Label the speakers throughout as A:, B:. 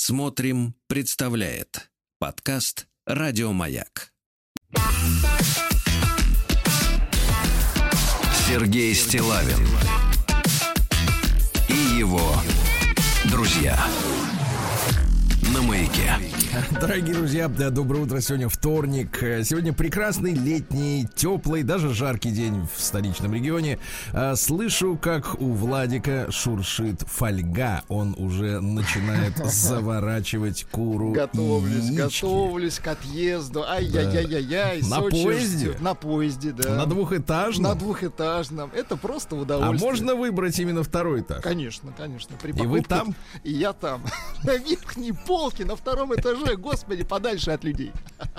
A: Смотрим, представляет подкаст «Радиомаяк». Сергей Стиллавин и его друзья на Маяке.
B: Дорогие друзья, доброе утро. Сегодня вторник. Сегодня прекрасный летний, теплый, даже жаркий день в столичном регионе. Слышу, как у Владика шуршит фольга. Он уже начинает заворачивать куру.
C: Готовлюсь к отъезду. Ай-яй-яй-яй-яй.
B: На поезде?
C: На поезде, да.
B: На двухэтажном?
C: На двухэтажном. Это просто удовольствие.
B: А можно выбрать именно второй этаж?
C: Конечно.
B: И вы там?
C: И я там. На верхней полке, на втором этаже. Господи, подальше от людей.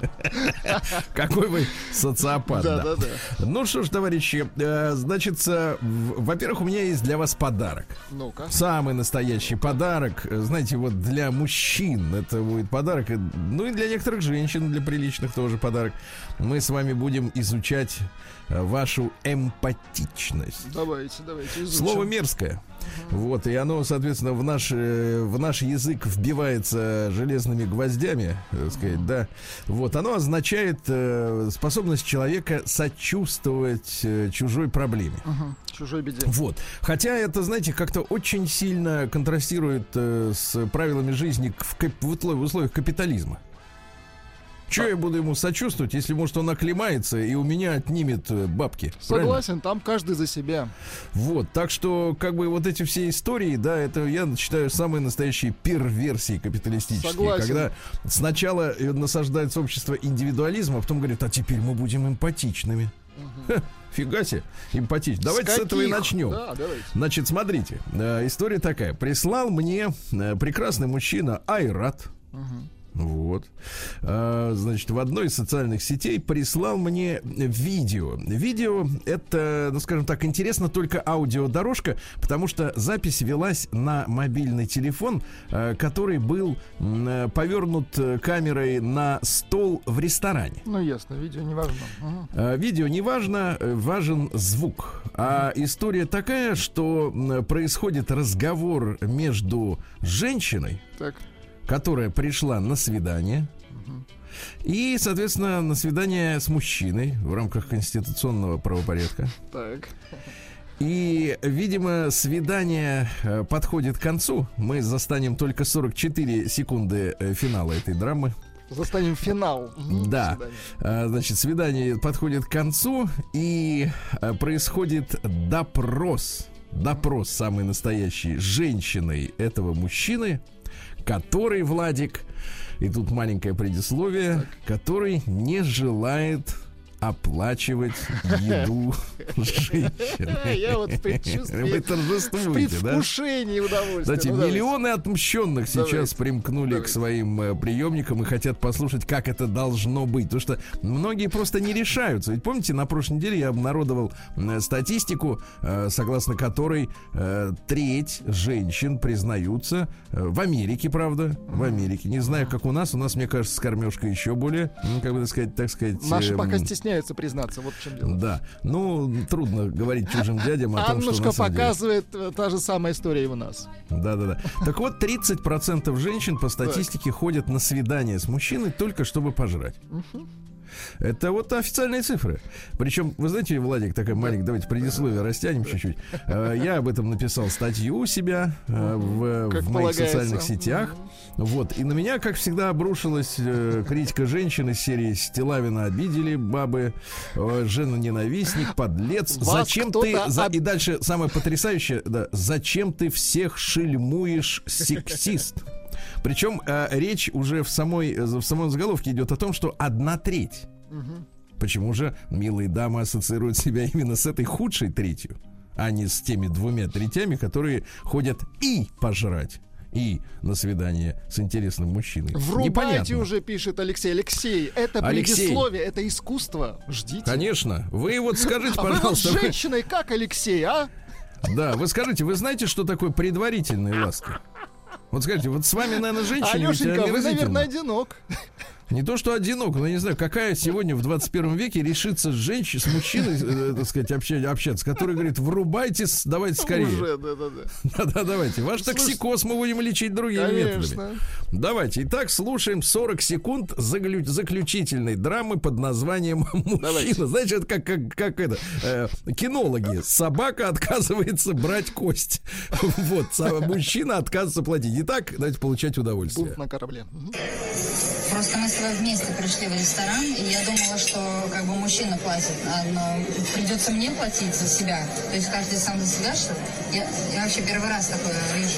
B: Какой вы социопат.
C: Да.
B: Ну что ж, товарищи, значит, во-первых, у меня есть для вас подарок.
C: Ну-ка.
B: Самый настоящий подарок. Знаете, вот для мужчин это будет подарок. Ну и для некоторых женщин, для приличных тоже подарок. Мы с вами будем изучать вашу эмпатичность.
C: Давайте изучим.
B: Слово мерзкое. Вот, и оно, соответственно, в наш язык вбивается железными гвоздями, так сказать, да. Вот, оно означает способность человека сочувствовать чужой проблеме.
C: Чужой беде.
B: Вот. Хотя это, знаете, как-то очень сильно контрастирует с правилами жизни в условиях капитализма. Чего я буду ему сочувствовать, если, может, он оклемается и у меня отнимет бабки?
C: Согласен, правильно? Там каждый за себя.
B: Вот, так что, как бы, вот эти все истории, да, это я считаю самые настоящие перверсии капиталистические.
C: Согласен.
B: Когда сначала насаждается общество индивидуализма, а потом говорит, а теперь мы будем эмпатичными. Фига себе, эмпатичный. Давайте с этого и начнем.
C: Да, давайте.
B: Значит, смотрите, история такая. Прислал мне прекрасный мужчина Айрат. Вот. Значит, в одной из социальных сетей прислал мне видео. Видео это, ну, скажем так, интересно только аудиодорожка, потому что запись велась на мобильный телефон, который был повернут камерой на стол в ресторане.
C: Ну, ясно, видео не важно.
B: Видео не важно, важен звук. А история такая, что происходит разговор между женщиной,
C: так,
B: которая пришла на свидание, и, соответственно, на свидание с мужчиной в рамках конституционного правопорядка.
C: Так.
B: И, видимо, свидание подходит к концу. Мы застанем только 44 секунды финала этой драмы.
C: Застанем финал.
B: Да. Значит, свидание подходит к концу, и происходит допрос. Допрос самый настоящий женщиной этого мужчины, который, Владик, и тут маленькое предисловие, так, который не желает оплачивать еду женщины.
C: Я вот в предчувствии,
B: вы торжествуете,
C: в предвкушении удовольствия.
B: Знаете, миллионы отмщенных сейчас примкнули к своим приемникам и хотят послушать, как это должно быть. Потому что многие просто не решаются. Ведь помните, на прошлой неделе я обнародовал статистику, согласно которой треть женщин признаются в Америке, правда, в Америке. Не знаю, как у нас, мне кажется, с кормежкой еще более, как бы так сказать.
C: Наши пока стесняются признаться, вот в чем дело.
B: Да, ну, трудно говорить чужим дядям о том, что
C: Аннушка показывает, та же самая история и у нас.
B: Да. Так вот, 30% женщин по статистике ходят на свидание с мужчиной только чтобы пожрать. Это вот официальные цифры. Причем, вы знаете, Владик, такая маленькая, давайте предисловие растянем чуть-чуть. Я об этом написал статью у себя в моих социальных сетях. Вот. И на меня, как всегда, обрушилась критика женщин из серии «Стиллавина обидели, бабы, жена-ненавистник, подлец». Зачем ты... И дальше самое потрясающее, да, зачем ты всех шельмуешь, сексист? Причем речь уже в самом заголовке идет о том, что 1/3. Почему же милые дамы ассоциируют себя именно с этой худшей третью, а не с теми 2/3, которые ходят и пожрать, и на свидание с интересным мужчиной?
C: Врубайте
B: Непонятно.
C: Уже, пишет Алексей. Алексей, это предисловие, это искусство. Ждите.
B: Конечно. Вы вот скажите, пожалуйста.
C: А вы вот с женщиной как Алексей, а?
B: Да, вы скажите, вы знаете, что такое предварительные ласки? Вот скажите, вот с вами, наверное, женщина.
C: Алешенька, вы, наверное, одинок.
B: Не то, что одинок, но я не знаю, какая сегодня в 21 веке решится с мужчиной, так сказать, общаться, который говорит, врубайте, давайте скорее.
C: Уже, да.
B: Да, давайте. Ваш токсикоз мы будем лечить другими методами. Давайте. Итак, слушаем 40 секунд заключительной драмы под названием «Мужчина».
C: Давайте.
B: Знаете, это как это, кинологи. Собака отказывается брать кость. Вот, мужчина отказывается платить. Итак, давайте получать удовольствие.
C: Бунт на корабле.
D: Просто мы с тобой вместе пришли в ресторан, и я думала, что как бы мужчина платит, но придется мне платить за себя. То есть каждый сам за себя, что ли? Я вообще первый раз такое вижу.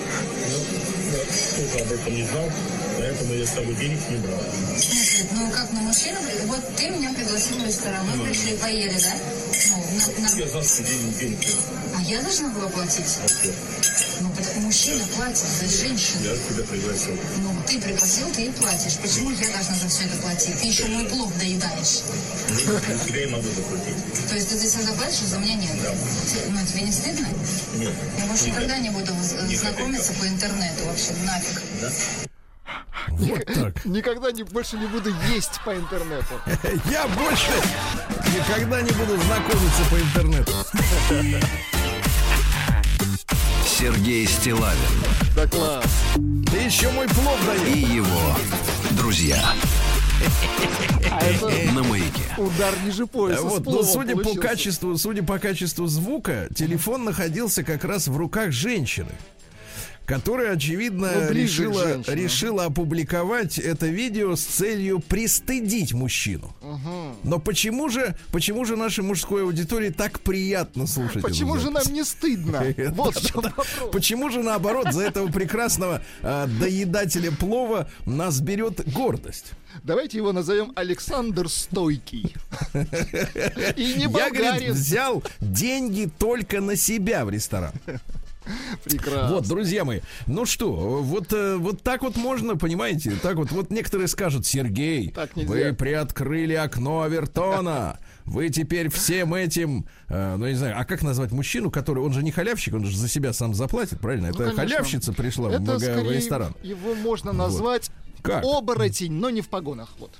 E: Я тоже об этом не знал, поэтому я с тобой денег не брал.
D: В смысле? Ну как, ну мужчина, вот ты меня пригласил в ресторан, мы пришли, поели, да?
E: Я знал, что денег.
D: А я должна была платить? Ну, потому мужчина платит за женщину.
E: Я тебя пригласил.
D: Ну, ты пригласил, ты и платишь. Почему я должна за все это платить? Ты еще мой плов доедаешь.
E: За тебя я могу заплатить.
D: То есть ты за себя заплатишь, а за меня нет?
E: Да.
D: Ну, тебе не стыдно?
E: Нет.
D: Я больше никогда не буду знакомиться по интернету вообще, нафиг.
E: Да?
B: Вот так.
C: Никогда больше не буду есть по интернету.
B: Я больше никогда не буду знакомиться по интернету.
A: Сергей Стиллавин
C: Да класс.
B: Ты еще мой плов даешь.
A: и его друзья
C: А это
A: на Маяке.
C: удар ниже пояса.
B: Вот,
C: с
B: но
C: пловом
B: судя
C: получился.
B: по качеству звука, телефон находился как раз в руках женщины, которая, очевидно,
C: Ну, ближе к женщине.
B: решила опубликовать это видео с целью пристыдить мужчину. Но почему же нашей мужской аудитории так приятно слушать?
C: Почему
B: эту
C: же нам
B: запись?
C: не стыдно? Вот в чем вопрос.
B: Почему же, наоборот, за этого прекрасного доедателя плова нас берет гордость?
C: Давайте его назовем Александр Стойкий. И не
B: Я, говорит,
C: болгарин.
B: взял деньги только на себя в ресторан.
C: Прекрасно.
B: Вот, друзья мои, ну что, вот так вот можно, понимаете, так вот некоторые скажут: Сергей,
C: Так нельзя.
B: вы приоткрыли окно Авертона, вы теперь всем этим, ну, не знаю, а как назвать мужчину, который, он же не халявщик, он же за себя сам заплатит, правильно? Это
C: конечно.
B: халявщица пришла
C: Это
B: в
C: скорее
B: ресторан.
C: его можно назвать
B: Как?
C: оборотень, но не в погонах. Вот.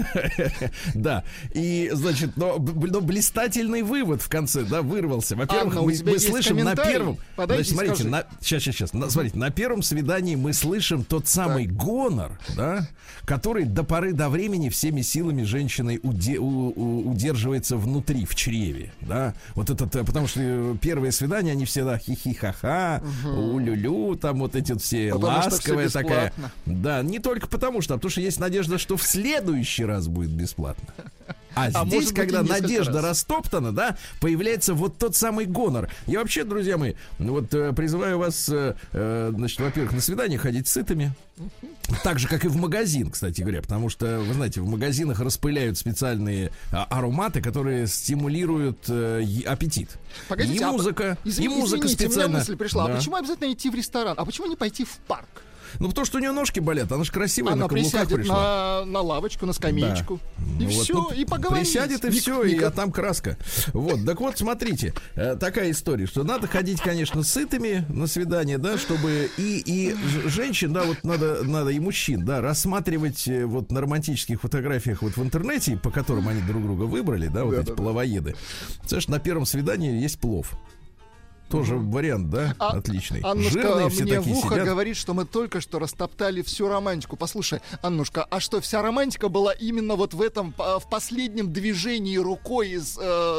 B: Да, и, значит, но блистательный вывод в конце, да, вырвался. Во-первых,
C: Анна, у тебя
B: мы
C: есть
B: слышим на
C: комментарий?
B: первом...
C: Подойди,
B: Значит, смотрите,
C: скажи.
B: сейчас, смотрите, на первом свидании мы слышим тот самый гонор, да, который до поры до времени всеми силами женщиной удерживается внутри, в чреве, да. Вот это, потому что первые свидания, они всегда хихи-ха-ха, у-лю-лю, там вот эти вот все
C: Потому что
B: ласковая
C: всё
B: такая.
C: бесплатно.
B: Да, не только потому что есть надежда, что в следующий раз будет бесплатно. А
C: А
B: здесь,
C: может быть,
B: когда
C: и несколько
B: надежда
C: раз.
B: растоптана, да, появляется вот тот самый гонор. Я вообще, друзья мои, вот призываю вас, значит, во-первых, на свидание ходить сытыми. Так же, как и в магазин, кстати говоря. Потому что, вы знаете, в магазинах распыляют специальные ароматы, которые стимулируют аппетит.
C: Погодите,
B: и музыка,
C: извините,
B: специально.
C: у меня мысль пришла.
B: Да.
C: А почему обязательно идти в ресторан? А почему не пойти в парк?
B: Ну, потому что у нее ножки болят, она же красивая,
C: Она
B: на каблуках
C: присядет
B: пришла.
C: на лавочку, на скамеечку. И
B: Ну вот,
C: все,
B: ну,
C: и поговорить.
B: присядет, и все, а там краска. Вот, так вот, смотрите, такая история, что надо ходить, конечно, сытыми на свидание, да, чтобы и женщин, да, вот надо и мужчин, да, рассматривать вот на романтических фотографиях вот в интернете, по которым они друг друга выбрали, да, вот эти пловоеды. Знаешь, на первом свидании есть плов. Тоже вариант, да? Отличный.
C: Аннушка
B: Жирные все
C: мне
B: такие
C: в ухо
B: сидят.
C: говорит, что мы только что растоптали всю романтику. Послушай, Аннушка, а что, вся романтика была именно вот в этом, в последнем движении рукой с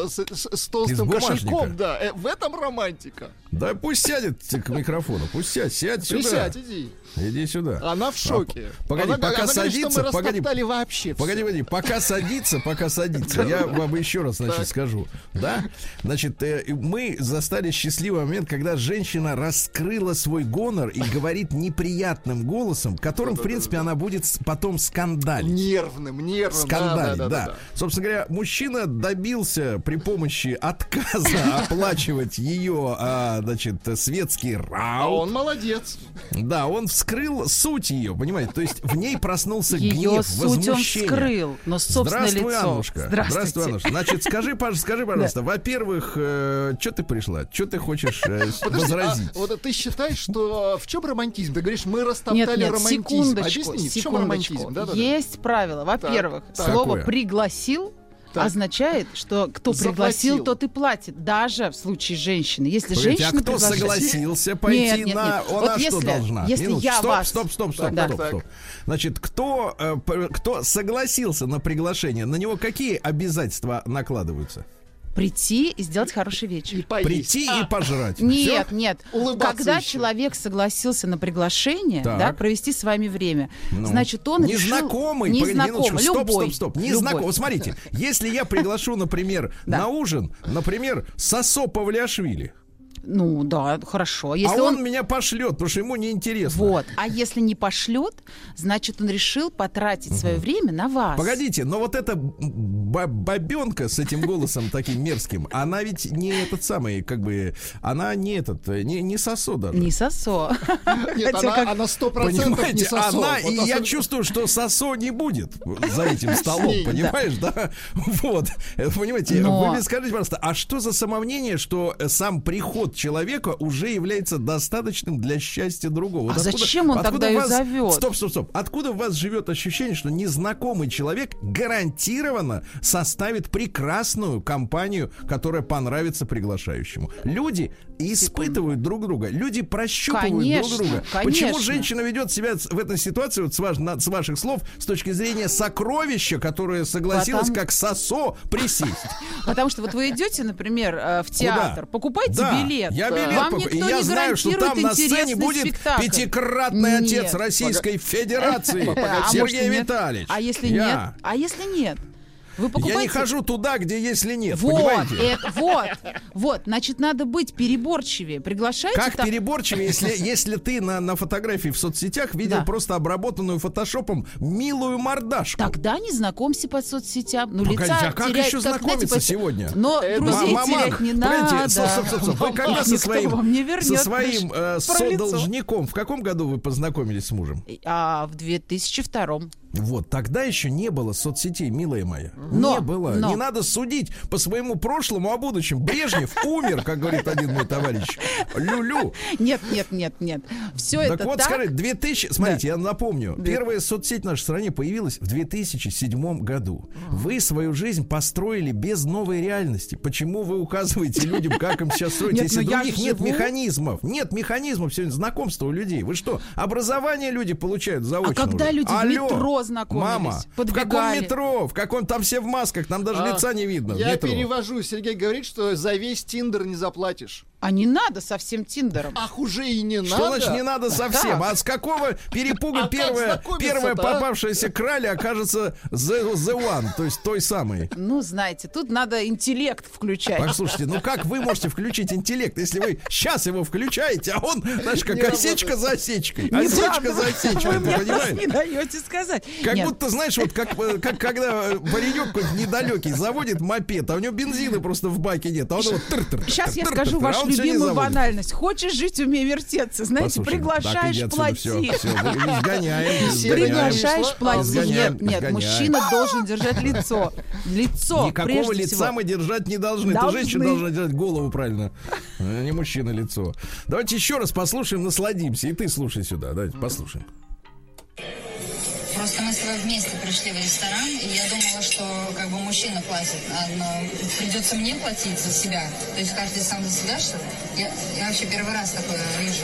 C: толстым
B: бумажника.
C: кошельком? Да, в этом романтика.
B: Да пусть сядет к микрофону, пусть сядь сюда.
C: Присядь, иди.
B: Иди сюда.
C: Она в шоке.
B: Погоди,
C: она,
B: пока
C: она говорит, что
B: садится,
C: мы
B: погоди.
C: растоптали вообще всё.
B: Погоди, пока садится, я вам еще раз, значит, скажу, да? Значит, мы застали счастливый момент, когда женщина раскрыла свой гонор и говорит неприятным голосом, которым, в принципе, она будет потом скандалить.
C: Нервным.
B: Скандалить, да.
C: Да.
B: Собственно говоря, мужчина добился при помощи отказа оплачивать ее, значит, светский
C: А
B: раут.
C: он молодец.
B: Да, он вскрыл суть ее, понимаете? То есть в ней проснулся
F: Ее
B: гнев,
F: суть он
B: возмущение.
F: вскрыл, но собственное
B: Здравствуй,
F: лицо.
B: Аннушка.
F: Здравствуйте.
B: Аннушка. Значит, скажи, пожалуйста, во-первых, что ты пришла? Что ты хочешь? хочешь
C: Подожди,
B: возразить.
C: вот ты считаешь, что в чем романтизм? Ты говоришь, мы растоптали романтизм.
F: Секундочку,
C: Объясни, в чем романтизм? Да-да-да.
F: Есть правило. Во-первых,
C: Так.
F: слово
B: Какое?
F: «пригласил»
C: Так.
F: означает, что кто пригласил,
C: Заплатил.
F: тот и платит. Даже в случае женщины. Если
B: Погодите,
F: женщина
B: а кто
F: приглашает-
B: согласился пойти
F: Нет.
B: на...
F: Вот
B: Она что
F: если-
B: должна?
F: если
B: Минуточку.
F: я вас-
B: Стоп.
F: Да.
B: Значит, кто согласился на приглашение, на него какие обязательства накладываются?
F: Прийти и сделать хороший вечер.
C: И поесть.
B: Прийти и пожрать.
F: Нет,
B: Всё?
F: нет.
C: Улыбаться
F: Когда
C: еще.
F: человек согласился на приглашение,
B: Так.
F: да, провести с вами время,
B: Ну.
F: значит, он решил...
B: Незнакомый,
F: Незнакомый,
B: погоди, минуточку,
F: любой.
B: стоп.
F: Любой.
B: Незнакомый. Вот смотрите, если я приглашу, например,
F: Да.
B: на ужин, например, Сосо Павлиашвили,
F: Ну, да, хорошо.
B: а
F: Если
B: он меня пошлет, потому что ему неинтересно.
F: Вот. А если не пошлет, значит, он решил потратить свое время на вас.
B: Погодите, но вот эта бабенка с этим голосом таким мерзким, она ведь не этот самый, как бы, она не Сосо даже.
F: Не сосо.
C: Нет,
F: Хотя как-
C: она 100% не
B: Понимаете,
C: сосо.
B: она,
C: Вот
B: и я
C: особенно-
B: чувствую, что Сосо не будет за этим столом,
C: ней, да.
B: понимаешь, да? Вот, понимаете,
F: Но-
B: вы мне скажите, пожалуйста, а что за самомнение, что сам приход человека уже является достаточным для счастья другого?
F: А
B: Вот
F: зачем он
B: откуда
F: тогда
B: у
F: её
B: вас-
F: зовет?
B: Стоп. Откуда у вас живет ощущение, что незнакомый человек гарантированно составит прекрасную компанию, которая понравится приглашающему? Люди испытывают друг друга, люди прощупывают
F: Конечно,
B: друг друга.
F: конечно.
B: Почему женщина ведет себя в этой ситуации, вот с ваших слов, с точки зрения сокровища, которое согласилось
F: Потому-
B: как Сосо присесть?
F: Потому что вот вы идете, например, в театр, покупайте
B: Да,
F: билет.
B: я билет
F: Вам
B: покупаю.
F: никто
B: И я
F: не
B: знаю, что там
F: гарантирует
B: на сцене
F: интересный
B: будет
F: спектакль.
B: пятикратный отец
F: Нет.
B: Российской Федерации
F: А может,
B: Сергей
F: и нет?
B: Витальевич.
F: А если
B: Я.
F: нет? А если нет? Вы покупаете...
B: Я не хожу туда, где если нет,
F: Вот,
B: понимаете?
F: вот, значит, надо быть переборчивее. Приглашайте
B: Как
F: так-
B: переборчивее, если ты на фотографии в соцсетях видел
F: Да.
B: просто обработанную фотошопом милую мордашку.
F: Тогда не знакомься по соцсетям. Ну,
B: Погодите,
F: лица
B: а как
F: терять,
B: еще
F: знаете,
B: знакомиться сегодня?
F: Но друзей
B: Маман,
F: терять не
B: погодите,
F: надо.
B: стоп. Вы когда со
F: Никто вам не вернет
B: своим
F: про лицо.
B: содолжником в каком году вы познакомились с мужем?
F: В 2002.
B: Вот, тогда еще не было соцсетей, милая моя.
F: Но,
B: Не было.
F: но.
B: Не надо судить по своему прошлому о будущем. Брежнев умер, как говорит один мой товарищ. Люлю.
F: Нет. Все
B: Так
F: это
B: вот,
F: так.
B: скажите, 2000... Смотрите, я напомню. Первая соцсеть в нашей стране появилась в 2007 году. Вы свою жизнь построили без новой реальности. Почему вы указываете людям, как им сейчас строить,
F: Нет,
B: если
F: но я
B: других
F: же
B: нет
F: живу.
B: механизмов? Нет механизмов сегодня знакомства у людей. Вы что, образование люди получают заочно?
F: А когда
B: уже?
F: люди в
B: Алло,
F: метро знакомились,
B: мама, в каком
F: подбегали.
B: метро? В каком там все в масках? Там даже лица не видно. в
C: Я
B: метро.
C: перевожу. Сергей говорит, что за весь Тиндер не заплатишь.
F: А не надо совсем Тиндером.
C: Ах, уже и не
B: Что
C: надо.
B: значит не надо совсем?
F: Так.
B: А с какого перепуга
C: А как
B: первая
C: знакомиться-то, а?
B: попавшаяся краля окажется the one, то есть той самой?
F: Ну, знаете, тут надо интеллект включать.
B: Послушайте, ну как вы можете включить интеллект, если вы сейчас его включаете, а он, знаешь, как
C: Не
B: осечка за осечкой. Осечка
F: Неправда.
B: за осечкой,
F: Вы
B: ты
F: мне просто
B: понимаешь?
F: не даете сказать.
B: Как
F: Нет.
B: будто, знаешь, вот как когда паренек какой-то недалекий заводит мопед, а у него бензина просто в баке нет, а он вот тыр-тыр.
F: Сейчас я
B: тыр-тыр-тыр,
F: скажу
B: а
F: вашу
B: он всё не
F: любимую
B: заводит.
F: банальность. Хочешь жить, умей вертеться. Знаете,
B: Послушай, так,
F: приглашаешь,
B: иди отсюда,
F: плати.
B: всё, изгоняем.
F: Приглашаешь, плати.
B: Изгоняем,
F: Нет,
B: изгоняем.
F: мужчина должен держать лицо. Лицо,
B: Никакого
F: прежде
B: лица
F: всего.
B: мы держать не должны. Это
F: Должны.
B: женщина должна держать голову правильно. Не мужчина лицо. Давайте еще раз послушаем, насладимся. И ты слушай сюда. Давайте послушаем.
D: Просто мы с тобой вместе пришли в ресторан, и я думала, что как бы мужчина платит, но придется мне платить за себя. То есть каждый сам за себя, что ли? Я вообще первый раз такое вижу.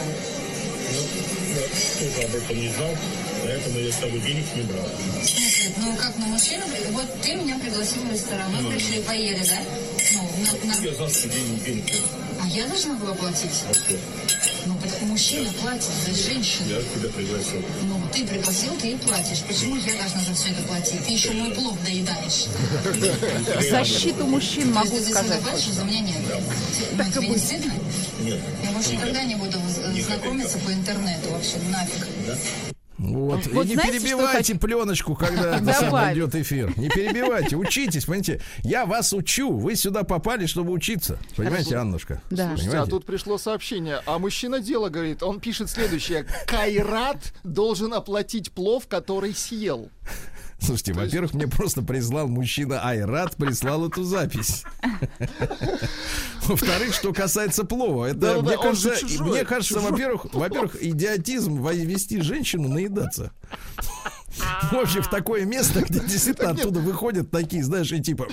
E: Я тоже об этом не знал, поэтому я с тобой денег не брал.
D: В смысле? Ну как, ну мужчина, вот ты меня пригласил в ресторан, мы пришли, поели, да? Ну,
E: Я знал, что денег нет.
D: А я должна была платить?
E: А что?
D: Ну, потому мужчина платит за женщину.
E: Я тебя пригласил.
D: Ну, ты пригласил, ты и платишь. Почему я должна за все это платить? Ты еще мой плов доедаешь.
F: В защиту мужчин
D: То
F: могу
D: есть ты за себя
F: сказать.
D: платишь, за меня нет. Ну, тебе не стыдно?
E: Нет.
D: Я больше никогда не буду знакомиться по интернету вообще, нафиг.
B: Вот.
F: Вот
B: И не
F: знаете,
B: перебивайте пленочку, когда
F: Добавить.
B: идет эфир. Не перебивайте, учитесь, понимаете. Я вас учу. Вы сюда попали, чтобы учиться. Понимаете, Аннушка?
F: Да.
C: Слушайте,
B: Понимаете?
C: а тут пришло сообщение. А мужчина дело говорит. Он пишет следующее. Кайрат должен оплатить плов, который съел.
B: Слушайте, во-первых, мне просто прислал мужчина Айрат, прислал эту запись. Во-вторых, что касается плова, это, мне кажется, во-первых, идиотизм вести женщину наедаться. В общем, в такое место, где действительно оттуда выходят такие, знаешь, и типа...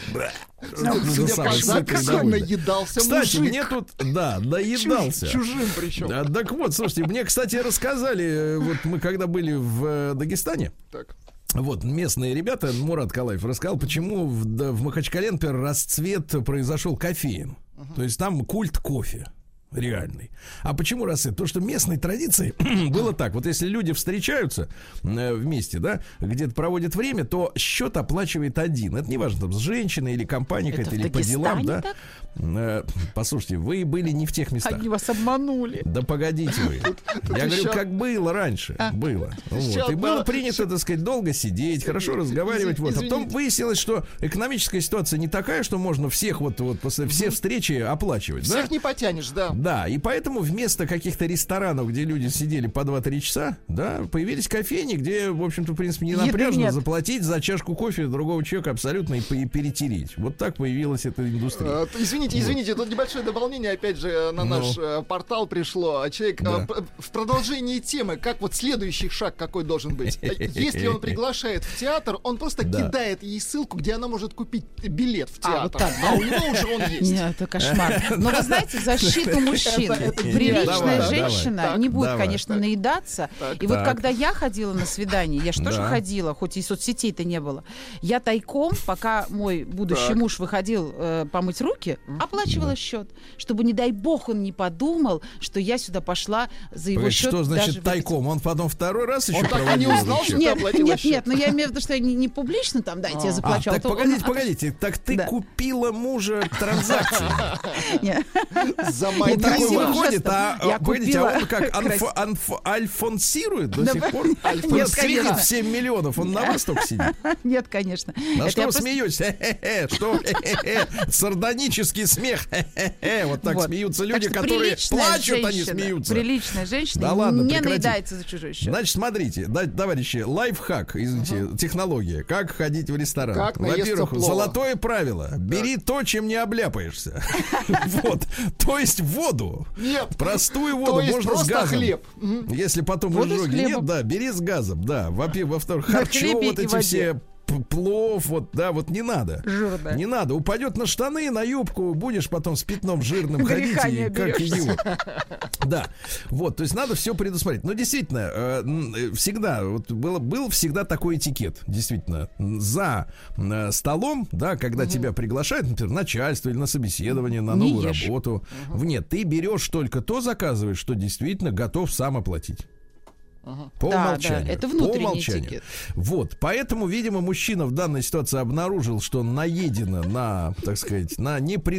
C: наедался
B: Кстати,
C: мужик.
B: мне тут... Да, наедался.
C: Чужим причем.
B: Так вот, слушайте, мне, кстати, рассказали, вот мы когда были в Дагестане,
C: Так.
B: вот местные ребята, Мурат Калаев рассказал, почему в Махачкале, например, расцвет произошел кофеин. То есть там культ кофе. Реальный. А почему расцвет? Потому что местной традицией было так. Вот если люди встречаются вместе, да, где-то проводят время, то счет оплачивает один. Это не важно, там, с женщиной или компанией какая-то, или по делам, да. Послушайте, вы были не в тех местах.
F: Они вас обманули.
B: Да погодите вы. Я говорю, как было раньше. Было. Вот. И было принято, так сказать, долго сидеть, хорошо разговаривать. Вот. А потом выяснилось, что экономическая ситуация не такая, что можно всех вот после все встречи оплачивать.
C: Всех
B: да?
C: не потянешь, да.
B: Да, и поэтому вместо каких-то ресторанов, где люди сидели по 2-3 часа, да, появились кофейни, где, в общем-то, в принципе, не напряжно заплатить за чашку кофе другого человека абсолютно и перетереть. Вот так появилась эта индустрия.
C: Извините, тут небольшое дополнение, опять же, на наш портал пришло. Человек в продолжении темы, как вот следующий шаг какой должен быть. Если он приглашает в театр, он просто кидает ей ссылку, где она может купить билет в театр.
F: Вот так, да?
C: А у него уже он есть.
F: Нет, это кошмар. Но вы знаете, защиту мужчин. Приличная женщина не будет, конечно, наедаться. И вот когда я ходила на свидание, я же тоже ходила, хоть и соцсетей-то не было, я тайком, пока мой будущий муж выходил помыть руки, оплачивала счет, чтобы, не дай бог, он не подумал, что я сюда пошла за его счет.
B: Что значит тайком? Он потом второй раз еще проводил?
C: Он так и не узнал, что ты оплатила счет.
F: Нет, но я имею в виду, что я не публично там, дайте, я заплачу.
B: Так, погодите, так ты купила мужа транзакции.
C: За
B: Он такой выходит,
F: Я
B: погодите, а он
F: купила
B: как альфонсирует до сих пор?
F: Нет,
B: светит в 7 миллионов, он на вас только сидит.
F: Нет, конечно.
B: На что вы смеетесь? Что? Сардонический смех. Вот так смеются люди, которые плачут, они смеются.
F: Приличная женщина не наедается за чужой счет.
B: Значит, смотрите, товарищи, лайфхак, извините, технология. Как ходить в ресторан? Во-первых, золотое правило. Бери то, чем не обляпаешься. Вот. То есть воду.
C: Нет.
B: Простую воду, можно с газом. Хлеб. Если потом изжоги нет, да, бери с газом, да. Во-вторых, харчо, вот эти все плов, вот, да, вот не надо.
F: Жирно.
B: Не надо. Упадет на штаны, на юбку, будешь потом с пятном жирным ходить, и как идиот. Да. Вот, то есть надо все предусмотреть. Но действительно, всегда, вот был всегда такой этикет. Действительно, за столом, да, когда тебя приглашают, например, начальство или на собеседование, на новую работу. Нет, ты берешь только то, заказываешь, что действительно готов сам оплатить. По умолчанию.
F: Да, это внутренний этикет.
B: Вот, поэтому, видимо, мужчина в данной ситуации обнаружил, что наедено на, так сказать, на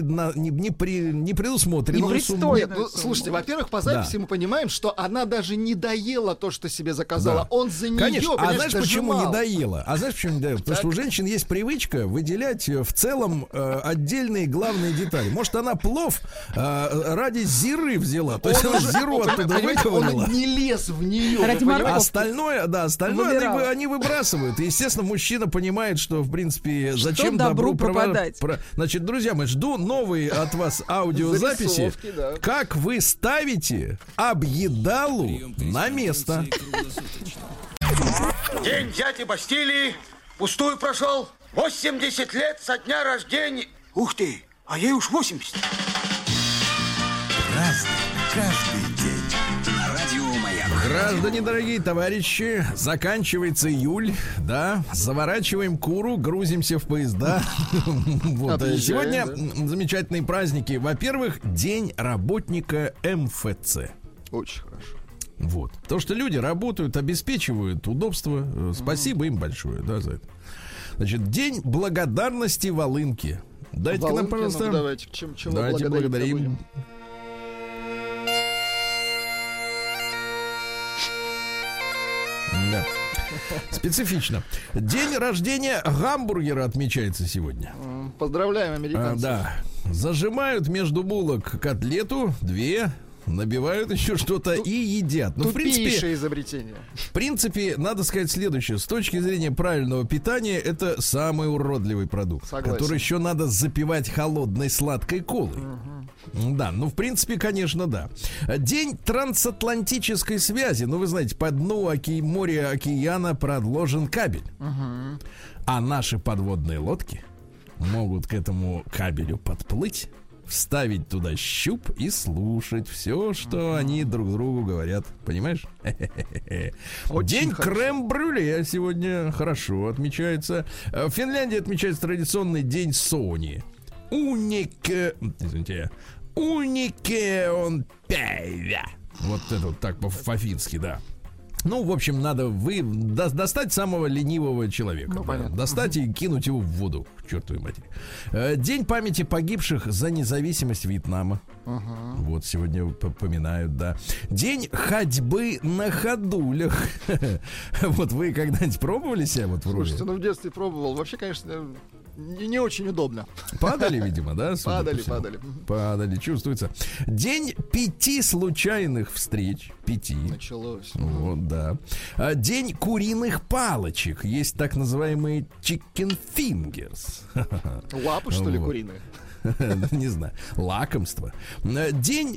B: непредусмотренную сумму.
C: Нет, слушайте, во-первых, по записи мы понимаем, что она даже не доела то, что себе заказала. Он за нее,
B: конечно. А знаешь, почему не доела? Потому что у женщин есть привычка выделять в целом отдельные главные детали. Может, она плов ради зиры взяла. То есть она зиру оттуда выковырила.
C: Он не лез в нее.
B: Остальное они выбрасывают. И, естественно, мужчина понимает, что, в принципе, зачем добру пропадать. Значит, друзья мои, жду новые от вас аудиозаписи. Как вы ставите объедалу на место.
G: День дяди Бастилии пустую прошел. 80 лет со дня рождения. Ух ты, а ей уж 80.
A: Разный, каждый день.
B: Граждане, дорогие товарищи, заканчивается июль, да, заворачиваем куру, грузимся в поезда. Вот. Сегодня замечательные праздники. Во-первых, День работника МФЦ.
C: Очень хорошо.
B: Вот. То, что люди работают, обеспечивают удобство. Спасибо им большое, да, за это. Значит, День благодарности Волынки. Дайте нам, пожалуйста.
C: Давайте,
B: давайте благодарим. Да. Специфично. День рождения гамбургера отмечается сегодня.
C: Поздравляем, американцы.
B: Да. Зажимают между булок котлету, 2, набивают еще что-то и едят. Ну, в принципе,
C: изобретение.
B: В принципе, надо сказать следующее. С точки зрения правильного питания, это самый уродливый продукт. Согласен. Который еще надо запивать холодной сладкой колой. Да, ну, в принципе, конечно, да. День трансатлантической связи. Ну, вы знаете, по дну моря, океана проложен кабель. А наши подводные лодки могут к этому кабелю подплыть, вставить туда щуп и слушать все, что они друг другу говорят. Понимаешь? День крем-брюле сегодня хорошо отмечается. В Финляндии отмечается традиционный день Сони. Уникеон пейвя. Вот это вот так по-фински, да. Ну, в общем, надо достать самого ленивого человека. Ну, понятно. Достать и кинуть его в воду, к чертовой матери. День памяти погибших за независимость Вьетнама. Вот сегодня поминают, да. День ходьбы на ходулях. Вот вы когда-нибудь пробовали себя вот в роли?
C: Слушайте, ну в детстве пробовал. Вообще, конечно, не очень удобно.
B: Падали, видимо, да?
C: Падали,
B: чувствуется. День 5 случайных встреч. 5.
C: Началось.
B: Вот, да. День куриных палочек. Есть так называемые chicken fingers.
C: Лапы, что ли, куриные?
B: Не знаю. Лакомство. День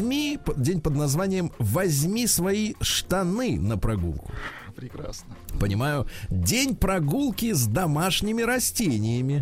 B: под названием «Возьми свои штаны на прогулку».
C: Прекрасно.
B: Понимаю. День прогулки с домашними растениями.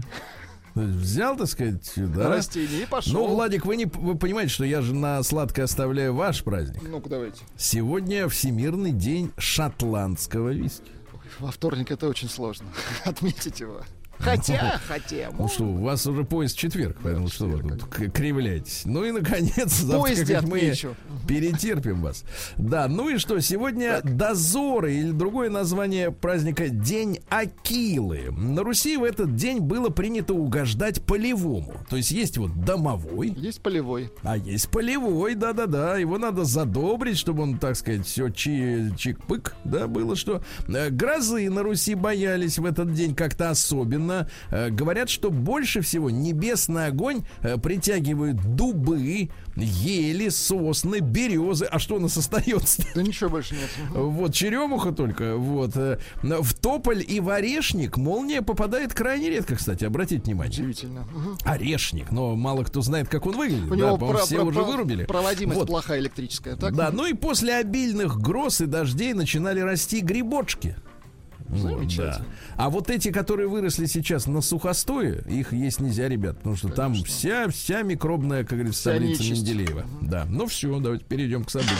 B: Взял, так сказать, да?
C: Растения и пошел.
B: Ну, Владик, вы понимаете, что я же на сладкое оставляю ваш праздник.
C: Ну-ка, давайте.
B: Сегодня Всемирный день шотландского виски.
C: Во вторник это очень сложно отметить его. Хотя.
B: Ну что, у вас уже поезд в четверг, поэтому что вы тут кривляетесь. Ну и, наконец, завтра мы перетерпим вас. Да, ну и что, сегодня дозоры, или другое название праздника, День Акилы. На Руси в этот день было принято угождать полевому. То есть вот домовой.
C: Есть полевой.
B: А есть полевой, да-да-да. Его надо задобрить, чтобы он, так сказать, все чик-пык, да, было что. Грозы на Руси боялись в этот день как-то особенно. Говорят, что больше всего небесный огонь притягивают дубы, ели, сосны, березы. А что у нас остается?
C: Да ничего больше нет.
B: Вот черемуха только. Вот. В тополь и в орешник молния попадает крайне редко, кстати, обратите внимание.
C: Удивительно.
B: Орешник, но мало кто знает, как он выглядит.
C: У него все уже вырубили. Проводимость плохая электрическая. Так?
B: Да, ну и после обильных гроз и дождей начинали расти грибочки.
C: Замечательно.
B: Да. А вот эти, которые выросли сейчас на сухостое, их есть нельзя, ребят, потому что там вся микробная, как говорится, таблица Менделеева. Да. Ну все, давайте перейдем к событиям.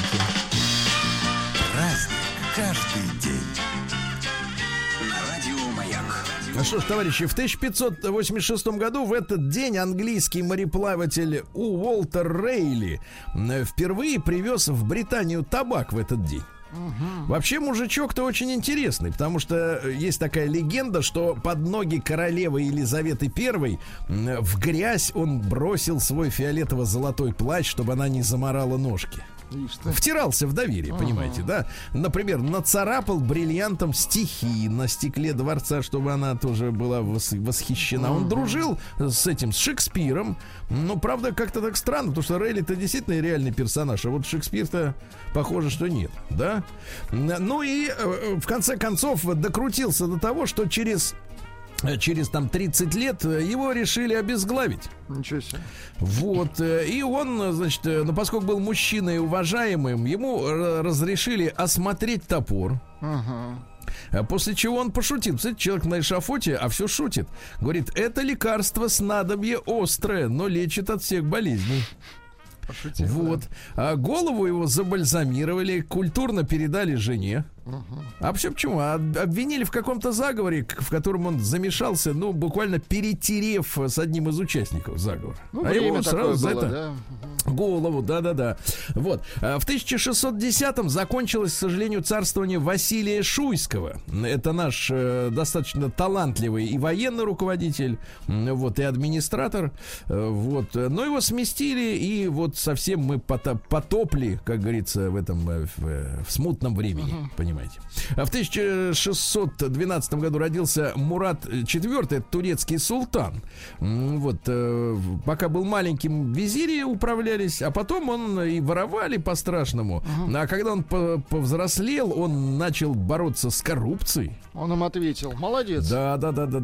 A: Праздник каждый день.
B: Ну что ж, товарищи, в 1586 году в этот день английский мореплаватель Уолтер Рейли впервые привез в Британию табак в этот день. Вообще мужичок-то очень интересный, потому что есть такая легенда, что под ноги королевы Елизаветы I в грязь он бросил свой фиолетово-золотой плащ, чтобы она не заморала ножки. Втирался в доверие, понимаете, да? Например, нацарапал бриллиантом стихи на стекле дворца, чтобы она тоже была восхищена. Он дружил с Шекспиром. Но, правда, как-то так странно, потому что Рейли-то действительно реальный персонаж, а вот Шекспир-то похоже, что нет, да? Ну и в конце концов докрутился до того, что через там 30 лет его решили обезглавить.
C: Ничего себе.
B: Вот. И он, значит, ну, поскольку был мужчиной уважаемым, ему разрешили осмотреть топор. После чего он пошутил. Представляете, человек на эшафоте, а все шутит. Говорит, это лекарство снадобье острое, но лечит от всех болезней. Пошутил, вот. Да. Голову его забальзамировали, культурно передали жене. А все почему? Обвинили в каком-то заговоре, в котором он замешался, ну, буквально перетерев с одним из участников заговора.
C: Ну, а его сразу за это
B: да? Голову, да-да-да. Вот. В 1610-м закончилось, к сожалению, царствование Василия Шуйского. Это наш достаточно талантливый и военный руководитель, вот, и администратор. Вот. Но его сместили, и вот совсем мы потопли, как говорится, в этом в смутном времени, понимаете. В 1612 году родился Мурат IV, турецкий султан. Вот, пока был маленьким, визири управляли появлялись, а потом он и воровали по-страшному. А когда он повзрослел, он начал бороться с коррупцией.
C: Он им ответил. Молодец.
B: Да.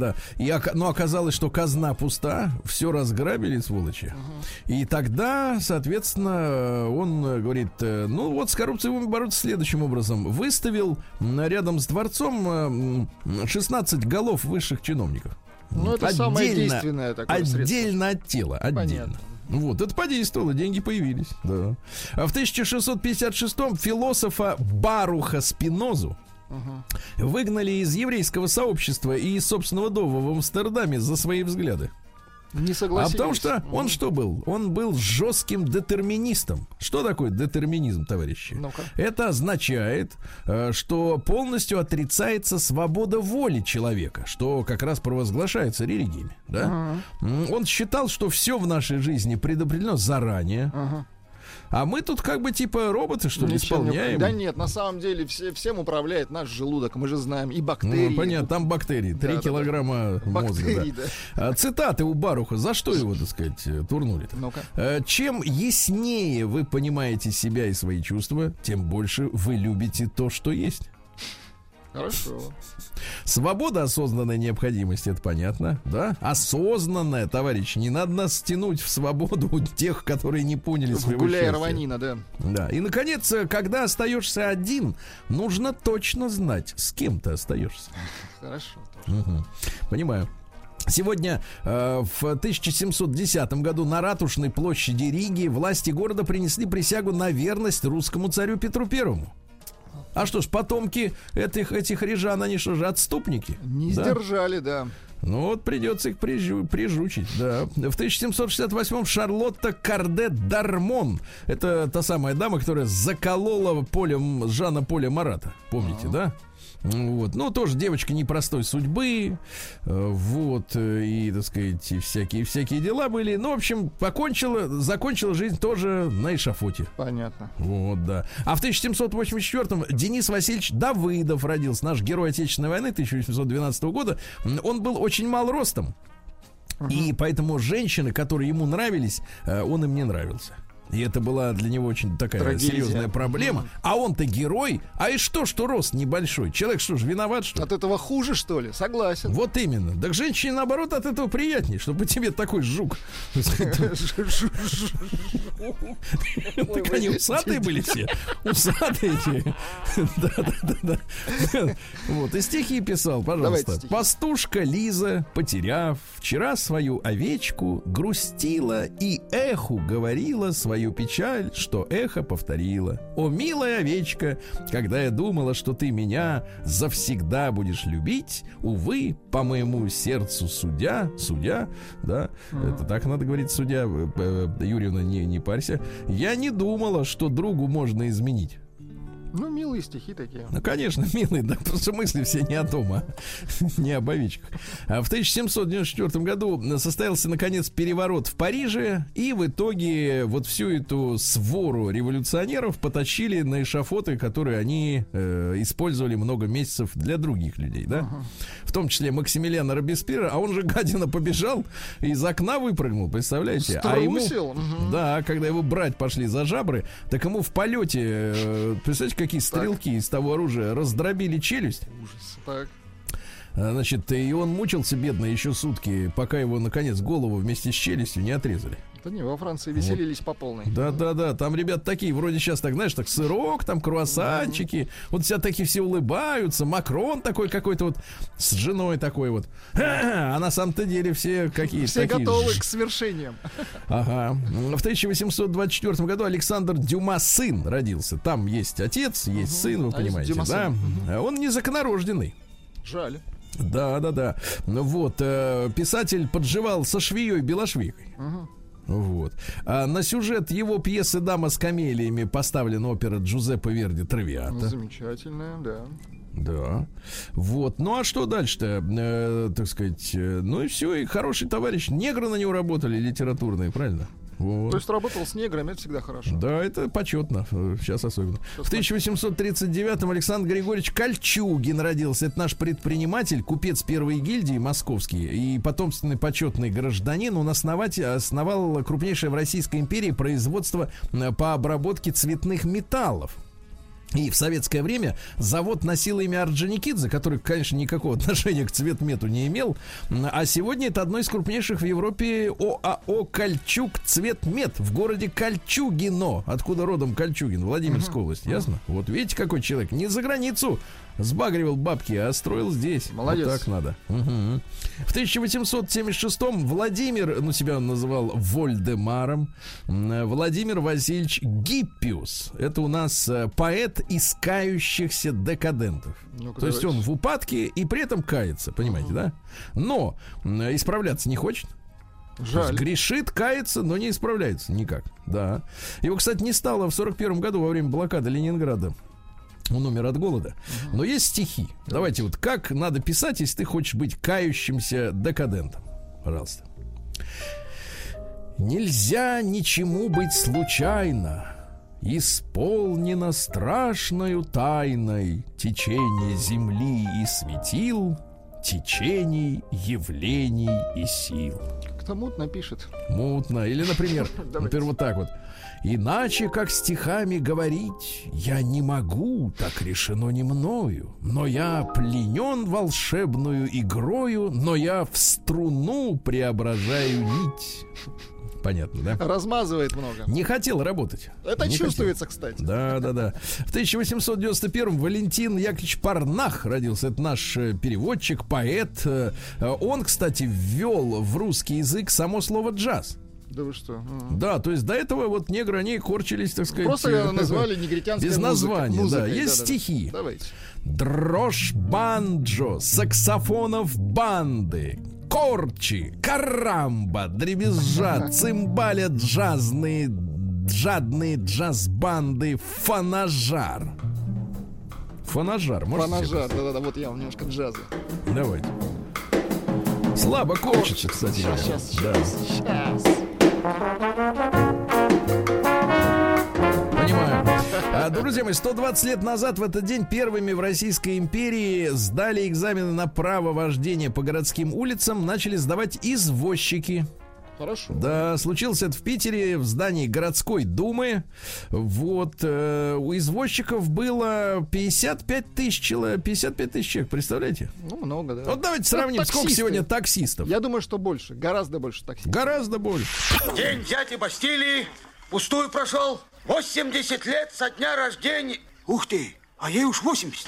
B: Но оказалось, что казна пуста, все разграбили, сволочи. И тогда, соответственно, он говорит, ну вот с коррупцией будем бороться следующим образом. Выставил рядом с дворцом 16 голов высших чиновников.
C: Ну, это самое действенное такое средство.
B: Отдельно от тела, отдельно. Понятно. Вот, это подействовало, деньги появились. Да. А в 1656-м философа Баруха Спинозу выгнали из еврейского сообщества и из собственного дома в Амстердаме за свои взгляды.
C: Не согласились.
B: А потому что он что был? Он был жестким детерминистом. Что такое детерминизм, товарищи?
C: Ну-ка.
B: Это означает, что полностью отрицается свобода воли человека, что как раз провозглашается религиями. Да? Он считал, что все в нашей жизни предопределено заранее. А мы тут как бы типа роботы, что ли, исполняем?
C: Да нет, на самом деле всем управляет наш желудок, мы же знаем, и бактерии.
B: Ну, понятно, там бактерии, 3 килограмма мозга. Бактерии, да. Цитаты у Баруха, за что его, так сказать, турнули-то?
C: Ну-ка.
B: Чем яснее вы понимаете себя и свои чувства, тем больше вы любите то, что есть.
C: Хорошо.
B: Свобода осознанной необходимости, это понятно, да? Осознанная, товарищ, не надо нас тянуть в свободу тех, которые не поняли своего счастья.
C: Гуляй рванина, да.
B: Да. И, наконец, когда остаешься один, нужно точно знать, с кем ты остаешься.
C: Хорошо.
B: Понимаю. Сегодня, в 1710 году, на Ратушной площади Риги власти города принесли присягу на верность русскому царю Петру Первому. А что ж, потомки этих рижан, они что же, отступники?
C: Не сдержали, да.
B: Ну вот придется их прижучить, да. В 1768-м Шарлотта Карде-Дармон. Это та самая дама, которая заколола Жана Поля Марата. Помните, да? Вот. Ну, тоже девочка непростой судьбы. Вот. И, так сказать, всякие дела были. Ну, в общем, закончила жизнь тоже на эшафоте.
C: Понятно.
B: Вот, да. А в 1784-м Денис Васильевич Давыдов родился. Наш герой Отечественной войны 1812 года. Он был очень мал ростом. И поэтому женщины, которые ему нравились, он им не нравился. И это была для него очень такая серьезная проблема. А он-то герой. А и что рост небольшой? Человек что ж, виноват, что ли?
C: От этого хуже, что ли? Согласен.
B: Вот именно. Так женщине, наоборот, от этого приятнее, чтобы тебе такой жук. Так они усатые были все. Усатые эти. Да. Вот. И стихи писал, пожалуйста. Пастушка Лиза, потеряв вчера свою овечку, грустила и эху говорила свою печаль, что эхо повторило. О, милая овечка, когда я думала, что ты меня завсегда будешь любить, увы, по моему сердцу судя, да, это так надо говорить, судья, Юрьевна, не парься, я не думала, что другу можно изменить.
C: Ну, милые стихи такие.
B: Ну, конечно, милые, да, потому что мысли все не о том, не об овечках. А в 1794 году состоялся, наконец, переворот в Париже, и в итоге вот всю эту свору революционеров потащили на эшафоты, которые они использовали много месяцев для других людей, да? В том числе Максимилиана Робеспьера, а он же, гадина, побежал и из окна выпрыгнул, представляете?
C: Струсил.
B: Да, когда его брать пошли за жабры, так ему в полете, представляете, какие стрелки из того оружия раздробили челюсть.
C: Ужас. Так.
B: Значит, и он мучился, бедно, еще сутки, пока его, наконец, голову вместе с челюстью не отрезали.
C: Да не, во Франции веселились по полной.
B: Да, там ребята такие, вроде сейчас так, знаешь, так сырок, там круассанчики, вот все такие все улыбаются, Макрон такой какой-то вот с женой такой вот, а на самом-то деле все какие-то
C: все
B: такие
C: готовы к свершениям.
B: Ага. В 1824 году Александр Дюма сын родился. Там есть отец, есть сын, вы понимаете, да? Он незаконорожденный.
C: Жаль.
B: Да. Вот, писатель подживал со швеей Белошвейкой. Вот. А на сюжет его пьесы «Дама с камелиями» поставлена опера Джузеппе Верди «Травиата».
C: Замечательная, да.
B: Да. Вот. Ну а что дальше-то, так сказать, ну и все, и хороший товарищ. Негры на него работали литературные, правильно? Вот.
C: То есть работал с неграми, это всегда хорошо.
B: Да, это почетно, сейчас особенно. В 1839-м Александр Григорьевич Кольчугин родился. Это наш предприниматель, купец первой гильдии московский и потомственный почетный гражданин. Он основал крупнейшее в Российской империи производство по обработке цветных металлов. И в советское время завод носил имя Орджоникидзе, который, конечно, никакого отношения к цветмету не имел. А сегодня это одно из крупнейших в Европе ОАО «Кольчуг Цветмет» в городе Кольчугино. Откуда родом Кольчугин? Владимирская область, ясно? Вот видите, какой человек. Не за границу сбагривал бабки, а строил здесь.
C: Молодец.
B: Вот так надо. В 1876-м Владимир, себя он называл Вольдемаром, Владимир Васильевич Гиппиус. Это у нас поэт из кающихся декадентов. То есть он в упадке и при этом кается, понимаете, да? Но исправляться не хочет.
C: Жаль.
B: Грешит, кается, но не исправляется никак. Да. Его, кстати, не стало в 41 году во время блокады Ленинграда. Он умер от голода. Но есть стихи. Давайте вот как надо писать, если ты хочешь быть кающимся декадентом. Пожалуйста. Нельзя ничему быть случайно. Исполнено страшною тайной течение земли и светил, течений, явлений и сил.
C: Как-то мутно пишет.
B: Мутно. Или, например, вот так вот. Иначе, как стихами говорить, я не могу, так решено не мною. Но я пленен волшебную игрою, но я в струну преображаю нить. Понятно, да?
C: Размазывает много.
B: Не хотел работать.
C: Это
B: не
C: чувствуется,
B: хотел.
C: кстати.
B: Да. В 1891-м Валентин Яковлевич Парнах родился. Это наш переводчик, поэт. Он, кстати, ввел в русский язык само слово «джаз».
C: Да вы что?
B: Да, то есть до этого вот негры, они корчились, так сказать.
C: Просто назвали негритянской
B: без названия,
C: музыкой.
B: да. Есть стихи.
C: Давайте.
B: Дрожь банджо, саксофонов банды, корчи, карамба, дребезжат, цимбалят жадные джаз-банды, фанажар. Фанажар, можете?
C: Фанажар, да, вот я немножко джаза.
B: Давайте. Слабо корчится, кстати.
C: Сейчас.
B: Понимаю. Друзья мои, 120 лет назад в этот день первыми в Российской империи сдали экзамены на право вождения по городским улицам, начали сдавать извозчики.
C: Хорошо.
B: Да, случилось это в Питере, в здании городской думы. Вот, у извозчиков было 55 тысяч человек, представляете?
C: Ну, много, да.
B: Вот давайте сравним, сколько сегодня таксистов.
C: Я думаю, что больше, гораздо больше таксистов.
B: Гораздо больше.
G: День дяди Бастилии пустую прошел. 80 лет со дня рождения. Ух ты, а ей уж 80.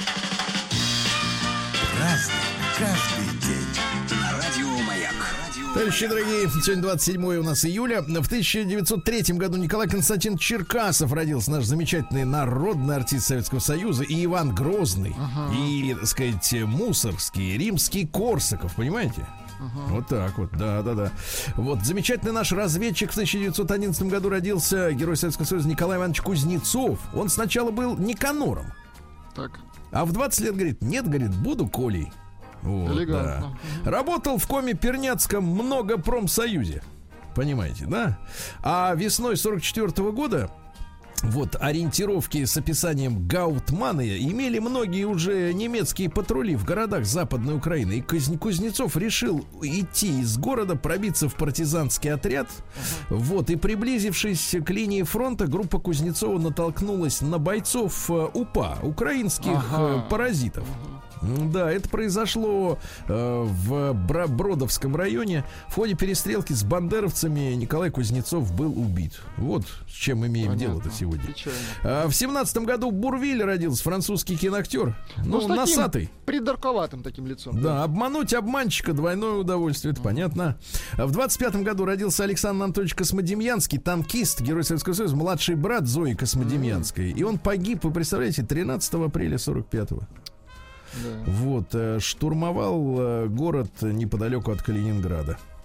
A: Разный, каждый день.
E: Радио Маяк.
B: Товарищи дорогие, сегодня 27 у нас июля. В 1903 году Николай Константинович Черкасов родился, наш замечательный народный артист Советского Союза, и Иван Грозный, и, так сказать, Мусоргский, Римский Корсаков, понимаете? Вот так вот, да. Вот, замечательный наш разведчик в 1911 году родился, герой Советского Союза Николай Иванович Кузнецов. Он сначала был Никанором,
C: Так.
B: а в 20 лет говорит, нет, говорит, буду Колей. Вот, да. Работал в Коми-Перняцком Многопромсоюзе. Понимаете, да? А весной 44 года вот ориентировки с описанием Гаутмана имели многие уже немецкие патрули в городах Западной Украины. И Кузнецов решил идти из города, пробиться в партизанский отряд. Вот, и приблизившись к линии фронта, группа Кузнецова натолкнулась на бойцов УПА, украинских паразитов. Да, это произошло в Бродовском районе. В ходе перестрелки с бандеровцами Николай Кузнецов был убит. Вот с чем имеем дело-то сегодня. В 17-м году Бурвиль родился, французский киноактер. Ну, носатый.
C: Придурковатым таким лицом.
B: Да, обмануть обманщика — двойное удовольствие, это понятно. В 25-м году родился Александр Анатольевич Космодемьянский, танкист, герой Советского Союза, младший брат Зои Космодемьянской. И он погиб, вы представляете, 13 апреля 45-го. Да. Вот, штурмовал город неподалеку от Калининграда.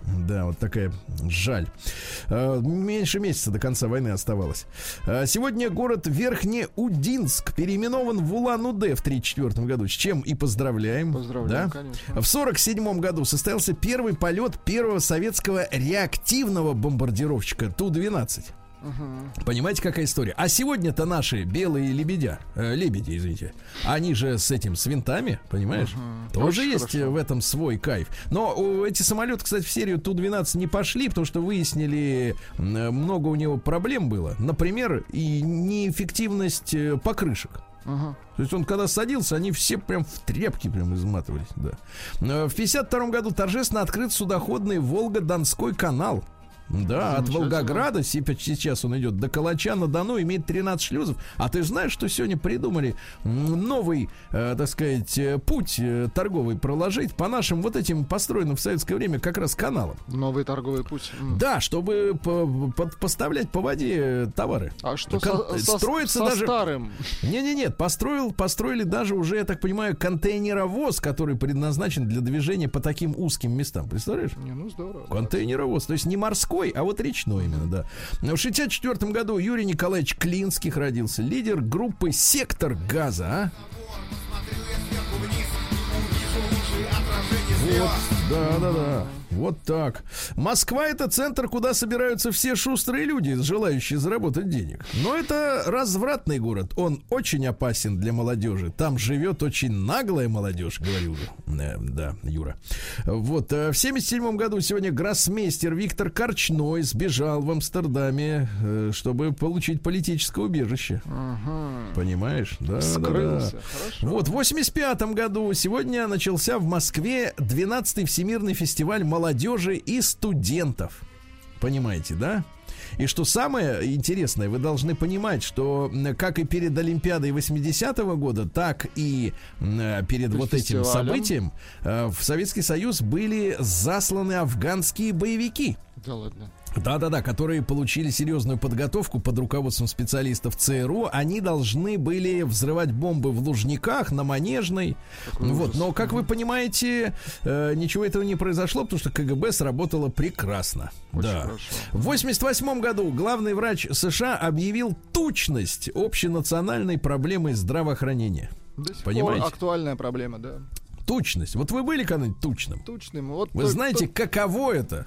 B: Да, вот такая жаль. Меньше месяца до конца войны оставалось. Сегодня город Верхнеудинск переименован в Улан-Удэ в 1934 году. С чем и поздравляем.
C: Поздравляем,
B: да?
C: конечно.
B: В 1947 году состоялся первый полет первого советского реактивного бомбардировщика Ту-12. Понимаете, какая история? А сегодня-то наши белые лебеди, извините, они же с этим, с винтами, понимаешь? Тоже очень есть хорошо в этом свой кайф. Но эти самолеты, кстати, в серию Ту-12 не пошли, потому что выяснили, много у него проблем было. Например, и неэффективность покрышек. То есть он когда садился, они все прям в тряпки прям изматывались, да. В 1952 году торжественно открыт судоходный Волго-Донской канал. Да, от Волгограда, сейчас он идет до Калача-на-Дону, имеет 13 шлюзов. А ты знаешь, что сегодня придумали новый, так сказать, путь торговый проложить по нашим вот этим построенным в советское время как раз каналам?
C: Новый торговый путь.
B: Да, чтобы поставлять по воде товары.
C: А что
B: строится
C: со
B: даже
C: старым?
B: Нет, построили даже уже, я так понимаю, контейнеровоз, который предназначен для движения по таким узким местам. Представляешь?
C: Ну здорово.
B: Контейнеровоз, то есть не морской, а вот речной именно, да. В 1964 году Юрий Николаевич Клинских родился, лидер группы «Сектор газа». А? Вот, да. Вот так. Москва — это центр, куда собираются все шустрые люди, желающие заработать денег. Но это развратный город. Он очень опасен для молодежи. Там живет очень наглая молодежь, говорил да, Юра. Вот. В 1977 году сегодня гроссмейстер Виктор Корчной сбежал в Амстердаме, чтобы получить политическое убежище. Понимаешь? Да,
C: скрылся.
B: Да.
C: Хорошо.
B: Вот. В 1985 году сегодня начался в Москве 12-й Всемирный фестиваль молодежи и студентов. Понимаете, да? И что самое интересное, вы должны понимать, что как и перед Олимпиадой 80-го года, так и перед вот этим событием в Советский Союз были засланы афганские боевики.
C: Да ладно.
B: Да, которые получили серьезную подготовку под руководством специалистов ЦРУ. Они должны были взрывать бомбы в Лужниках, на Манежной. Вот. Но, как вы понимаете, ничего этого не произошло, потому что КГБ сработало прекрасно.
C: Очень
B: да.
C: хорошо.
B: В 1988 году главный врач США объявил тучность общенациональной проблемой здравоохранения.
C: До сих
B: Понимаете?
C: пор актуальная проблема, да.
B: Тучность. Вот вы были когда-нибудь тучным?
C: Тучным. Вот
B: вы знаете, каково это?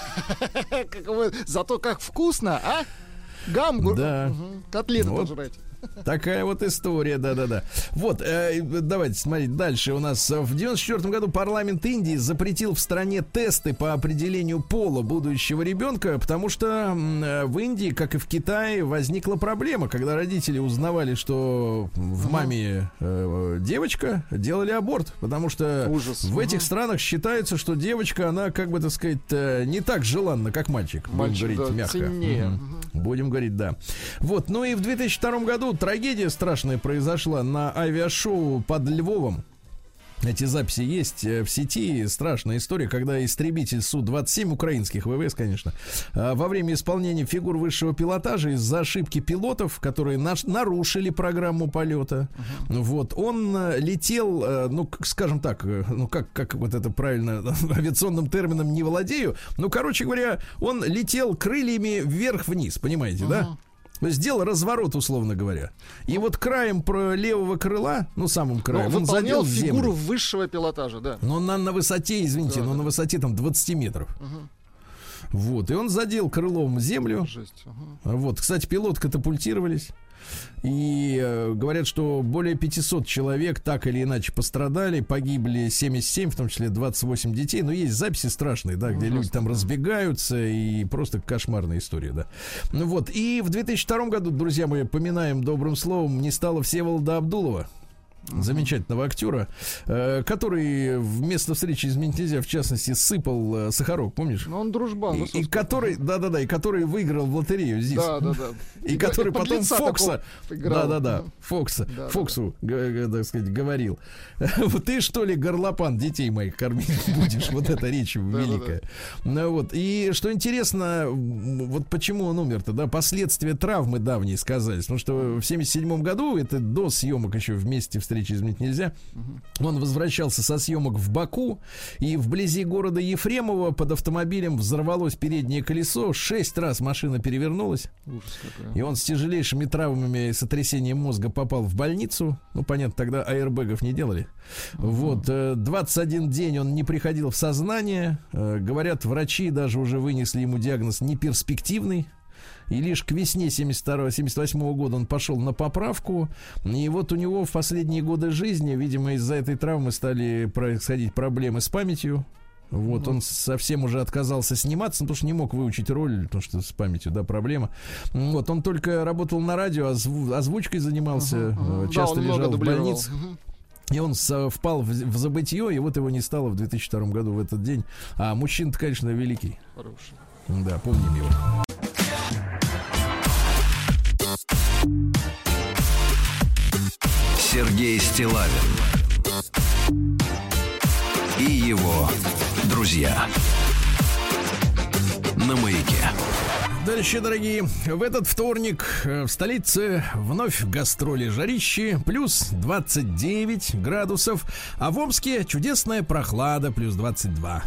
C: Зато как вкусно, а? Гамбургер.
B: Да.
C: Котлеты пожрать.
B: Такая вот история, да. Вот, давайте смотреть дальше. У нас в 1994 году парламент Индии запретил в стране тесты по определению пола будущего ребенка, потому что в Индии, как и в Китае, возникла проблема, когда родители узнавали, что в маме девочка, делали аборт, потому что в этих странах считается, что девочка, она, как бы, так сказать, не так желанна, как мальчик.
C: Мальчик,
B: будем говорить мягко.
C: Ценнее.
B: Будем говорить, да. Вот, ну и в 2002 году трагедия страшная произошла на авиашоу под Львовом. Эти записи есть в сети. Страшная история, когда истребитель Су-27 украинских ВВС, конечно, во время исполнения фигур высшего пилотажа из-за ошибки пилотов, которые нарушили программу полета, вот, он летел, ну, скажем так, ну, как вот это правильно авиационным термином не владею, ну, короче говоря, он летел крыльями вверх-вниз, понимаете, да? Сделал разворот, условно говоря. И вот краем левого крыла, ну, самым краем, он задел в землю.
C: Фигуру высшего пилотажа, да.
B: Но на высоте, извините, на высоте там 20 метров. Вот, и он задел крылом землю.
C: Жесть.
B: Вот, кстати, пилоты катапультировались. И говорят, что более 500 человек так или иначе пострадали, погибли 77, в том числе 28 детей. Но есть записи страшные, да, где люди там разбегаются, и просто кошмарная история, да. Ну вот, и в 2002 году, друзья мои, поминаем добрым словом, не стало Всеволода Абдулова. Замечательного актера, который вместо встречи «Изменить нельзя», в частности, сыпал Сахарок, помнишь?
C: Ну, он дружбан.
B: И который, и который выиграл в лотерею здесь.
C: Да.
B: И который потом Фокса, Фоксу, так сказать, говорил: ты, что ли, горлопан, детей моих кормить будешь? Вот эта речь великая. Вот. И что интересно, вот почему он умер-то, да, последствия травмы давней сказались. Потому что в 1977 году, это до съемок еще вместе встречи встречи изменить нельзя. Он возвращался со съемок в Баку, и вблизи города Ефремово под автомобилем взорвалось переднее колесо. 6 раз машина перевернулась.
C: Ужас какой.
B: И он с тяжелейшими травмами и сотрясением мозга попал в больницу. Ну, понятно, тогда аэрбэгов не делали. Вот, 21 день он не приходил в сознание. Говорят, врачи даже уже вынесли ему диагноз неперспективный. И лишь к весне 78 года он пошел на поправку. И вот у него в последние годы жизни, видимо, из-за этой травмы стали происходить проблемы с памятью. Вот, он совсем уже отказался сниматься, потому что не мог выучить роль, потому что с памятью, да, проблема. Вот, он только работал на радио, озвучкой занимался, часто лежал в больнице. И он впал в забытье, и вот его не стало в 2002 году в этот день. А мужчина-то, конечно, великий.
C: Хороший.
B: Да, помним его.
A: Сергей Стиллавин и его друзья на Маяке.
B: Дальше, дорогие, в этот вторник в столице вновь гастроли жарищи, плюс 29 градусов, а в Омске чудесная прохлада, плюс 22.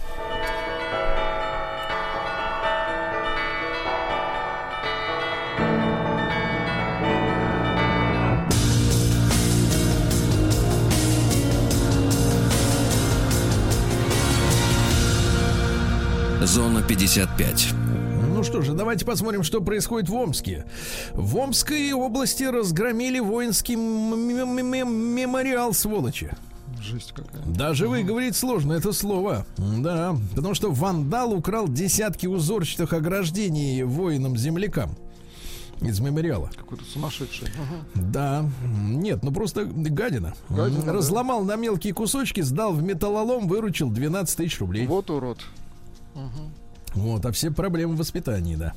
A: Зона 55.
B: Ну что же, давайте посмотрим, что происходит в Омске. В Омской области разгромили воинский мемориал, сволочи.
C: Жесть какая.
B: Даже выговорить сложно это слово. Да, потому что вандал украл десятки узорчатых ограждений воинам-землякам из мемориала.
C: Какой-то сумасшедший.
B: Да, нет, ну просто гадина. Разломал на мелкие кусочки, сдал в металлолом, выручил 12 тысяч рублей.
C: Вот урод.
B: Вот, а все проблемы в воспитании, да.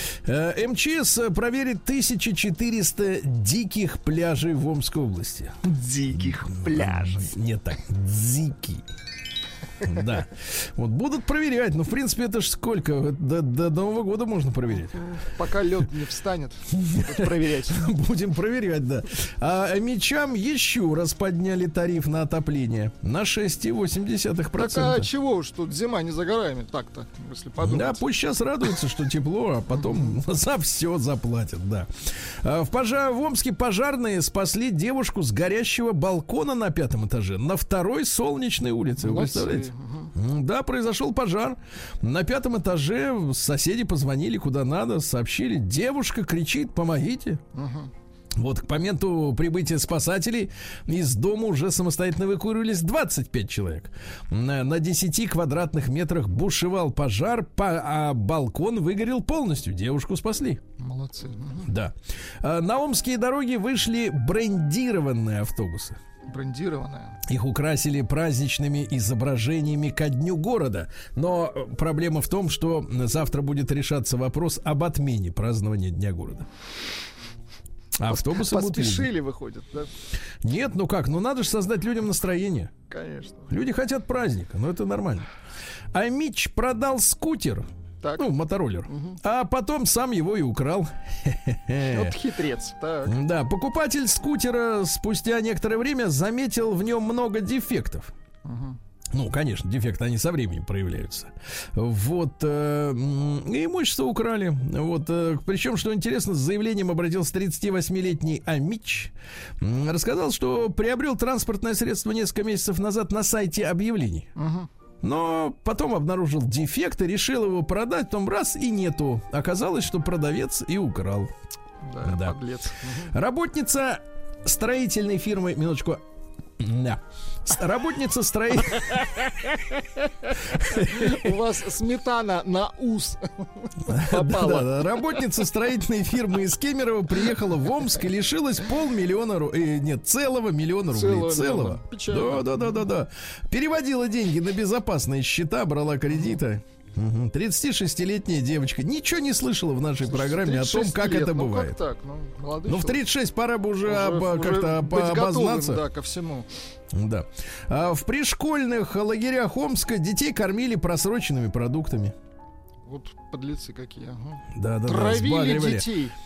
B: МЧС проверит 1400 диких пляжей в Омской области.
C: Диких пляжей.
B: Не так, дикий. Да. Вот будут проверять. Ну, в принципе, это ж сколько? До Нового года можно проверять.
C: Пока лед не встанет, проверять.
B: Будем проверять, да. А мечам еще раз подняли тариф на отопление на 6,8%.
C: Так а чего уж тут зима не за горами? Так-то, если подумать.
B: Да, пусть сейчас радуются, что тепло, а потом за все заплатят, да. В Омске пожарные спасли девушку с горящего балкона на 5-м этаже на 2-й Солнечной улице. Вы представляете? Да, произошел пожар. На 5-м этаже соседи позвонили куда надо, сообщили. Девушка кричит: помогите. Вот к моменту прибытия спасателей из дома уже самостоятельно эвакуировались 25 человек. На 10 квадратных метрах бушевал пожар, а балкон выгорел полностью. Девушку спасли.
C: Молодцы.
B: Да. На омские дороги вышли брендированные автобусы.
C: Брендированная.
B: Их украсили праздничными изображениями ко дню города. Но проблема в том, что завтра будет решаться вопрос об отмене празднования Дня города. Автобусы
C: поспешили, выходят, да?
B: Нет, ну как, ну надо же создать людям настроение.
C: Конечно.
B: Люди хотят праздника, но это нормально. Амич продал скутер. Так. Ну, мотороллер. А потом сам его и украл.
C: Вот хитрец. Так.
B: Да, покупатель скутера спустя некоторое время заметил в нем много дефектов. Ну, конечно, дефекты, они со временем проявляются. Вот, имущество украли. Вот, причем, что интересно, с заявлением обратился 38-летний Амич. Рассказал, что приобрел транспортное средство несколько месяцев назад на сайте объявлений. Но потом обнаружил дефект и решил его продать, потом раз и нету. Оказалось, что продавец и украл.
C: Да. Подлец.
B: Работница строительной фирмы, минуточку. Да. Работница строительной...
C: У вас сметана на ус попала.
B: Да. Работница строительной фирмы из Кемерово приехала в Омск и лишилась целого миллиона рублей. Целого. Да. Переводила деньги на безопасные счета, брала кредиты. 36-летняя девочка ничего не слышала в нашей программе о том, как это бывает.
C: Как так?
B: В 36 пора бы уже как-то обознаться.
C: Да, ко всему.
B: Да. В пришкольных лагерях Омска детей кормили просроченными продуктами.
C: Вот подлецы какие.
B: Да,
C: травили детей.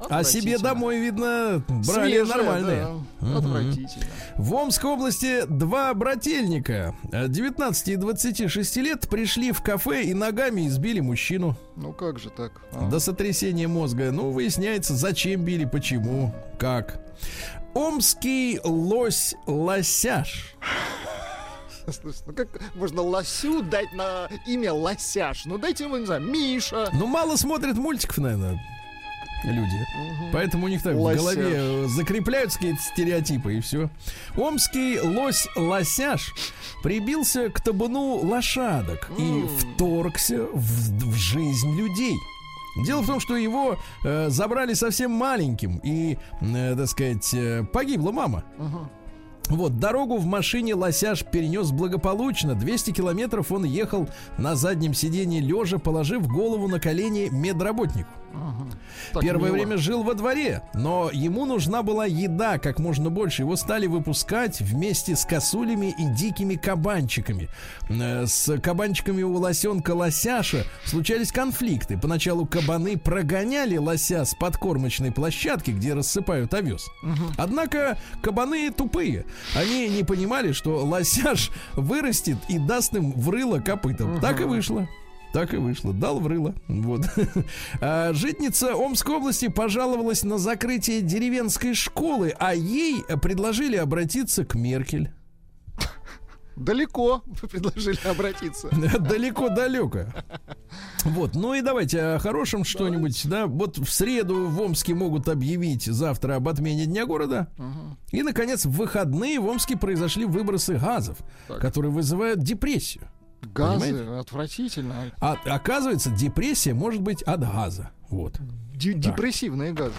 B: А себе домой, видно, брали свежее, нормальные.
C: Да. Отвратительно.
B: В Омской области 2 брательника 19 и 26 лет пришли в кафе и ногами избили мужчину.
C: Ну как же так?
B: До сотрясения мозга. Ну, выясняется, зачем били, почему, как. Омский лось-лосяш.
C: Слушай, ну как можно лосю дать на имя Лосяш? Ну дайте ему, не знаю, Миша.
B: Ну мало смотрят мультиков, наверное, люди. Поэтому у них так в голове закрепляются какие-то стереотипы, и все. Омский лось-лосяш прибился к табуну лошадок и вторгся в жизнь людей. Дело в том, что его забрали совсем маленьким, и, так сказать, погибла мама. Вот, дорогу в машине лосяш перенес благополучно. 200 километров он ехал на заднем сиденье лежа, положив голову на колени медработнику. Первое время жил во дворе, но ему нужна была еда как можно больше. Его стали выпускать вместе с косулями и дикими кабанчиками. С кабанчиками у лосенка лосяша случались конфликты. Поначалу кабаны прогоняли лося с подкормочной площадки, где рассыпают овес. Однако кабаны тупые. Они не понимали, что лосяш вырастет и даст им в рыло копытом. Так и вышло. Так и вышло. Дал в рыло. Вот. Житница Омской области пожаловалась на закрытие деревенской школы, а ей предложили обратиться к Меркель.
C: Далеко вы предложили обратиться.
B: Далеко-далеко. Вот, ну и давайте о хорошем что-нибудь, да. Вот в среду в Омске могут объявить завтра об отмене Дня города. И, наконец, в выходные в Омске произошли выбросы газов, которые вызывают депрессию.
C: Газы, понимаете? Отвратительно.
B: А оказывается, депрессия может быть от газа. Вот.
C: Депрессивные газы.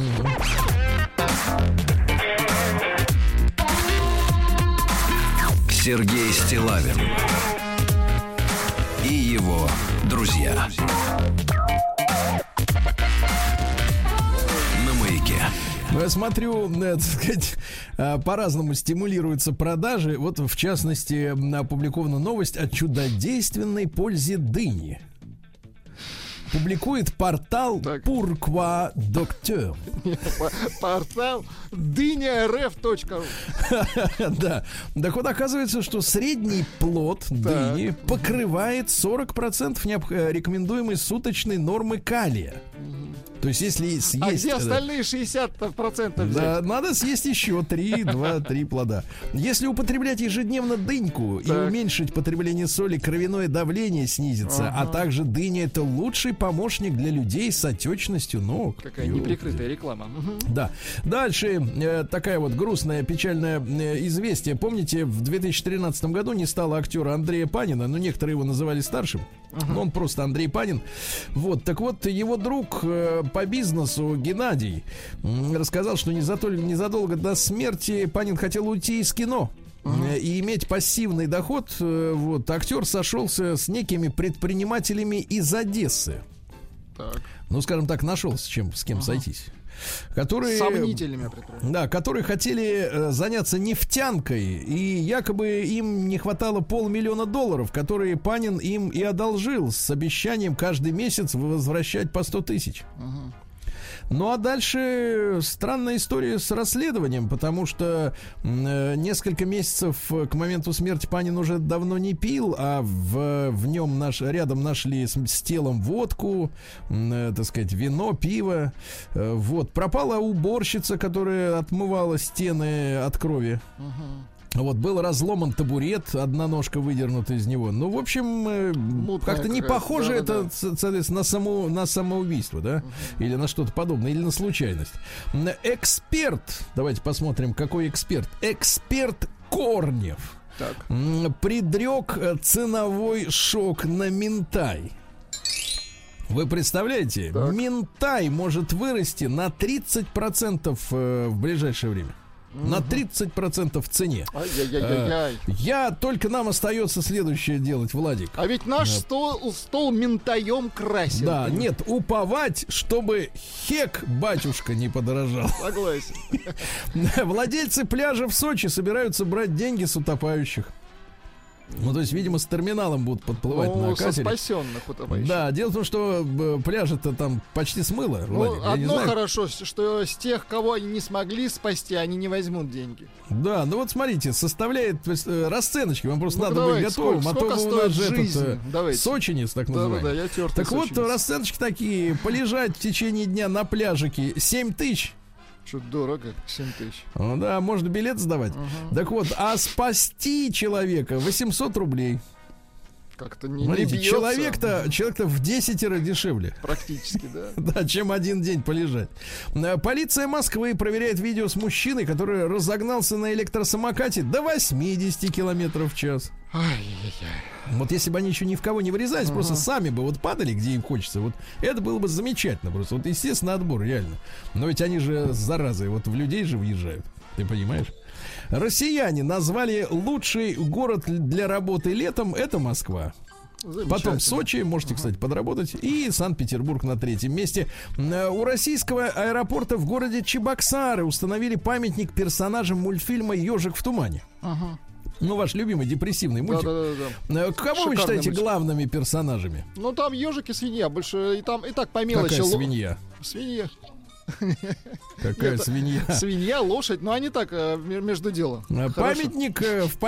A: Сергей Стиллавин и его друзья. На Маяке.
B: Я смотрю, так сказать, по-разному стимулируются продажи. Вот, в частности, опубликована новость о чудодейственной пользе дыни. Публикует портал Pourquoi Docteur.
C: Портал дыня.рф.ру.
B: Да. Так вот, оказывается, что средний плод дыни покрывает 40% рекомендуемой суточной нормы калия. То есть, если съесть...
C: А где остальные 60% взять?
B: Да, надо съесть еще 2-3 плода. Если употреблять ежедневно дыньку и уменьшить потребление соли, кровяное давление снизится. А также дыня — это лучший помощник для людей с отечностью ног.
C: Какая неприкрытая реклама.
B: Да. Дальше такая вот грустная, печальное известие. Помните, в 2013 году не стало актера Андрея Панина, но некоторые его называли старшим. Но он просто Андрей Панин. Вот, так вот, его друг по бизнесу Геннадий рассказал, что незадолго до смерти Панин хотел уйти из кино и иметь пассивный доход. Вот, актер сошелся с некими предпринимателями из Одессы. Ну, скажем так, нашел с кем сойтись. Которые,
C: сомнительными,
B: да, которые хотели заняться нефтянкой, и якобы им не хватало $500 000, которые Панин им и одолжил с обещанием каждый месяц возвращать по 100 000. Ну а дальше странная история с расследованием, потому что несколько месяцев к моменту смерти Панин уже давно не пил, а в нем рядом нашли с телом водку, так сказать, вино, пиво. Вот. Пропала уборщица, которая отмывала стены от крови. Вот, был разломан табурет, одна ножка выдернута из него. Ну, в общем, как-то не похоже это, соответственно, на самоубийство, да? Или на что-то подобное, или на случайность. Эксперт, давайте посмотрим, какой эксперт. Эксперт Корнев предрек ценовой шок на минтай. Вы представляете, минтай может вырасти на 30% в ближайшее время. На 30% в цене. Только нам остается следующее делать, Владик.
C: А ведь наш стол минтаем красен.
B: Да, нет, уповать, чтобы хек, батюшка, не подорожал.
C: Согласен.
B: Владельцы пляжа в Сочи собираются брать деньги с утопающих. Ну, то есть, видимо, с терминалом будут подплывать на катере.
C: Со спасенных утопающих.
B: Да, дело в том, что пляжи-то там почти смыло.
C: Ну, одно хорошо, что с тех, кого они не смогли спасти, они не возьмут деньги.
B: Да, ну вот смотрите, составляет расценочки, вам просто надо быть готовым. А то у нас же этот сочинец, так называемый.
C: Да, я тёртый
B: так
C: сочинец.
B: Вот, расценочки такие, полежать в течение дня на пляжике 7 тысяч.
C: Что дорого, 7 тысяч.
B: Ну, да, можно билет сдавать. Так вот, а спасти человека 800 рублей.
C: Как-то не
B: Смотрите,
C: бьется.
B: Человек-то в 10 дешевле.
C: Практически, да.
B: Да, чем один день полежать. Полиция Москвы проверяет видео с мужчиной, который разогнался на электросамокате до 80 километров в час.
C: Ай-яй-яй.
B: Вот если бы они еще ни в кого не врезались, просто сами бы вот падали, где им хочется, вот это было бы замечательно просто. Вот, естественно, отбор, реально. Но ведь они же, заразы, вот в людей же въезжают. Ты понимаешь? Россияне назвали лучший город для работы летом — это Москва. Потом Сочи, можете, кстати, подработать. И Санкт-Петербург на 3-м месте. У российского аэропорта в городе Чебоксары установили памятник персонажам мультфильма «Ежик в тумане». Ну, ваш любимый депрессивный мультик.
C: Да.
B: Кого
C: Шикарный
B: вы считаете
C: мультик.
B: Главными персонажами?
C: Ну, там ежик и свинья. Больше и там и так по мелочи.
B: Какая свинья?
C: Свинья.
B: Какая свинья?
C: Свинья, лошадь, но они так между делом.
B: В памятник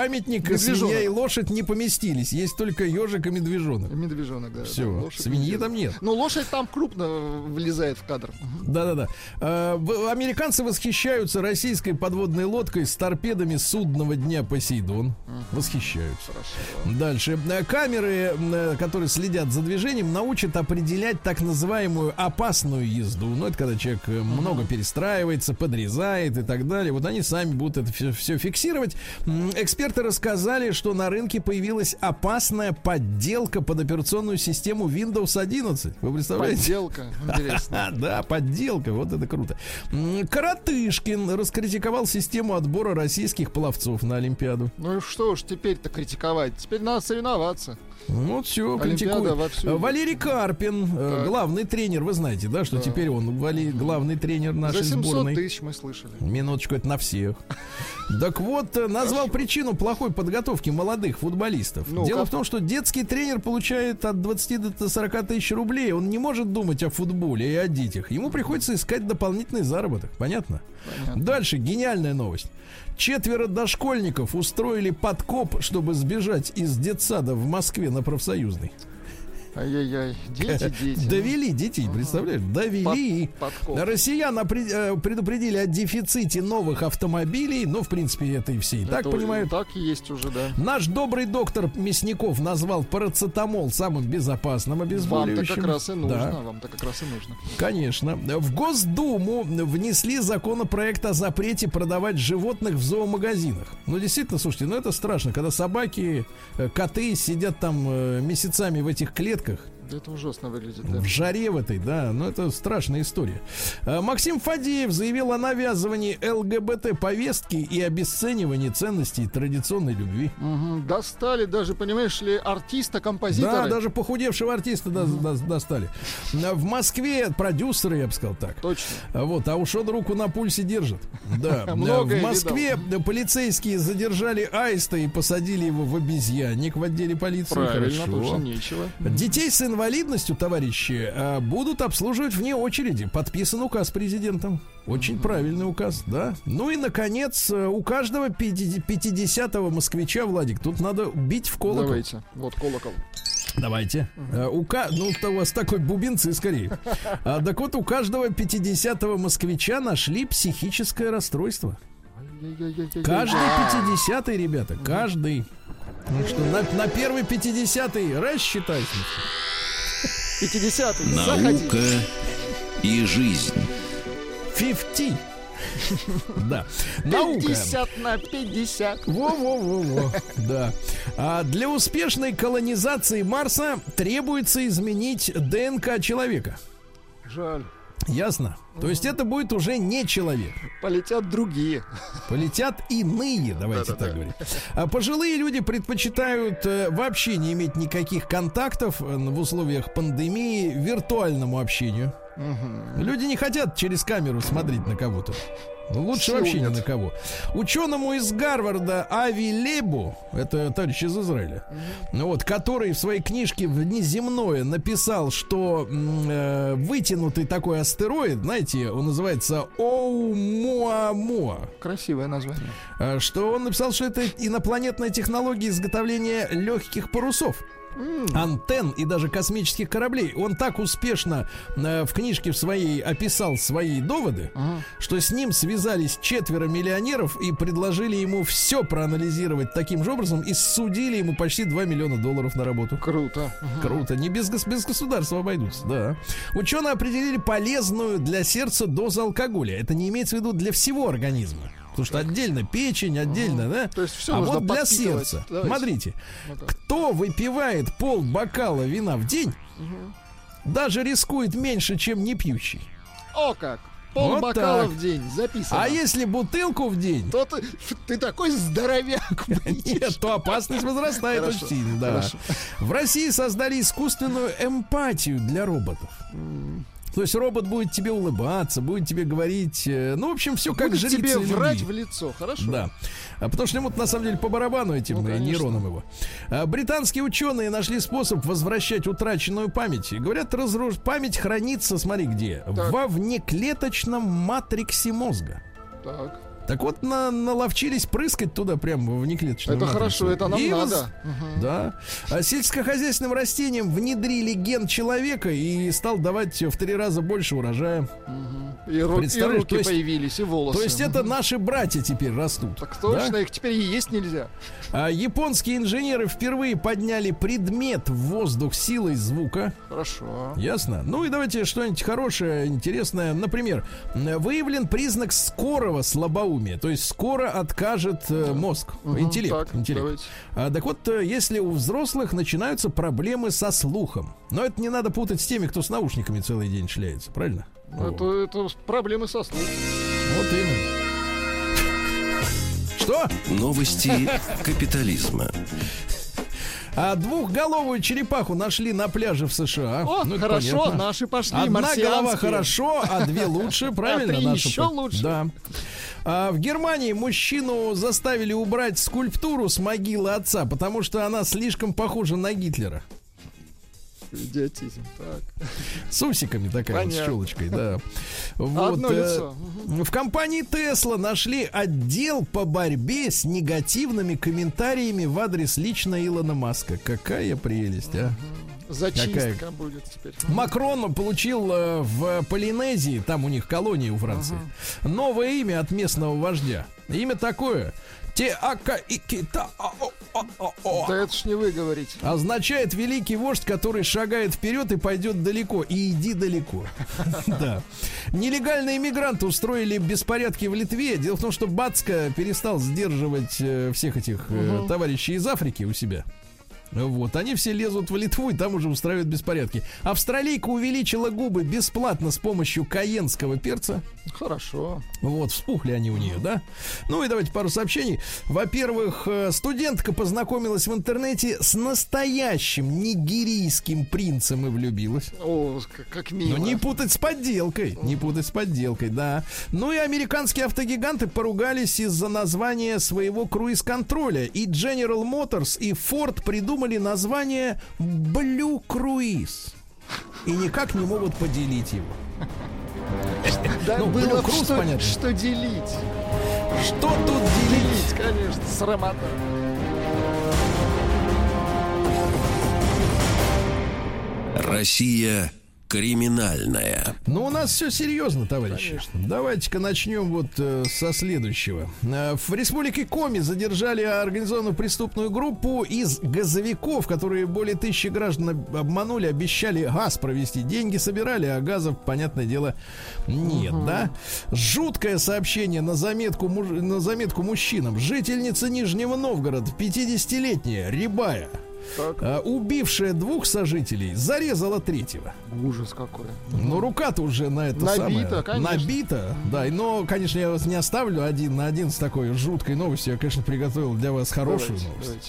B: свинья и лошадь не поместились. Есть только ежик и медвежонок.
C: Медвежонок, да.
B: Все, свиньи там нет.
C: Ну, лошадь там крупно влезает в кадр.
B: Да-да-да. Американцы восхищаются российской подводной лодкой с торпедами судного дня «Посейдон». Восхищаются.
C: Хорошо.
B: Дальше. Камеры, которые следят за движением, научат определять так называемую опасную езду. Ну, это когда человек много перестраивается, подрезает и так далее. Вот они сами будут это все фиксировать. Эксперты рассказали, что на рынке появилась опасная подделка под операционную систему Windows 11. Вы представляете?
C: Подделка, интересно.
B: Да, подделка, вот это круто. Коротышкин раскритиковал систему отбора российских пловцов на Олимпиаду.
C: Ну что уж теперь-то критиковать? Теперь надо соревноваться.
B: Вот все, критикует. Валерий Карпин, главный тренер, вы знаете, да, что теперь он главный тренер нашей сборной.
C: За 700 тысяч мы слышали.
B: Минуточку, это на всех. Так вот, назвал причину плохой подготовки молодых футболистов. Дело в том, что детский тренер получает от 20 до 40 тысяч рублей. Он не может думать о футболе и о детях. Ему приходится искать дополнительный заработок. Понятно? Дальше, гениальная новость. 4 дошкольников устроили подкоп, чтобы сбежать из детсада в Москве на Профсоюзной.
C: Ай-яй-яй, дети.
B: Довели детей, представляешь? Довели. Россиян предупредили о дефиците новых автомобилей. Ну, в принципе, это и все и так понимают.
C: Так и есть уже, да.
B: Наш добрый доктор Мясников назвал парацетамол самым безопасным обезболивающим.
C: Вам-то как раз и нужно. Да. Вам-то как раз и нужно.
B: Конечно. В Госдуму внесли законопроект о запрете продавать животных в зоомагазинах. Ну, действительно, слушайте, ну это страшно, когда собаки, коты сидят там месяцами в этих клетках.
C: Это ужасно выглядит, да.
B: В жаре в этой, да, но это страшная история. Максим Фадеев заявил о навязывании ЛГБТ-повестки и обесценивании ценностей традиционной любви.
C: Достали даже, понимаешь ли, артиста, композитора.
B: Да, даже похудевшего артиста достали. В Москве продюсеры, я бы сказал так.
C: Точно.
B: Вот, а уж он руку на пульсе держит. Да. В Москве полицейские задержали аиста и посадили его в обезьянник в отделе полиции.
C: Правильно,
B: хорошо.
C: тоже нечего.
B: Детей с инвалидностью, товарищи, будут обслуживать вне очереди. Подписан указ президентом. Очень правильный указ, да. Ну и, наконец, у каждого 50-го москвича, Владик, тут надо бить в колокол.
C: Давайте, вот колокол.
B: Давайте. Ну, у вас такой бубенцы скорее. Так вот, у каждого 50-го москвича нашли психическое расстройство. Каждый 50-й, ребята, каждый. Ну что, на первый 50-й рассчитайся.
C: 50-й.
A: Наука и жизнь.
B: 50. Да. Наука.
C: 50 на 50.
B: Во-во-во-во. Да. Для успешной колонизации Марса требуется изменить ДНК человека.
C: Жаль.
B: Ясно? То есть это будет уже не человек.
C: Полетят другие.
B: Полетят иные, давайте так говорить. Пожилые люди предпочитают вообще не иметь никаких контактов в условиях пандемии виртуальному общению. Люди не хотят через камеру смотреть на кого-то. Лучше вообще ни на кого. Ученому из Гарварда Ави Лейбу, это товарищ из Израиля, вот, который в своей книжке «Внеземное» написал, что вытянутый такой астероид, знаете, он называется Оумуамуа.
C: Красивое название.
B: Что он написал, что это инопланетная технология изготовления легких парусов, антенн и даже космических кораблей. Он так успешно в книжке в своей описал свои доводы, что с ним связались 4 миллионеров и предложили ему все проанализировать таким же образом и судили ему почти $2 миллиона на работу.
C: Круто.
B: Круто. Не без государства обойдутся, да. Ученые определили полезную для сердца дозу алкоголя. Это не имеется в виду для всего организма. Потому что отдельно печень, отдельно, да?
C: То есть все
B: а
C: нужно
B: вот для сердца. Давайте. Смотрите, кто выпивает полбокала вина в день, даже рискует меньше, чем не пьющий.
C: О как! Полбокала в день записано.
B: А если бутылку в день,
C: то ты такой здоровяк.
B: Нет, то опасность возрастает очень сильно. Да. В России создали искусственную эмпатию для роботов. То есть робот будет тебе улыбаться, будет тебе говорить, ну, в общем, все как жрица любви.
C: Будет тебе врать в лицо, хорошо?
B: Да. Потому что ему на самом деле по барабану этим нейронам его. Британские ученые нашли способ возвращать утраченную память. И говорят, память хранится, смотри где, во внеклеточном матриксе мозга. Так вот, наловчились прыскать туда прямо в внеклеточную матрицу.
C: Это хорошо, это нам надо.
B: Да. А сельскохозяйственным растениям внедрили ген человека и стал давать в 3 раза больше урожая.
C: И руки появились, и волосы.
B: То есть это наши братья теперь растут.
C: Так точно, их теперь и есть нельзя.
B: А японские инженеры впервые подняли предмет в воздух силой звука.
C: Хорошо.
B: Ясно? Ну и давайте что-нибудь хорошее, интересное. Например, выявлен признак скорого слабоумия. То есть скоро откажет мозг, интеллект. Так вот, если у взрослых начинаются проблемы со слухом. Но это не надо путать с теми, кто с наушниками целый день шляется, правильно?
C: Это проблемы со слухом.
B: Вот именно. Что?
A: Новости капитализма.
B: А двухголовую черепаху нашли на пляже в США.
C: О, ну, хорошо, понятно. Наши пошли.
B: Одна голова хорошо, а 2 лучше, правильно?
C: А 3 еще лучше.
B: Да. А в Германии мужчину заставили убрать скульптуру с могилы отца, потому что она слишком похожа на Гитлера.
C: Идиотизм, так.
B: С усиками такая, вот, с щелочкой, да.
C: Вот, одно лицо.
B: В компании Tesla нашли отдел по борьбе с негативными комментариями в адрес лично Илона Маска. Какая прелесть, а?
C: Зачистка будет теперь.
B: Макрон получил в Полинезии, там у них колония у Франции, новое имя от местного вождя. Имя такое: Те-ака-и-ки-та.
C: Да это ж не вы говорите.
B: Означает великий вождь, который шагает вперед и пойдет далеко. И иди далеко. Да. Нелегальные мигранты устроили беспорядки в Литве. Дело в том, что Бацко перестал сдерживать всех этих товарищей из Африки у себя. Вот, они все лезут в Литву и там уже устраивают беспорядки. Австралийка увеличила губы бесплатно с помощью кайенского перца.
C: Хорошо.
B: Вот, вспухли они у нее, да? Ну и давайте пару сообщений. Во-первых, студентка познакомилась в интернете с настоящим нигерийским принцем и влюбилась.
C: О, как мило.
B: Но не путать с подделкой. Не путать с подделкой, да. Ну и американские автогиганты поругались из-за названия своего круиз-контроля. И General Motors, и Ford придумали название Blue Cruise. И никак не могут поделить его.
C: Да, ну, было что делить.
B: Что тут делить?
C: Конечно, срамота.
A: Россия криминальная.
B: Ну, у нас все серьезно, товарищи. Конечно. Давайте-ка начнем вот со следующего. В республике Коми задержали организованную преступную группу из газовиков, которые более 1000 граждан обманули, обещали газ провести. Деньги собирали, а газов, понятное дело, нет, да? Жуткое сообщение на заметку мужчинам. Жительница Нижнего Новгорода, 50-летняя, Рябая, убившая 2 сожителей, зарезала 3-го.
C: Ужас какой.
B: Ну, рука-то уже на это
C: набита,
B: самое. Набита, да. Но, конечно, я вас не оставлю один на один с такой жуткой новостью. Я, конечно, приготовил для вас хорошую новость. Давайте.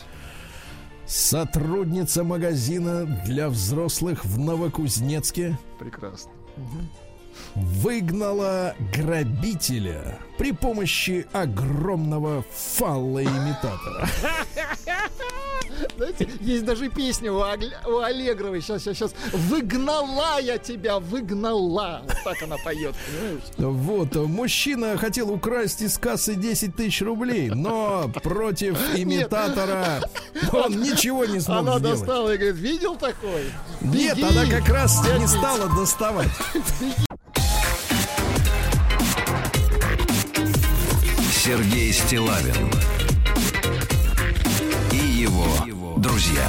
B: Сотрудница магазина для взрослых в Новокузнецке.
C: Прекрасно.
B: выгнала грабителя при помощи огромного фаллоимитатора.
C: Знаете, есть даже песня у Аллегровой. Сейчас. Выгнала я тебя, выгнала. Вот так она поет, понимаешь?
B: Вот, мужчина хотел украсть из кассы 10 тысяч рублей, но против имитатора он ничего не смог
C: она
B: сделать.
C: Достала и говорит, видел такой?
B: Нет,
C: Беги.
B: она как раз не стала доставать.
A: Сергей Стиллавин и его друзья.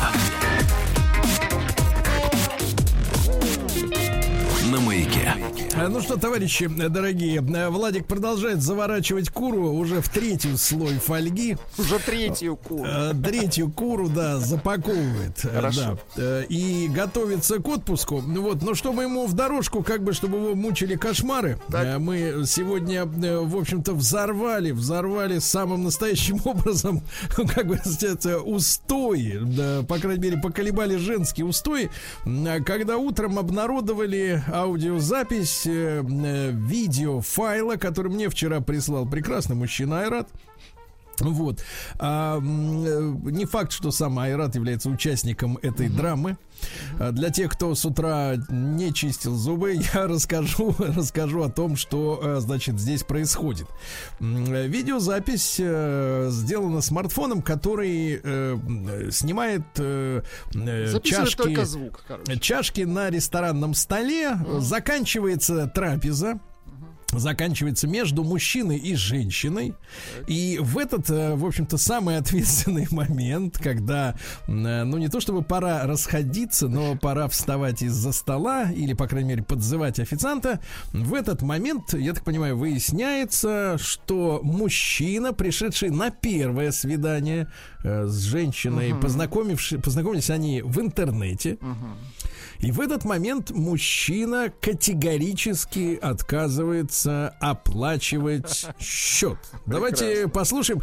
A: На маяке.
B: Ну что, товарищи дорогие, Владик продолжает заворачивать куру уже в третий слой фольги.
C: Уже третью куру.
B: Третью куру, да, запаковывает.
C: Хорошо.
B: Да, и готовится к отпуску. Вот, но чтобы ему в дорожку, как бы, чтобы его мучили кошмары, мы сегодня, в общем-то, взорвали самым настоящим образом, как бы сказать, устои, да, по крайней мере, поколебали женские устои, когда утром обнародовали аудиозапись видеофайла, который мне вчера прислал прекрасный мужчина Айрат. Вот. Не факт, что сам Айрат является участником этой драмы. Для тех, кто с утра не чистил зубы, я расскажу о том, что, значит, здесь происходит. Видеозапись сделана смартфоном, который снимает
C: только звук,
B: чашки на ресторанном столе. Заканчивается трапеза. Заканчивается между мужчиной и женщиной. И в этот, в общем-то, самый ответственный момент, когда, ну, не то чтобы пора расходиться, но пора вставать из-за стола или, по крайней мере, подзывать официанта, в этот момент, я так понимаю, выясняется, что мужчина, пришедший на первое свидание с женщиной, познакомились они в интернете. И в этот момент мужчина категорически отказывается оплачивать счет. Давайте послушаем,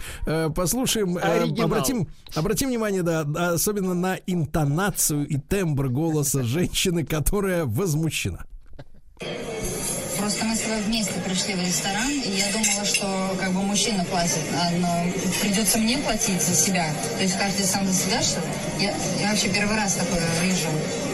B: обратим внимание, да, особенно на интонацию и тембр голоса женщины, которая возмущена.
D: Просто мы с тобой вместе пришли в ресторан, и я думала, что как бы мужчина платит, но придется мне платить за себя. То есть каждый сам за себя, что ли? Я вообще первый раз такое вижу.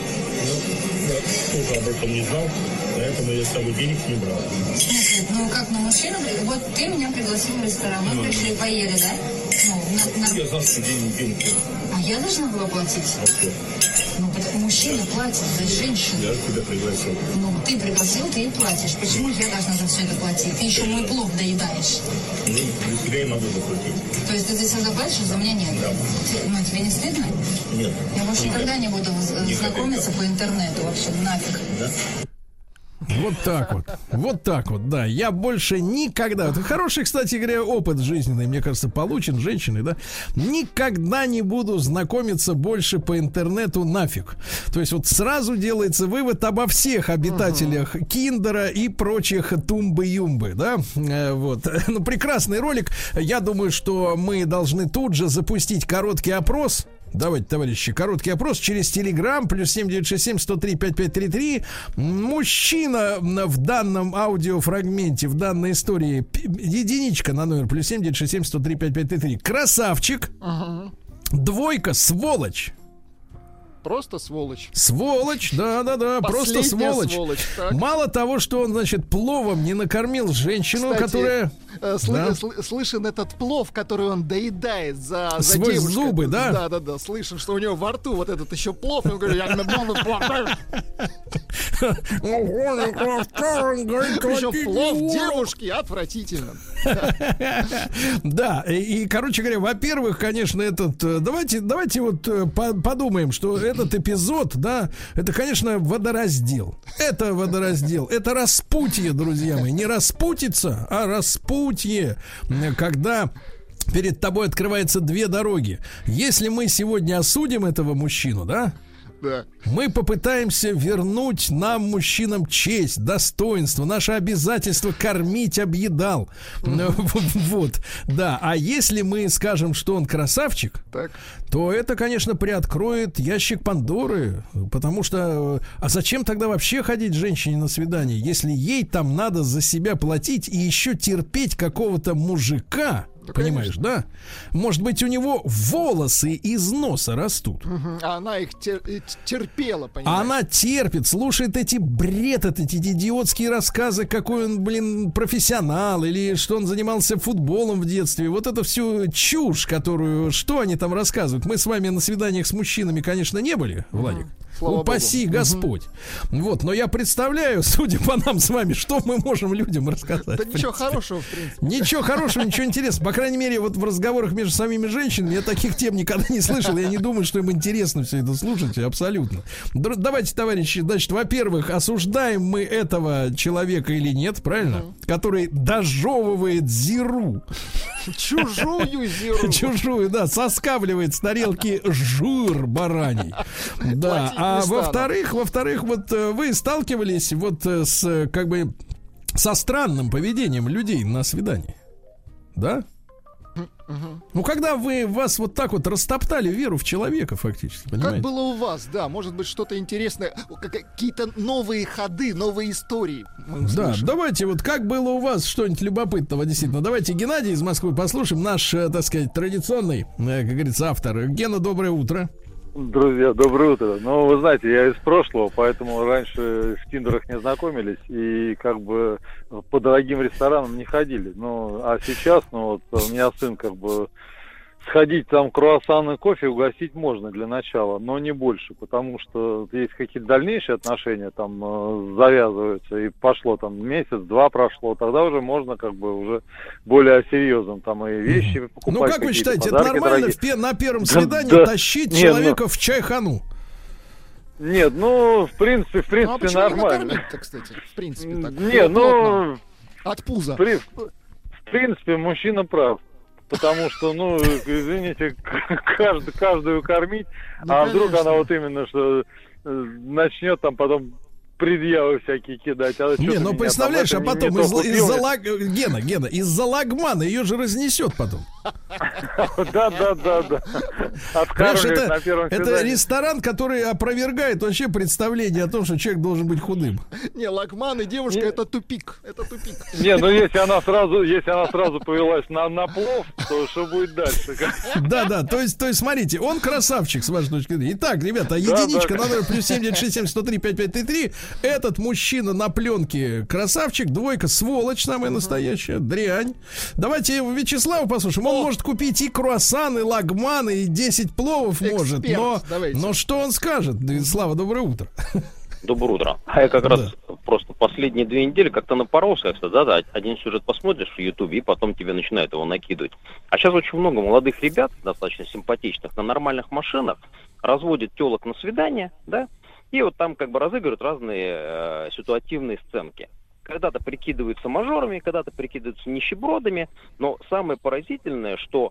E: Я тоже об этом не знал, поэтому я с собой денег не брал.
D: В смысле? Ну как, мужчина, вот ты меня пригласил в ресторан, мы пришли, поели, да?
E: Я знал, что денег.
D: А я должна была платить? Ну, потому мужчина платит за женщину.
E: Я тебя пригласил.
D: Ну, ты пригласил, ты и платишь. Почему я должна за все это платить? Ты еще мой плов доедаешь.
E: Ну, за тебя я могу заплатить.
D: То есть ты за себя заплатишь, а за меня нет?
E: Да.
D: Ну, тебе не стыдно?
E: Нет.
D: Я больше никогда не буду знакомиться по интернету вообще, нафиг.
E: Да?
B: Вот так вот, да. Я больше никогда... Это хороший, кстати говоря, опыт жизненный, мне кажется, получен женщиной, да. Никогда не буду знакомиться больше по интернету нафиг. То есть вот сразу делается вывод обо всех обитателях Киндера и прочих тумбы-юмбы, да. Вот. Ну, прекрасный ролик. Я думаю, что мы должны тут же запустить короткий опрос. Давайте, товарищи, короткий опрос через Телеграм, +7 967 103 5533. Мужчина в данном аудиофрагменте, в данной истории, единичка на номер +7 967 103 5533. Красавчик. Двойка, сволочь.
C: Просто сволочь.
B: Сволочь, да, просто сволочь. Мало того, что он, значит, пловом не накормил женщину,
C: кстати,
B: которая...
C: Слышен этот плов, который он доедает за
B: свой
C: девушкой.
B: Зубы, да?
C: Да. Слышен, что у него во рту вот этот еще плов. И он говорит, я еще плов девушки, отвратительно.
B: Да, и, короче говоря, во-первых, конечно, давайте вот подумаем, что этот эпизод, да, это, конечно, водораздел. Это водораздел. Это распутье, друзья мои. Не распутица, а распутье. Когда перед тобой открываются две дороги. Если мы сегодня осудим этого мужчину, да,
C: Да.
B: Мы попытаемся вернуть нам, мужчинам, честь, достоинство, наше обязательство кормить, объедал. Вот, да. А если мы скажем, что он красавчик, то это, конечно, приоткроет ящик Пандоры. Потому что... А зачем тогда вообще ходить женщине на свидание, если ей там надо за себя платить и еще терпеть какого-то мужика? Да, понимаешь, конечно. Да? Может быть, у него волосы из носа растут.
C: А она их терпела, понимаешь?
B: Она терпит, слушает эти идиотские рассказы, какой он, профессионал, или что он занимался футболом в детстве. Вот это всю чушь, которую... Что они там рассказывают? Мы с вами на свиданиях с мужчинами, конечно, не были, Владик.
C: Слава
B: Упаси
C: Богу.
B: Господь. Вот, но я представляю, судя по нам с вами, что мы можем людям рассказать.
C: Да ничего хорошего, в принципе.
B: Ничего хорошего, ничего интересного. По крайней мере, вот в разговорах между самими женщинами я таких тем никогда не слышал. Я не думаю, что им интересно все это слушать. Абсолютно. Давайте, товарищи, значит, во-первых, осуждаем мы этого человека или нет, правильно? Который дожевывает зиру.
C: Чужую зиру.
B: Чужую, да, соскабливает с тарелки жир бараний. Да, а во-вторых, вот вы сталкивались вот с, как бы, со странным поведением людей на свидании, да? Ну, когда вас вот так вот растоптали веру в человека, фактически, понимаете?
C: Как было у вас, да, может быть, что-то интересное, какие-то новые ходы, новые истории.
B: Да, давайте вот как было у вас что-нибудь любопытного, действительно. Давайте Геннадий из Москвы послушаем, наш, так сказать, традиционный, как говорится, автор. Гена, доброе утро.
H: Друзья, доброе утро. Ну, вы знаете, я из прошлого, поэтому раньше в Тиндерах не знакомились и как бы по дорогим ресторанам не ходили. Ну, а сейчас, ну, вот у меня сын как бы сходить там круассаны, кофе угостить можно для начала, но не больше, потому что есть какие-то дальнейшие отношения там завязываются, и пошло там месяц-два прошло, тогда уже можно как бы уже более серьезным там и вещи покупать.
B: Ну, как вы считаете, это нормально на первом свидании тащить человека в чайхану?
H: Нет, ну, в принципе, нормально.
C: Кстати, в принципе, так.
H: Не, ну...
C: От пуза.
H: В принципе, мужчина прав. Потому что, ну, извините, каждую кормить, ну, а вдруг она вот именно что начнет там потом предъявы всякие кидать.
B: Не, ну представляешь, а потом Гена, из-за лагмана ее же разнесет потом.
H: Да.
B: Это ресторан, который опровергает вообще представление о том, что человек должен быть худым.
C: Не, лагман и девушка — это тупик. Это тупик.
H: Не, ну если она сразу повелась на плов, то что будет дальше?
B: Да, то есть смотрите, он красавчик, с вашей точки зрения. Итак, ребята, единичка на номер +7 967 103 5533. Этот мужчина на пленке красавчик, двойка сволочь самая настоящая, дрянь. Давайте Вячеслава послушаем. Он может купить и круассаны, и лагманы, и 10 пловов может. Но что он скажет? Слава, доброе утро.
I: Доброе утро. А я как раз просто последние 2 недели как-то напоролся, да, один сюжет посмотришь в Ютубе, и потом тебе начинают его накидывать. А сейчас очень много молодых ребят, достаточно симпатичных, на нормальных машинах разводят телок на свидание, да, и вот там как бы разыгрывают разные ситуативные сценки. Когда-то прикидываются мажорами, когда-то прикидываются нищебродами, но самое поразительное, что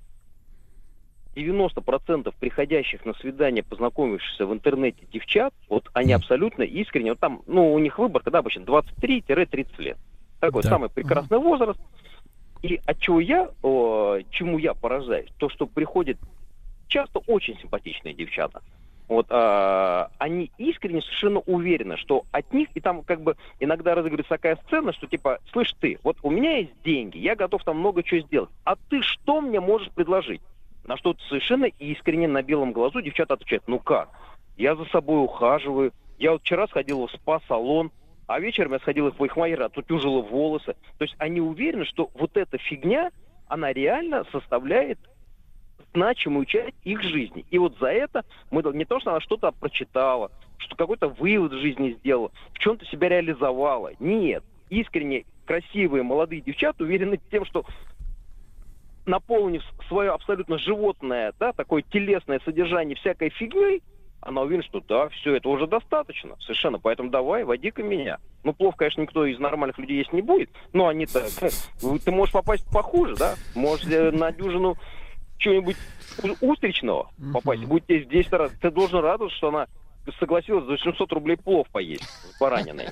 I: 90% приходящих на свидание, познакомившихся в интернете девчат, вот они абсолютно искренне, вот там, ну, у них выбор, когда обычно 23-30 лет. Такой самый прекрасный возраст. И от чего чему я поражаюсь, то, что приходят часто очень симпатичные девчата. Вот они искренне совершенно уверены, что от них, и там как бы иногда разыгрывается такая сцена, что типа, слышь ты, вот у меня есть деньги, я готов там много чего сделать, а ты что мне можешь предложить? На что совершенно искренне на белом глазу девчата отвечают: ну как, я за собой ухаживаю, я вот вчера сходила в спа-салон, а вечером я сходила в парикмахер, отутюжила волосы. То есть они уверены, что вот эта фигня, она реально составляет значимую часть их жизни. И вот за это мы не то, что она что-то прочитала, что какой-то вывод в жизни сделала, в чем-то себя реализовала. Нет. Искренне красивые молодые девчата уверены тем, что наполнив свое абсолютно животное, да, такое телесное содержание всякой фигней, она уверена, что да, все это уже достаточно. Совершенно. Поэтому давай, води-ка меня. Ну, плов, конечно, никто из нормальных людей есть не будет, но они-то... Ты можешь попасть похуже, да? Можешь на дюжину чего-нибудь устричного попасть, будет тебе здесь раз. Ты должен радоваться, что она согласилась за 800 рублей плов поесть с бараниной.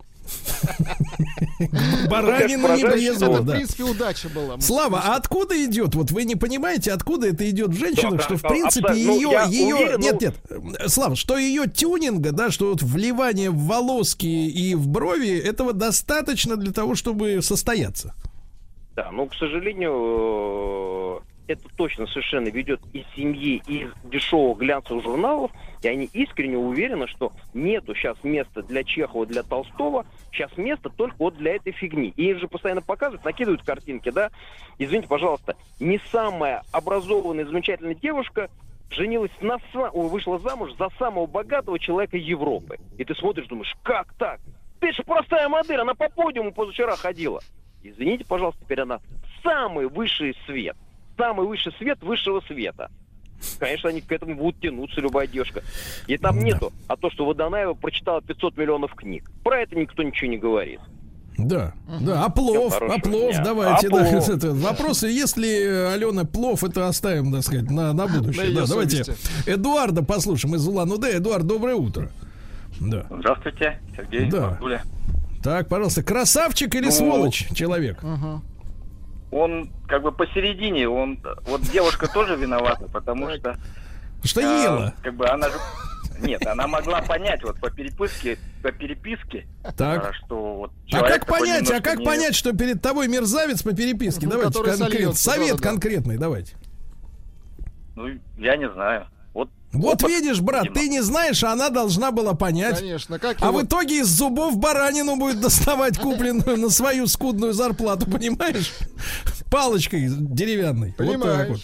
B: Баранину не повезло,
C: в
B: да.
C: принципе, удача была.
B: Слава, а откуда идет? Вот вы не понимаете, откуда это идет в женщинах, что в принципе ее... Нет, Слава, что ее тюнинга, да, что вот вливание в волоски и в брови, этого достаточно для того, чтобы состояться.
I: Да, но, к сожалению, это точно совершенно ведет из семьи, из дешевых глянцевых журналов, и они искренне уверены, что нету сейчас места для Чехова, для Толстого, сейчас место только вот для этой фигни. И их же постоянно показывают, накидывают картинки, да. Извините, пожалуйста, не самая образованная, замечательная девушка женилась вышла замуж за самого богатого человека Европы. И ты смотришь, думаешь, как так? Ты же простая модель, она по подиуму позавчера ходила. Извините, пожалуйста, теперь она самый высший свет. Самый высший свет высшего света. Конечно, они к этому будут тянуться, любая девушка. И там нету. А то, что Водонаева прочитала 500 миллионов книг. Про это никто ничего не говорит.
B: Да, да, а плов, давайте, да, вопросы, если Алена плов, это оставим, так сказать, на будущее. Да, давайте Эдуарда послушаем из Улан-Удэ. Эдуард, доброе утро. Да.
J: Здравствуйте, Сергей.
B: Да. Так, пожалуйста, красавчик или сволочь человек?
J: Он как бы посередине, вот девушка тоже виновата, потому что
B: ела.
J: Как бы она же... Нет, она могла понять вот по переписке,
B: так.
J: что вот
B: как понять, что перед тобой мерзавец по переписке? Давайте конкретно. Совет конкретный, давайте.
J: Ну, я не знаю.
B: Вот видишь, брат, ты не знаешь, а она должна была понять.
C: Конечно,
B: в итоге из зубов баранину будет доставать купленную на свою скудную зарплату, понимаешь? Палочкой деревянной.
C: Понимаешь.
B: Вот так вот.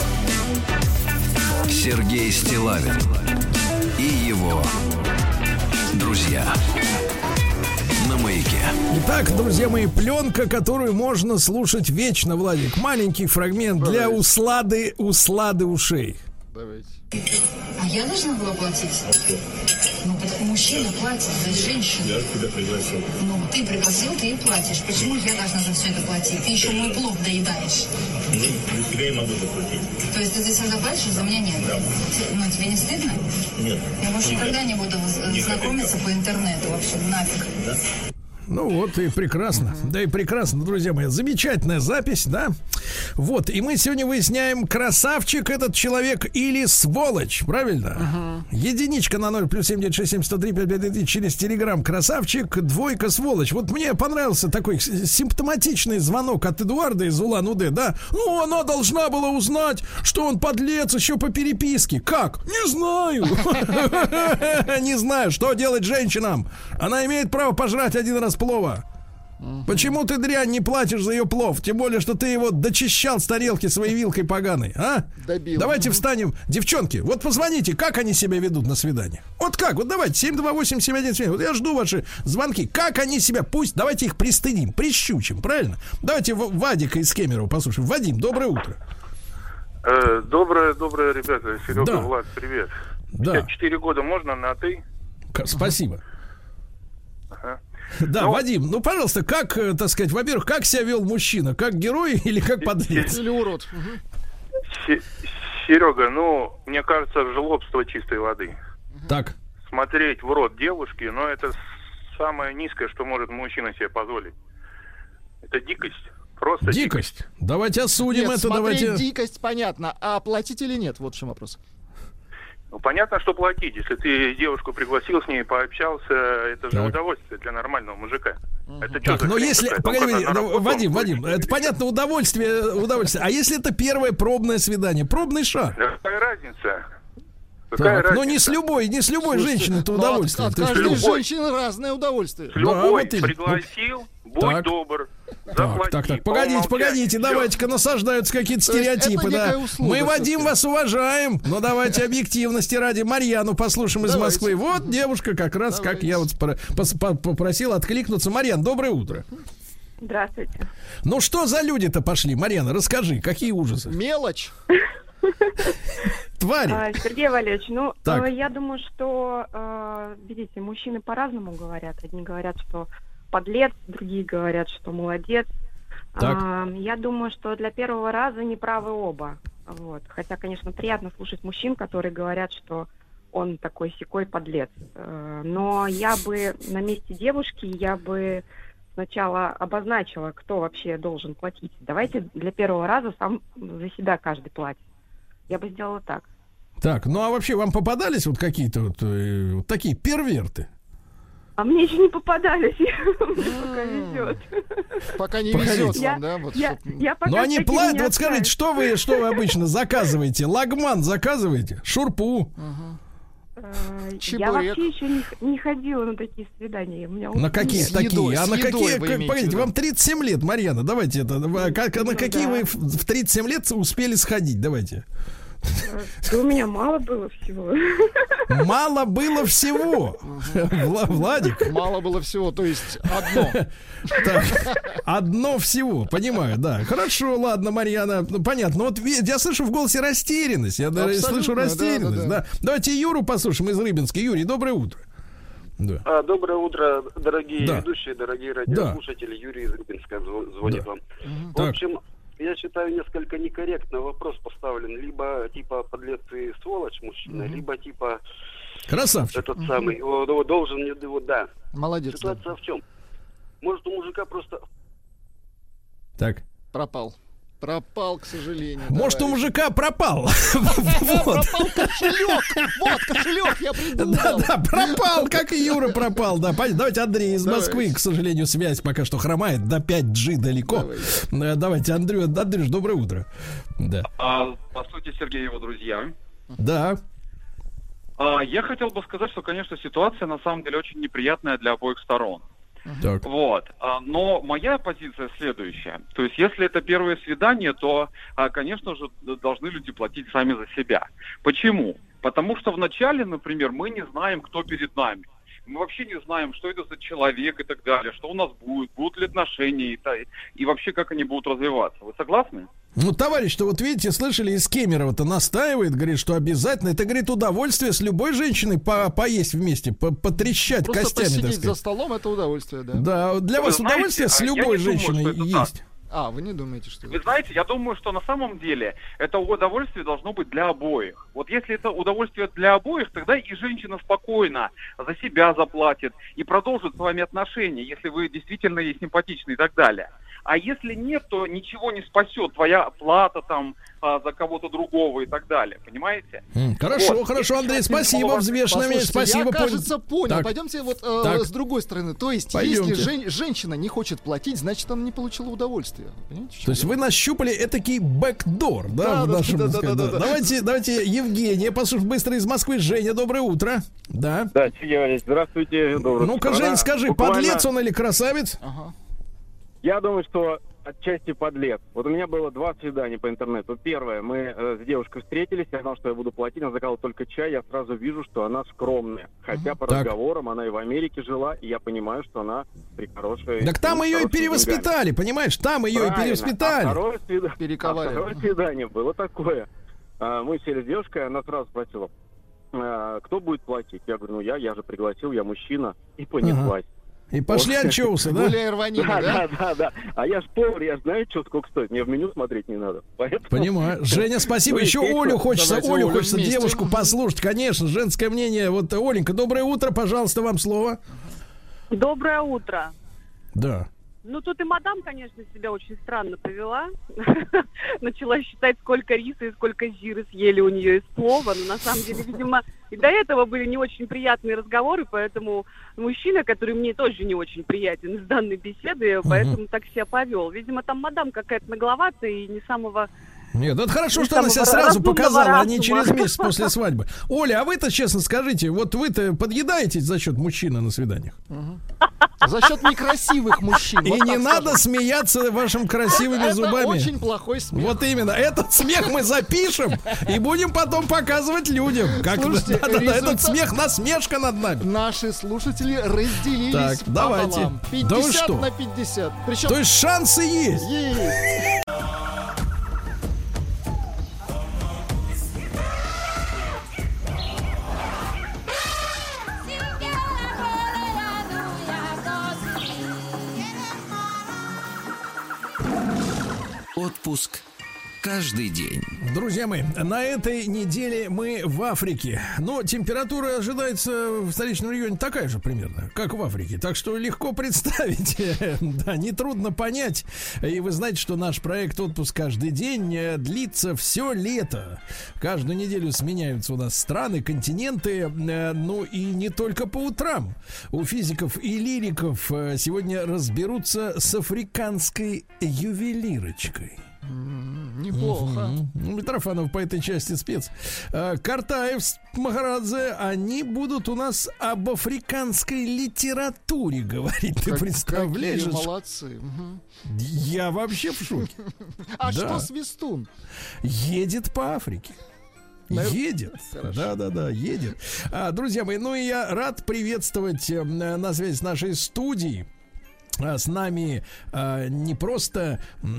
A: Сергей Стиллавин и его друзья на Маяке.
B: Итак, друзья мои, пленка, которую можно слушать вечно, Владик. Маленький фрагмент для услады ушей.
C: Давайте.
D: А я должна была платить? Ну, мужчина платит за женщину.
E: Я тебя пригласил.
D: Ну, ты пригласил, ты и платишь. Почему я должна за все это платить? Ты еще мой плов доедаешь.
E: За тебя я могу заплатить.
D: То есть ты за себя заплатишь, а за меня нет?
E: Да.
D: Ну, тебе не стыдно?
E: Нет.
D: Я больше никогда не буду знакомиться по интернету вообще, нафиг.
E: Да?
B: Ну вот и прекрасно. Да и прекрасно, друзья мои. Замечательная запись, да? Вот, и мы сегодня выясняем, красавчик этот человек или сволочь, правильно? Единичка на 0 +7 967 103 553 через Телеграм. Красавчик, двойка, сволочь. Вот мне понравился такой симптоматичный звонок от Эдуарда из Улан-Удэ, да? Ну, она должна была узнать, что он подлец еще по переписке. Как? Не знаю. Не знаю, что делать женщинам. Она имеет право пожрать один раз плова. Почему ты, дрянь, не платишь за ее плов? Тем более, что ты его дочищал с тарелки своей вилкой поганой, а?
C: Добил.
B: Давайте встанем. Девчонки, вот позвоните, как они себя ведут на свидании. Вот как? Вот давайте, 728-7171. Вот я жду ваши звонки. Как они себя? Пусть, давайте их пристыдим, прищучим, правильно? Давайте Вадика из Кемерово послушаем. Вадим, доброе утро.
K: Доброе, ребята. Серега,
B: да.
K: Влад, привет.
B: Да.
K: 4 года можно на «ты»?
B: Спасибо.
K: Ага.
B: Да, Вадим, ну, пожалуйста, как, так сказать, во-первых, как себя вел мужчина? Как герой или как подлец?
C: Или урод?
K: Серега, ну, мне кажется, жлобство чистой воды.
B: Так.
K: Смотреть в рот девушки, но это самое низкое, что может мужчина себе позволить. Это дикость. Просто
B: дикость. Давайте осудим
C: нет,
B: это.
C: Смотреть дикость, понятно. А платить или нет? Вот в чем вопрос.
K: Ну, понятно, что платить. Если ты девушку пригласил, с ней пообщался, это же удовольствие для нормального мужика. Это
B: так, но если... Погоди, Вадим, это понятно, удовольствие. А если это первое пробное свидание? Пробный шаг.
K: Какая разница?
B: Так, но не с любой женщиной это удовольствие.
C: От каждой женщины разное удовольствие.
K: С любой пригласил, будь добр.
B: Так, погодите, давайте-ка насаждаются какие-то стереотипы, да. Мы, Вадим, вас уважаем, но давайте объективности ради. Марьяну послушаем из Москвы. Вот девушка как раз, как я вот попросил откликнуться. Марьян, доброе утро.
L: Здравствуйте.
B: Ну что за люди-то пошли, Марьяна, расскажи, какие ужасы?
C: Мелочь.
B: Твари.
L: Сергей Валерьевич, я думаю, что, видите, мужчины по-разному говорят. Одни говорят, что подлец, другие говорят, что молодец. Я думаю, что для первого раза неправы оба. Вот. Хотя, конечно, приятно слушать мужчин, которые говорят, что он такой сякой подлец. Но я бы на месте девушки, я бы сначала обозначила, кто вообще должен платить. Давайте для первого раза сам за себя каждый платит. Я бы сделала так.
B: Так, ну а вообще вам попадались вот какие-то вот такие перверты?
L: А мне еще не попадались. Пока везет.
C: Пока не везет вам, да?
B: Но они платят. Вот скажите, что вы обычно заказываете? Лагман заказываете? Шурпу?
L: Я вообще еще не ходила на такие свидания.
B: На какие такие? А на какие? Погодите, вам 37 лет, Марьяна. Давайте это. На какие вы в 37 лет успели сходить? Давайте.
L: Да у меня мало было всего.
B: Мало было всего? Владик?
C: Мало было всего, то есть одно.
B: Так, одно всего, понимаю, да. Хорошо, ладно, Марьяна, понятно. Вот я слышу в голосе растерянность. Я слышу растерянность, да. Давайте Юру послушаем из Рыбинска. Юрий, доброе утро.
M: Да. Доброе утро, дорогие ведущие, дорогие радиослушатели. Юрий из Рыбинска звонит вам. В общем, я считаю, несколько некорректно вопрос поставлен. Либо типа подлец и сволочь мужчина, либо типа
B: красавчик.
M: Этот самый должен его, да.
C: Молодец.
M: Ситуация в чем? Может, у мужика просто...
B: Так.
C: Пропал, к сожалению.
B: Может, у мужика пропал.
C: Пропал кошелек. Вот кошелек, я придумал.
B: Да, пропал, как и Юра пропал. Да, давайте Андрей из Москвы, к сожалению, связь пока что хромает. До 5G далеко. Давайте, Андрюш, доброе утро. Да.
N: По сути, Сергей и его друзья.
B: Да.
N: Я хотел бы сказать, что, конечно, ситуация на самом деле очень неприятная для обоих сторон.
B: Так.
N: Вот. Но моя позиция следующая. То есть, если это первое свидание, то, конечно же, должны люди платить сами за себя. Почему? Потому что вначале, например, мы не знаем, кто перед нами. Мы вообще не знаем, что это за человек и так далее, что у нас будет, будут ли отношения и вообще как они будут развиваться. Вы согласны?
B: Ну, товарищ-то, вот видите, слышали, из Кемерово-то настаивает, говорит, что обязательно. Это, говорит, удовольствие с любой женщиной поесть вместе, потрещать
C: просто
B: костями.
C: Просто посидеть за столом — это удовольствие, да?
B: Да, для вас удовольствие с любой женщиной есть.
C: Вы не думаете, что...
N: Вы знаете, я думаю, что на самом деле это удовольствие должно быть для обоих. Вот если это удовольствие для обоих, тогда и женщина спокойно за себя заплатит и продолжит с вами отношения, если вы действительно ей симпатичны и так далее. А если нет, то ничего не спасет твоя оплата там за кого-то другого и так далее. Понимаете?
B: Хорошо, вот. Хорошо, Андрей, спасибо, взвешенными. Спасибо.
C: Я, кажется, понял. Так. Пойдемте вот с другой стороны. То есть, если женщина не хочет платить, значит, она не получила удовольствия. Понимаете,
B: то есть вы нащупали этакий бэкдор, да, в нашем... Давайте Евгения, послушай, быстро из Москвы. Женя, доброе утро. Да.
O: Да, Сергей Иванович, здравствуйте.
B: Ну-ка, Жень, скажи, подлец он или красавец?
O: Я думаю, что отчасти подлец. Вот у меня было 2 свидания по интернету. Первое, мы с девушкой встретились, я знал, что я буду платить, она заказала только чай, я сразу вижу, что она скромная. Хотя по разговорам она и в Америке жила, и я понимаю, что она прихорошая.
B: Так там ее и перевоспитали, понимаешь? Там ее и перевоспитали.
O: Второе свидание было такое. Мы сели с девушкой, она сразу спросила, кто будет платить? Я говорю, я же пригласил, я мужчина, и понеслась.
B: И пошли анчоусы, да?
C: Гуляй рванина,
O: да? А я ж повар, я знаю, что сколько стоит. Мне в меню смотреть не надо. Поэтому...
B: Понимаю. Женя, спасибо. Еще Олю хочется, девушку послушать. Конечно, женское мнение. Вот, Оленька, доброе утро. Пожалуйста, вам слово.
P: Доброе утро.
B: Да.
P: Ну, тут и мадам, конечно, себя очень странно повела. Начала считать, сколько риса и сколько жира съели у нее из плова. Но на самом деле, видимо, и до этого были не очень приятные разговоры, поэтому мужчина, который мне тоже не очень приятен из данной беседы, поэтому так себя повел. Видимо, там мадам какая-то нагловатая и не самого...
B: Нет, это хорошо, что она себя сразу показала, а не через месяц после свадьбы. Оля, а вы-то честно скажите, вот вы-то подъедаетесь за счет мужчины на свиданиях?
C: За счет некрасивых мужчин.
B: И не надо смеяться вашими красивыми зубами.
C: Это очень плохой смех.
B: Вот именно. Этот смех мы запишем и будем потом показывать людям. Слушайте, этот смех насмешка над нами.
C: Наши слушатели разделились
B: так, давайте.
C: 50 на 50.
B: Причем... То есть шансы есть.
C: Есть.
A: Отпуск каждый день.
B: Друзья мои, на этой неделе мы в Африке. Но температура ожидается в столичном регионе такая же примерно, как в Африке. Так что легко представить, да, нетрудно понять. И вы знаете, что наш проект «Отпуск каждый день» длится все лето. Каждую неделю сменяются у нас страны, континенты, ну и не только по утрам. У физиков и лириков сегодня разберутся с африканской ювелирочкой.
C: Неплохо.
B: Митрофанов по этой части спец. Картаев, Махарадзе, они будут у нас об африканской литературе говорить. Ты представляешь?
C: Какие молодцы.
B: Я вообще в шоке.
C: А что Свистун?
B: Едет по Африке. Едет. Да, едет. Друзья мои, ну и я рад приветствовать на связи с нашей студией. С нами не просто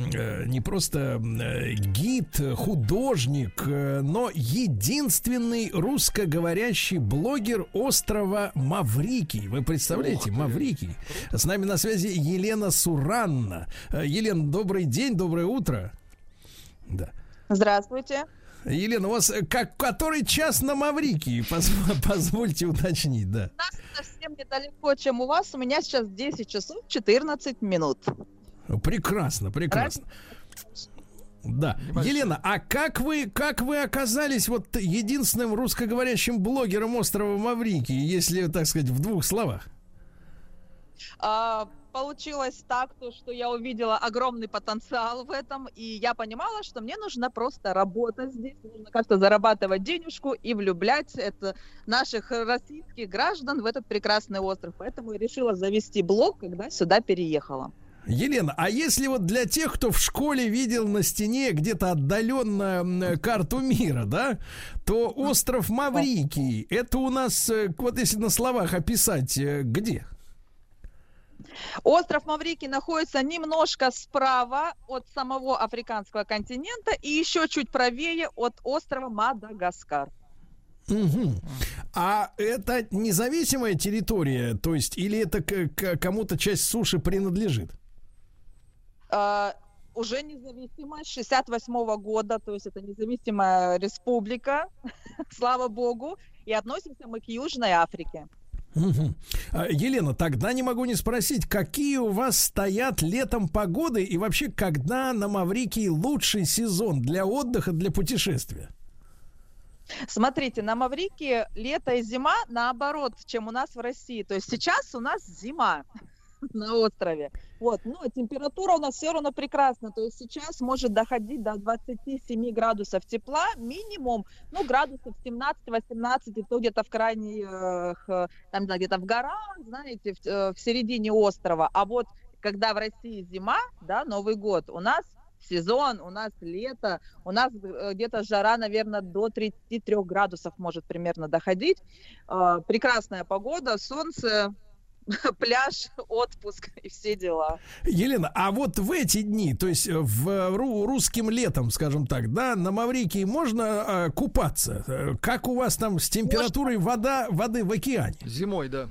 B: гид, художник, но единственный русскоговорящий блогер острова Маврикий. Вы представляете, Маврикий? С нами на связи Елена Суранна. Елена, добрый день, доброе утро.
Q: Да. Здравствуйте.
B: Елена, у вас который час на Маврикии? Позвольте уточнить, да.
Q: У нас совсем недалеко, чем у вас. У меня сейчас 10 часов 14 минут.
B: Прекрасно. Да. Елена, а как вы оказались вот единственным русскоговорящим блогером острова Маврикии, если, так сказать, в двух словах?
Q: Получилось так, что я увидела огромный потенциал в этом, и я понимала, что мне нужно просто работать здесь, нужно как-то зарабатывать денежку и влюблять наших российских граждан в этот прекрасный остров. Поэтому я решила завести блог, когда сюда переехала.
B: Елена, а если вот для тех, кто в школе видел на стене где-то отдаленно карту мира, да, то остров Маврикий, это у нас, вот если на словах описать, где?
Q: Остров Маврикий находится немножко справа от самого африканского континента и еще чуть правее от острова Мадагаскар.
B: Угу. А это независимая территория, то есть, или это кому-то часть суши принадлежит?
Q: Уже независимая, с 68 года, то есть это независимая республика, слава богу, и относимся мы к Южной Африке.
B: Угу. Елена, тогда не могу не спросить, какие у вас стоят летом погоды и вообще, когда на Маврикии лучший сезон для отдыха, для путешествия?
Q: Смотрите, на Маврикии лето и зима наоборот, чем у нас в России. То есть сейчас у нас зима на острове. Вот, но температура у нас все равно прекрасна. То есть сейчас может доходить до 27 градусов тепла минимум, ну, градусов 17-18, то где-то в крайних, там где-то в горах, знаете, в середине острова. А вот когда в России зима, да, Новый год, у нас сезон, у нас лето, у нас где-то жара, наверное, до 33 градусов может примерно доходить. Прекрасная погода, солнце, пляж, отпуск и все дела.
B: Елена, а вот в эти дни, то есть в русским летом, скажем так, да, на Маврикии можно купаться? Как у вас там с температурой воды в океане?
C: Зимой, да.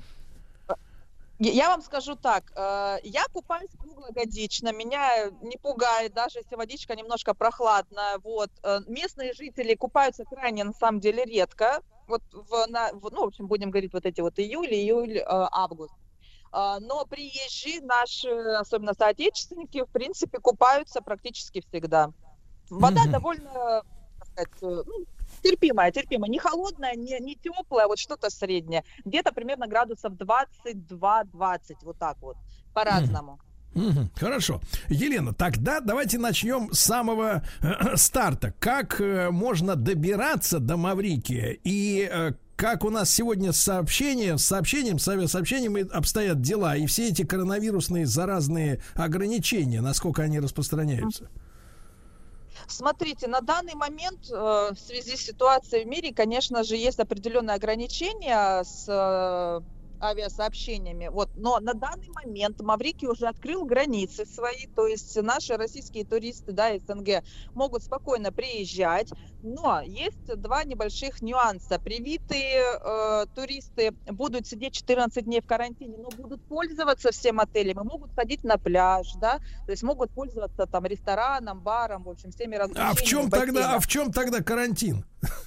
Q: Я вам скажу так, я купаюсь круглогодично, меня не пугает, даже если водичка немножко прохладная. Вот. Местные жители купаются крайне, на самом деле, редко. Вот в общем, будем говорить, вот эти вот июль, август. Но приезжие наши, особенно соотечественники, в принципе, купаются практически всегда. Вода довольно, так сказать, терпимая, не холодная, не теплая, вот что-то среднее. Где-то примерно градусов 22-20, вот так вот, по-разному.
B: Хорошо. Елена, тогда давайте начнем с самого старта. Как можно добираться до Маврикия и как у нас сегодня с авиасообщением обстоят дела и все эти коронавирусные заразные ограничения, насколько они распространяются?
Q: Смотрите, на данный момент в связи с ситуацией в мире, конечно же, есть определенные ограничения с авиасообщениями. Вот. Но на данный момент Маврикий уже открыл границы свои, то есть наши российские туристы, да, СНГ, могут спокойно приезжать, но есть два небольших нюанса. Привитые туристы будут сидеть 14 дней в карантине, но будут пользоваться всем отелем и могут ходить на пляж, да, то есть могут пользоваться там рестораном, баром, в общем, всеми развлечениями.
B: А в чем тогда карантин?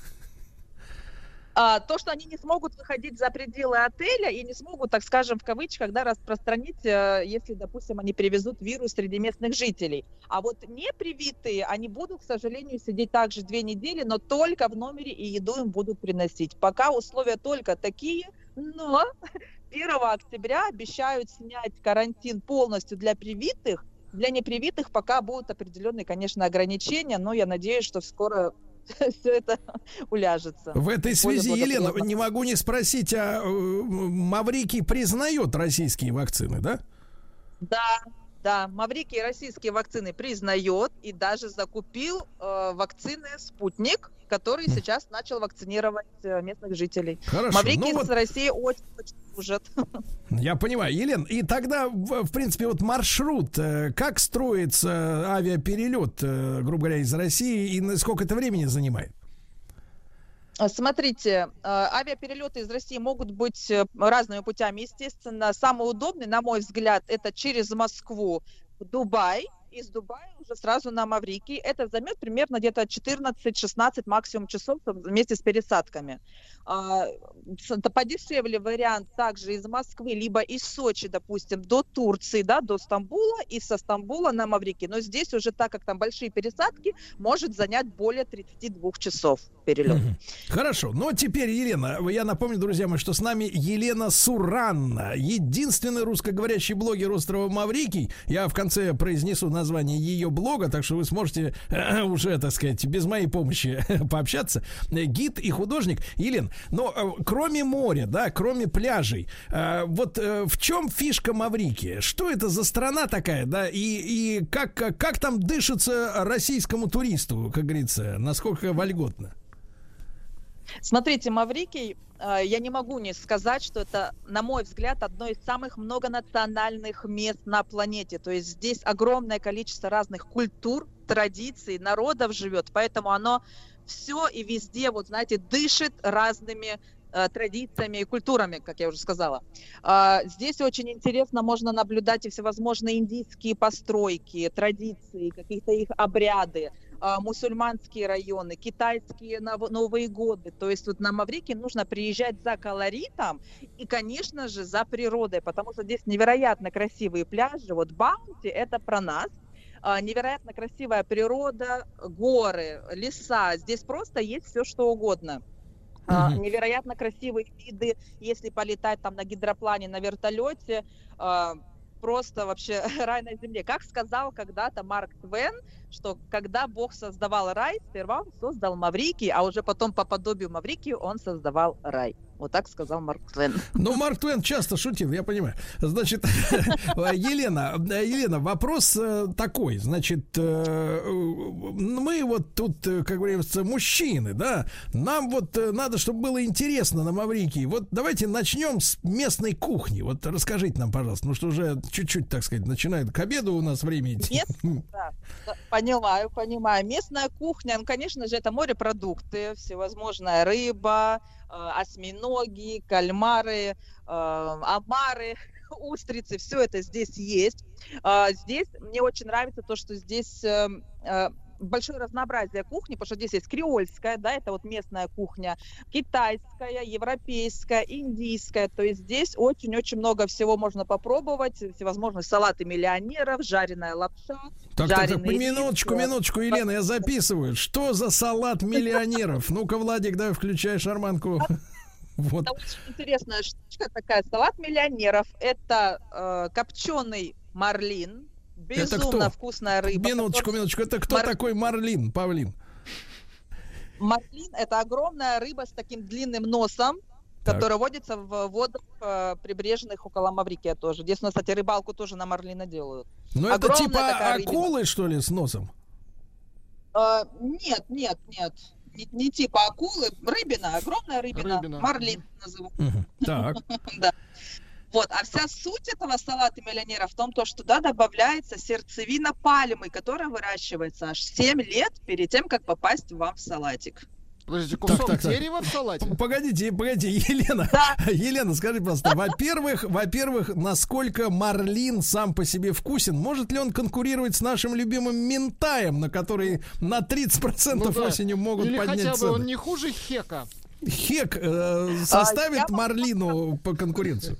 Q: То, что они не смогут выходить за пределы отеля и не смогут, так скажем, в кавычках, да, распространить, если, допустим, они привезут вирус среди местных жителей. А вот непривитые, они будут, к сожалению, сидеть также 2 недели, но только в номере, и еду им будут приносить. Пока условия только такие, но 1 октября обещают снять карантин полностью для привитых. Для непривитых пока будут определенные, конечно, ограничения, но я надеюсь, что скоро все это уляжется.
B: В этой связи, Елена, не могу не спросить, а Маврикий признает российские вакцины, да?
Q: Да, Маврикий российские вакцины признает и даже закупил вакцины «Спутник», который сейчас начал вакцинировать местных жителей.
B: Хорошо,
Q: Маврикий с Россией очень служит.
B: Я понимаю, Елен, и тогда, в принципе, вот маршрут, как строится авиаперелет, грубо говоря, из России, и на сколько это времени занимает?
Q: Смотрите, авиаперелеты из России могут быть разными путями. Естественно, самый удобный, на мой взгляд, это через Москву в Дубай. Из Дубая уже сразу на Маврикий. Это займет примерно где-то 14-16 максимум часов вместе с пересадками. Подешевле вариант также из Москвы, либо из Сочи, допустим, до Турции, да, до Стамбула, и со Стамбула на Маврикий. Но здесь уже, так как там большие пересадки, может занять более 32 часов перелет.
B: Хорошо. Но теперь, Елена, я напомню, друзья мои, что с нами Елена Суранна, единственный русскоговорящий блогер острова Маврикий. Я в конце произнесу название ее блога, так что вы сможете уже, так сказать, без моей помощи пообщаться. Гид и художник. Елена, но кроме моря, да, кроме пляжей, вот в чем фишка Маврикия? Что это за страна такая, да, и как там дышится российскому туристу, как говорится, насколько вольготно?
Q: Смотрите, Маврикий, я не могу не сказать, что это, на мой взгляд, одно из самых многонациональных мест на планете. То есть здесь огромное количество разных культур, традиций, народов живет, поэтому оно все и везде, вот знаете, дышит разными традициями и культурами, как я уже сказала. Здесь очень интересно, можно наблюдать и всевозможные индийские постройки, традиции, какие-то их обряды, мусульманские районы, китайские Новые годы. То есть вот на Маврикий нужно приезжать за колоритом и, конечно же, за природой, потому что здесь невероятно красивые пляжи. Вот Баунти — это про нас. Невероятно красивая природа, горы, леса. Здесь просто есть все, что угодно. Невероятно красивые виды, если полетать там на гидроплане, на вертолете, просто вообще рай на земле. Как сказал когда-то Марк Твен, что когда Бог создавал рай, сперва он создал Маврикий, а уже потом по подобию Маврикию он создавал рай. Вот так сказал Марк Твен.
B: Ну, Марк Твен часто шутил, я понимаю. Значит, Елена, вопрос такой. Значит, мы вот тут, как говорится, мужчины, да? Нам вот надо, чтобы было интересно на Маврикии. Вот давайте начнем с местной кухни. Вот расскажите нам, пожалуйста, потому что уже чуть-чуть, так сказать, начинает к обеду у нас время идти.
Q: Да, понимаю. Местная кухня, ну, конечно же, это морепродукты, всевозможная рыба, осьминоги, кальмары, омары, устрицы, все это здесь есть. Здесь мне очень нравится то, что здесь большое разнообразие кухни, потому что здесь есть креольская, да, это вот местная кухня, китайская, европейская, индийская, то есть здесь очень-очень много всего можно попробовать, всевозможные салаты миллионеров, жареная лапша.
B: Так, минуточку, Елена, я записываю. Что за салат миллионеров? Ну-ка, Владик, давай включай шарманку.
Q: Вот. Это очень интересная штучка такая. Салат миллионеров — это копченый марлин, безумно вкусная рыба.
B: Минуточку, это кто такой марлин, Павлин?
Q: Марлин — это огромная рыба с таким длинным носом, которая водится в водах прибрежных около Маврикия тоже. Здесь у нас, кстати, рыбалку тоже на марлина делают.
B: Ну это типа акулы, что ли, с носом?
Q: Нет. не типа акулы, рыбина, огромная рыбина. Марлин называют.
B: Так.
Q: Да. Вот, а вся суть этого салата миллионера в том, что туда добавляется сердцевина пальмы, которая выращивается аж 7 лет перед тем, как попасть вам в салатик.
C: Подождите, кусок дерева в салате?
B: Погодите, Елена. Да. Елена, скажи, пожалуйста, во-первых, насколько марлин сам по себе вкусен? Может ли он конкурировать с нашим любимым минтаем, на который на 30% осенью могут
C: или
B: поднять
C: хотя бы
B: цены?
C: он не хуже хека?
B: Хек составит марлину по конкуренцию?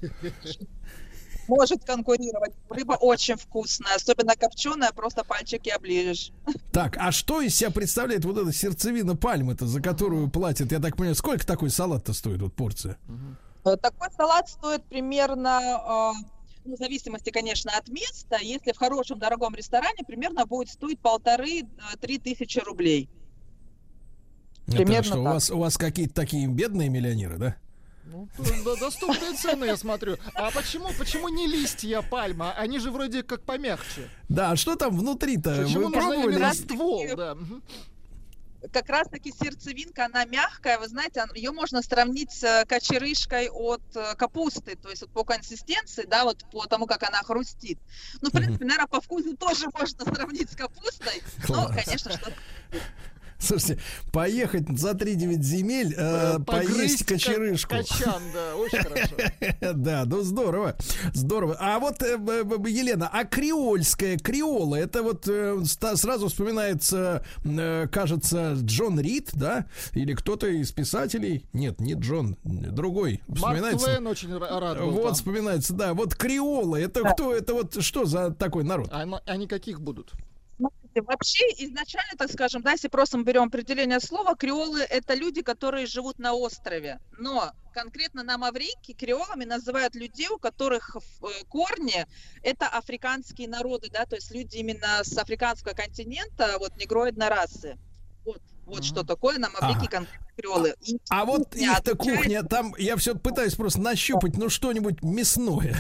Q: Может конкурировать. Рыба очень вкусная, особенно копченая, просто пальчики оближешь.
B: Так, а что из себя представляет вот эта сердцевина пальмы-то, за которую платят, я так понимаю, сколько такой салат-то стоит, вот порция?
Q: Такой салат стоит примерно, в зависимости, конечно, от места. Если в хорошем, дорогом ресторане, примерно будет стоить 1500-3 тысячи рублей.
B: Примерно что, у вас какие-то такие бедные миллионеры, да?
C: Ну, доступные цены, я смотрю. А почему не листья пальма? Они же вроде как помягче.
B: Да, а что там внутри-то?
C: Почему нужно именно ствол? Да.
Q: Как раз-таки сердцевинка, она мягкая, вы знаете, ее можно сравнить с кочерышкой от капусты, то есть вот по консистенции, да, вот по тому, как она хрустит. Ну, в принципе, наверное, по вкусу тоже можно сравнить с капустой, но, конечно, что-то...
B: Слушайте, поехать за 3-9 земель, поесть кочерышку.
C: Качан, да, очень хорошо.
B: Да, ну здорово, здорово. А вот, Елена, а креола, это вот сразу вспоминается, кажется, Джон Рид, да? Или кто-то из писателей? Нет, не Джон, другой.
C: Марк Твен очень рад был.
B: Вот
C: там.
B: вспоминается, да. Вот креола, это кто? Это вот что за такой народ?
C: Они каких будут?
Q: Вообще, изначально, так скажем, да, если просто мы берем определение слова, креолы — это люди, которые живут на острове. Но конкретно на Маврикии креолами называют людей, у которых корни — это африканские народы, да, то есть люди именно с африканского континента, вот негроидной расы. Вот что такое на Маврикии конкретно креолы.
B: А вот их-то кухня, там я все пытаюсь просто нащупать, ну, что-нибудь мясное.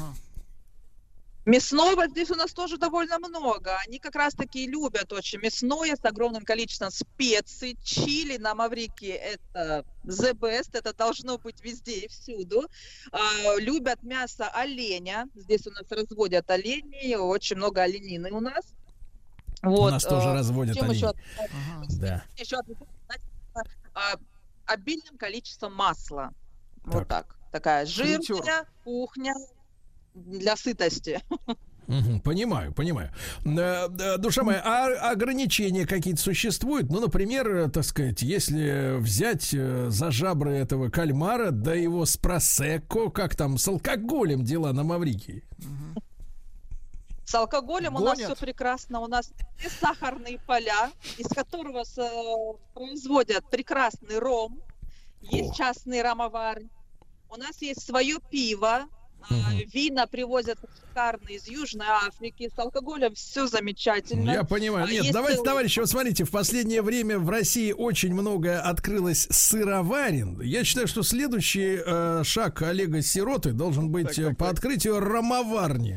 Q: Мясного здесь у нас тоже довольно много. Они как раз-таки любят очень мясное с огромным количеством специй. Чили на Маврикии — это the best, это должно быть везде и всюду. Любят мясо оленя. Здесь у нас разводят оленей, очень много оленины у нас.
B: Вот. У нас тоже разводят оленей.
Q: Да. Еще обильным количеством масла. Так. Вот так. Такая жирная кухня. Для сытости.
B: Понимаю. Душа моя, а ограничения какие-то существуют? Ну, например, так сказать, если взять за жабры этого кальмара, да его с просекко, как там с алкоголем дела на Маврикии?
Q: С алкоголем у нас все прекрасно. У нас есть сахарные поля, из которого производят прекрасный ром. Есть частные ромоварни. У нас есть свое пиво. Вина привозят шикарные из Южной Африки, с алкоголем все замечательно.
B: Я понимаю. Нет, давайте, товарищи, вот смотрите, в последнее время в России очень много открылось сыроварен. Я считаю, что следующий шаг Олега Сироты должен быть по открытию ромоварни.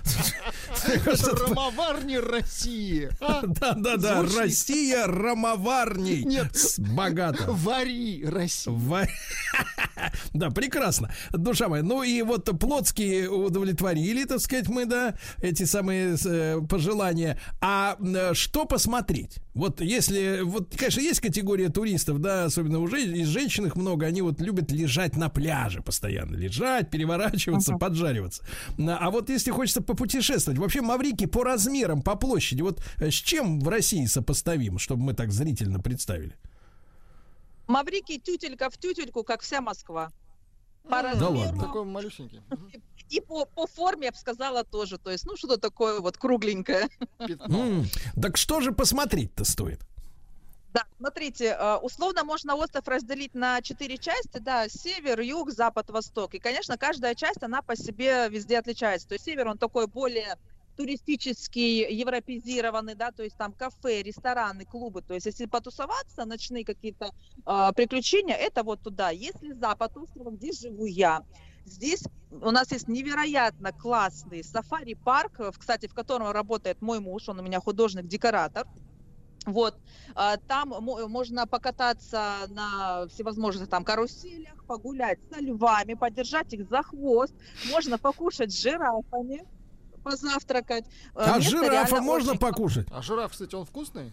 C: Ромоварни России.
B: Да, Россия ромоварней.
C: Нет,
B: богато.
C: Вари Россию.
B: Да, прекрасно. Душа моя, ну и вот Плотские удовлетворили, так сказать, мы, да, эти самые пожелания. А что посмотреть? Вот если, вот, конечно, есть категория туристов, да, особенно уже из женщин их много, они вот любят лежать на пляже постоянно, лежать, переворачиваться, поджариваться. А вот если хочется попутешествовать, вообще Маврикий по размерам, по площади, вот с чем в России сопоставим, чтобы мы так зрительно представили?
Q: Маврикий тютелька в тютельку, как вся Москва. По
C: размеру, такой малюсенький.
Q: И по форме, я бы сказала, тоже. То есть, ну, что-то такое вот кругленькое.
B: Так что же посмотреть-то стоит?
Q: Да, смотрите, условно можно остров разделить на 4 части, да, север, юг, запад, восток. И, конечно, каждая часть, она по себе везде отличается. То есть север, он такой более туристический, европезированный, да, то есть там кафе, рестораны, клубы, то есть если потусоваться, ночные какие-то приключения, это вот туда. Если запад острова, где живу я, здесь у нас есть невероятно классный сафари-парк, кстати, в котором работает мой муж, он у меня художник-декоратор. Вот, там можно покататься на всевозможных там каруселях, погулять со львами, подержать их за хвост, можно покушать с жирафами, позавтракать.
B: А жирафа можно покушать?
C: А жираф, кстати, он вкусный?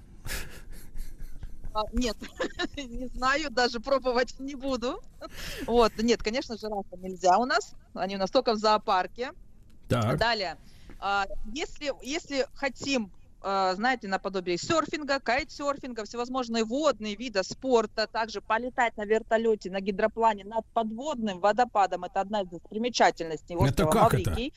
Q: Нет, не знаю, даже пробовать не буду. Вот, нет, конечно, жирафа нельзя у нас, они у нас только в зоопарке.
B: Так.
Q: Далее, если хотим, знаете, наподобие серфинга, кайтсерфинга, всевозможные водные виды спорта, также полетать на вертолете, на гидроплане над подводным водопадом, это одна из достопримечательностей острова Маврикий.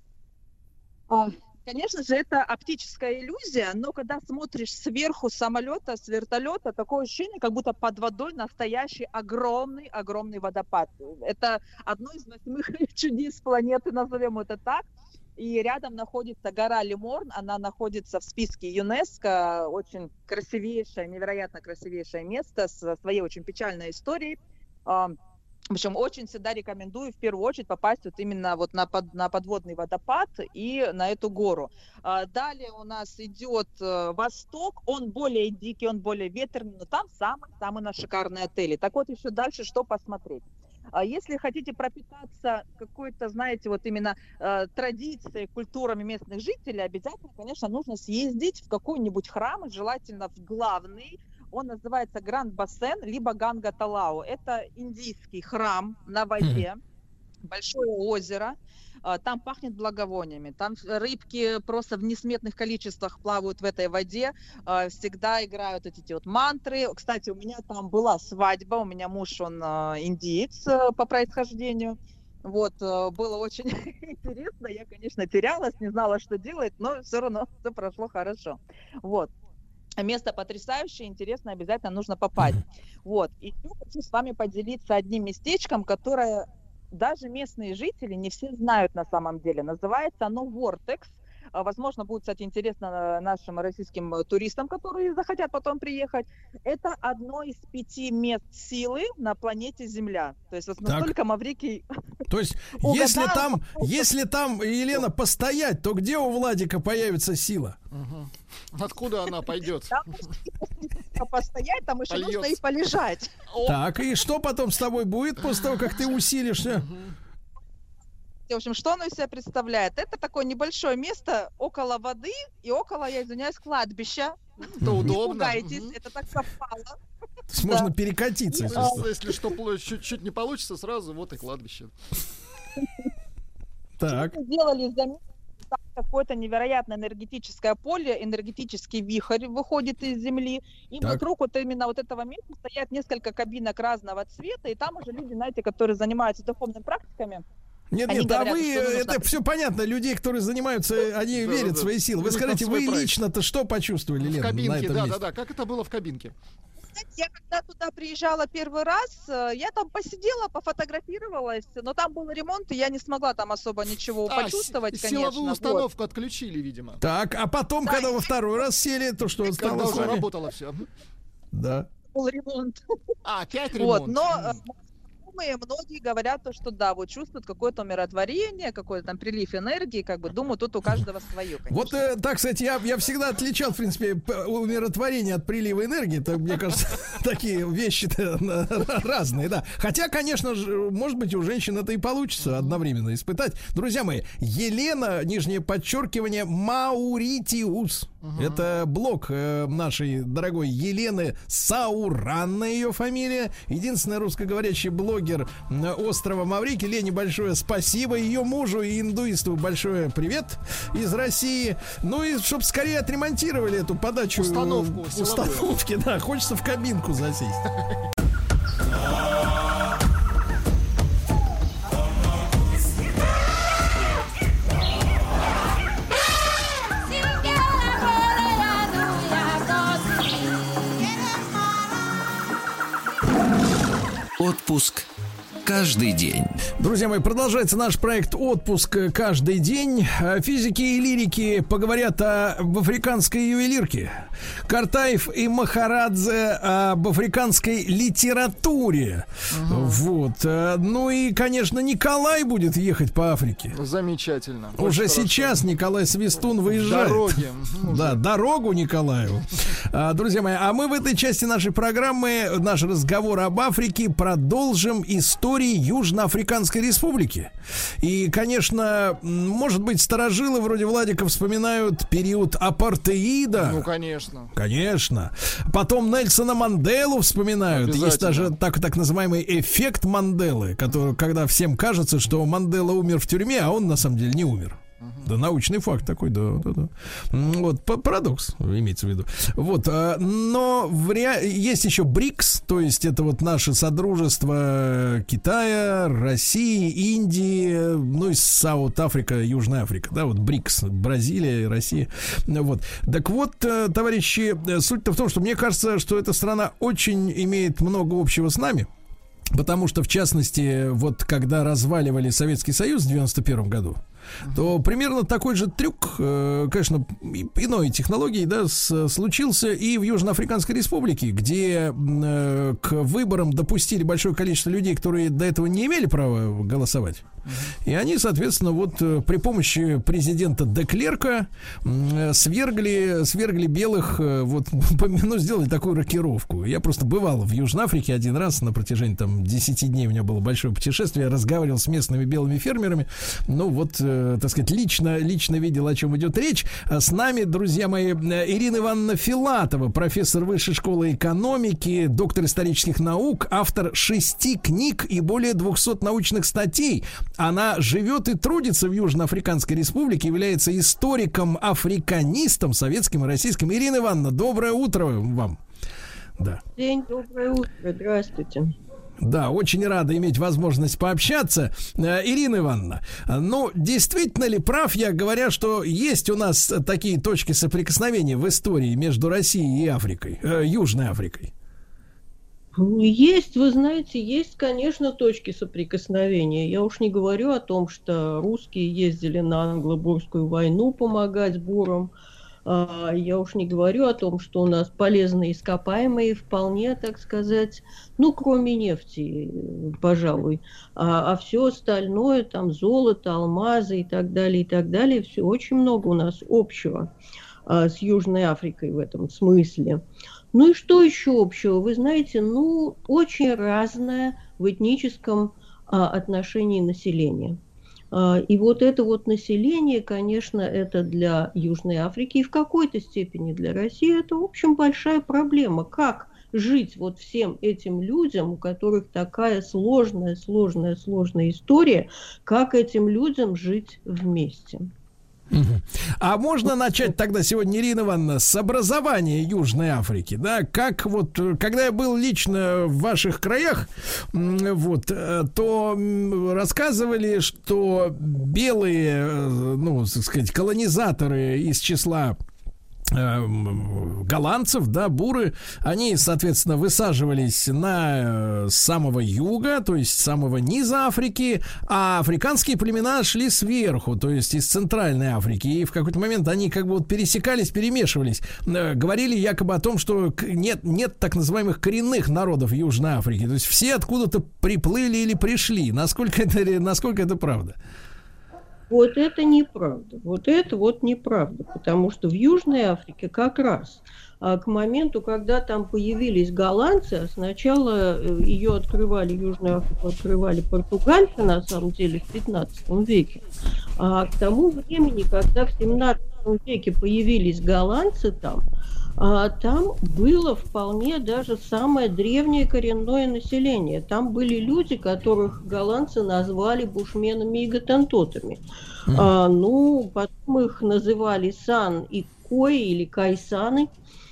Q: Конечно же, это оптическая иллюзия, но когда смотришь сверху самолета, с вертолета, такое ощущение, как будто под водой настоящий огромный водопад. Это одно из 8 чудес планеты, назовем это так. И рядом находится гора Леморн, она находится в списке ЮНЕСКО, очень красивейшее, невероятно красивейшее место со своей очень печальной историей. В общем, очень всегда рекомендую в первую очередь попасть вот именно вот на подводный водопад и на эту гору. Далее у нас идет восток, он более дикий, он более ветреный, но там самые шикарные отели. Так вот, еще дальше что посмотреть. Если хотите пропитаться какой-то, знаете, вот именно традицией, культурами местных жителей, обязательно, конечно, нужно съездить в какой-нибудь храм, желательно в главный. Он называется Гранд Бассейн, либо Ганга Талау. Это индийский храм на воде, большое озеро. Там пахнет благовониями. Там рыбки просто в несметных количествах плавают в этой воде. Всегда играют эти вот мантры. Кстати, у меня там была свадьба. У меня муж, он индиец по происхождению. Вот, было очень интересно. Я, конечно, терялась, не знала, что делать, но все равно все прошло хорошо. Вот. Место потрясающее, интересно, обязательно нужно попасть. Вот. И хочу с вами поделиться одним местечком, которое даже местные жители не все знают на самом деле. Называется оно Вортекс. Возможно, будет, кстати, интересно нашим российским туристам, которые захотят потом приехать. Это одно из 5 мест силы на планете Земля. То есть вот настолько Маврикий...
B: То есть, если там, Елена, постоять, то где у Владика появится сила?
C: Откуда она пойдет?
Q: Там постоять, там еще нужно и полежать.
B: Так, и что потом с тобой будет после того, как ты усилишься?
Q: В общем, что оно из себя представляет? Это такое небольшое место около воды и около, я извиняюсь, кладбища.
C: Это удобно.
Q: Не пугайтесь, это так совпало.
B: То есть можно перекатиться.
C: Если что чуть-чуть не получится, сразу вот и кладбище.
B: Так.
Q: Сделали заметку, там какое-то невероятное энергетическое поле, энергетический вихрь выходит из земли, и вокруг вот именно вот этого места стоят несколько кабинок разного цвета, и там уже люди, знаете, которые занимаются духовными практиками.
B: Нет, говорят, вы, это все понятно, людей, которые занимаются, они верят в свои силы. Вы скажите, вы лично-то что почувствовали, Лена?
C: В кабинке, да. Как это было в кабинке?
Q: Я когда туда приезжала первый раз, я там посидела, пофотографировалась, но там был ремонт, и я не смогла там особо ничего почувствовать, конечно.
C: Силовую установку отключили, видимо.
B: Так, а потом, когда во второй раз сели, то что стало с вами?
C: Когда уже работало все.
B: Да.
Q: Был ремонт.
C: Опять ремонт.
Q: Вот, но... Многие говорят, что да, вот чувствуют какое-то умиротворение, какой-то там прилив энергии, как бы, думаю, тут у каждого свое, конечно.
B: Вот так, кстати, я всегда отличал, в принципе, умиротворение от прилива энергии, это, мне кажется, такие вещи-то разные, да. Хотя, конечно же, может быть, у женщин это и получится одновременно испытать. Друзья мои, Елена, нижнее подчеркивание, Мауритиус. Это блог нашей дорогой Елены Сауранна, ее фамилия. Единственный русскоговорящий блогер острова Маврикий. Лене большое спасибо. Ее мужу и индуисту большое привет из России. Ну и чтобы скорее отремонтировали эту подачу установки. Да, хочется в кабинку засесть.
A: Отпуск каждый день.
B: Друзья мои, продолжается наш проект «Отпуск каждый день». Физики и лирики поговорят об африканской ювелирке. Картаев и Махарадзе об африканской литературе. Вот. Ну и, конечно, Николай будет ехать по Африке.
C: Замечательно.
B: Уже сейчас Николай Свистун выезжает.
C: Дороги.
B: Да, дорогу Николаю. Друзья мои, а мы в этой части нашей программы, наш разговор об Африке, продолжим истории Южноафриканской Республики. И, конечно, может быть, старожилы вроде Владика вспоминают период апартеида.
C: Ну, конечно.
B: Конечно. Потом Нельсона Манделу вспоминают. Есть даже так называемый эффект Манделы, который, когда всем кажется, что Мандела умер в тюрьме, а он на самом деле не умер. Да, научный факт такой, да. Вот, парадокс, имеется в виду. Вот, но есть еще БРИКС, то есть это вот наше содружество Китая, России, Индии, ну и Саут-Африка, Южная Африка, да, вот БРИКС, Бразилия, Россия. Вот. Так вот, товарищи, суть-то в том, что мне кажется, что эта страна очень имеет много общего с нами. Потому что, в частности, вот когда разваливали Советский Союз в 91 году, то примерно такой же трюк, конечно, иной технологии, да, случился и в Южноафриканской Республике, где к выборам допустили большое количество людей, которые до этого не имели права голосовать. И они, соответственно, вот при помощи президента Деклерка свергли белых, вот, ну, сделали такую рокировку. Я просто бывал в Южной Африке один раз на протяжении там 10 дней, у меня было большое путешествие, я разговаривал с местными белыми фермерами, ну вот, так сказать, лично видел, о чем идет речь. С нами, друзья мои, Ирина Ивановна Филатова, профессор Высшей школы экономики, доктор исторических наук, автор 6 книг и более 200 научных статей. Она живет и трудится в Южноафриканской Республике, является историком-африканистом советским и российским. Ирина Ивановна, доброе утро вам. Да.
R: День, доброе утро, здравствуйте.
B: Да, очень рада иметь возможность пообщаться. Ирина Ивановна, ну, действительно ли прав я, говоря, что есть у нас такие точки соприкосновения в истории между Россией и Африкой, Южной Африкой?
R: Есть, вы знаете, есть, конечно, точки соприкосновения. Я уж не говорю о том, что русские ездили на англо-бурскую войну помогать бурам. Я уж не говорю о том, что у нас полезные ископаемые вполне, так сказать, ну, кроме нефти, пожалуй, а все остальное, там, золото, алмазы и так далее, все очень много у нас общего с Южной Африкой в этом смысле. Ну и что еще общего? Вы знаете, ну, очень разное в этническом отношении населения. И вот это вот население, конечно, это для Южной Африки и в какой-то степени для России, это, в общем, большая проблема. Как жить вот всем этим людям, у которых такая сложная история, как этим людям жить вместе?
B: А можно начать тогда сегодня, Ирина Ивановна, с образования Южной Африки, да, как вот, когда я был лично в ваших краях, вот, то рассказывали, что белые, ну, так сказать, колонизаторы из числа голландцев, да, буры, они, соответственно, высаживались с самого юга, то есть с самого низа Африки, а африканские племена шли сверху, то есть из Центральной Африки, и в какой-то момент они как бы вот пересекались, перемешивались. Говорили якобы о том, что нет так называемых коренных народов Южной Африки, то есть все откуда-то приплыли или пришли. Насколько это правда?
R: Вот это неправда. Вот это вот неправда. Потому что в Южной Африке как раз к моменту, когда там появились голландцы, сначала ее открывали, Южную Африку открывали португальцы, на самом деле, в 15 веке. А к тому времени, когда в 17 веке появились голландцы там было вполне даже самое древнее коренное население. Там были люди, которых голландцы назвали бушменами и готентотами. Потом их называли сан и кои или кайсаны.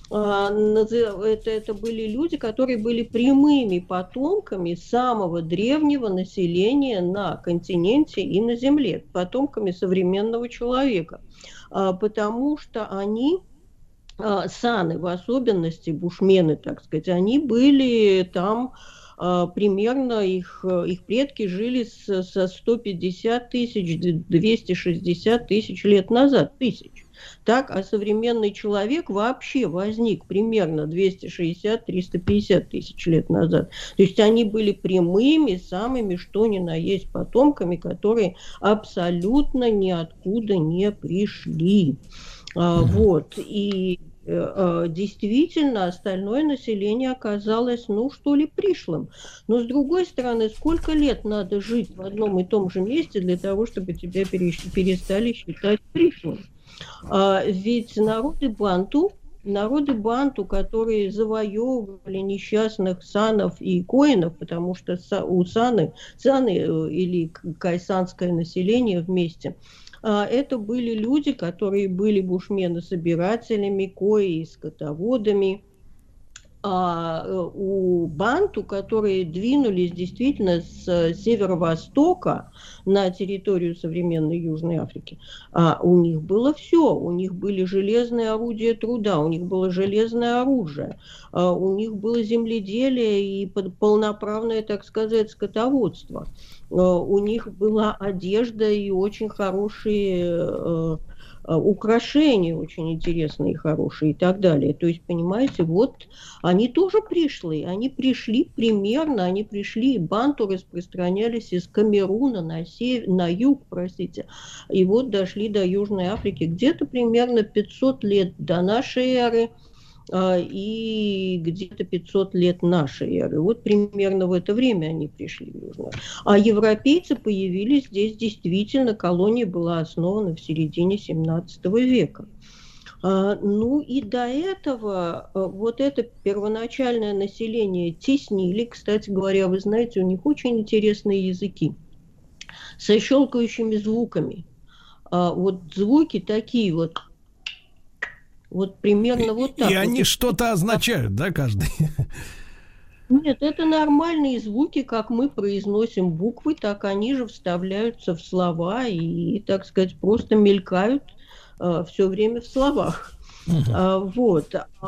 R: Это были люди, которые были прямыми потомками самого древнего населения на континенте и на Земле, потомками современного человека. Потому что они... саны, в особенности бушмены, так сказать, они были там примерно их предки жили со 150 тысяч, 260 тысяч лет назад, Так, а современный человек вообще возник примерно 260-350 тысяч лет назад. То есть они были прямыми, самыми что ни на есть потомками, которые абсолютно ниоткуда не пришли. Вот. И действительно остальное население оказалось, пришлым. Но с другой стороны, сколько лет надо жить в одном и том же месте для того, чтобы тебя перестали считать пришлым? Ведь народы банту, которые завоевывали несчастных санов и коинов, потому что у саны или кайсанское население вместе, это были люди, которые были бушмены-собирателями, кои и скотоводами. А у банту, которые двинулись действительно с северо-востока на территорию современной Южной Африки, у них было все. У них были железные орудия труда, у них было железное оружие, у них было земледелие и полноправное, так сказать, скотоводство. У них была одежда и очень хорошие украшения, очень интересные и хорошие и так далее. То есть, понимаете, вот они тоже пришлые. Они пришли, банту распространялись из Камеруна на юг, и вот дошли до Южной Африки где-то примерно 500 лет до нашей эры, и где-то 500 лет нашей эры. Вот примерно в это время они пришли в Южную. А европейцы появились здесь действительно, колония была основана в середине 17 века. И до этого вот это первоначальное население теснили. Кстати говоря, вы знаете, у них очень интересные языки со щелкающими звуками. Вот звуки такие вот примерно вот так.
B: И они что-то означают, да, каждый?
R: Нет, это нормальные звуки, как мы произносим буквы, так они же вставляются в слова и, так сказать, просто мелькают все время в словах. Вот.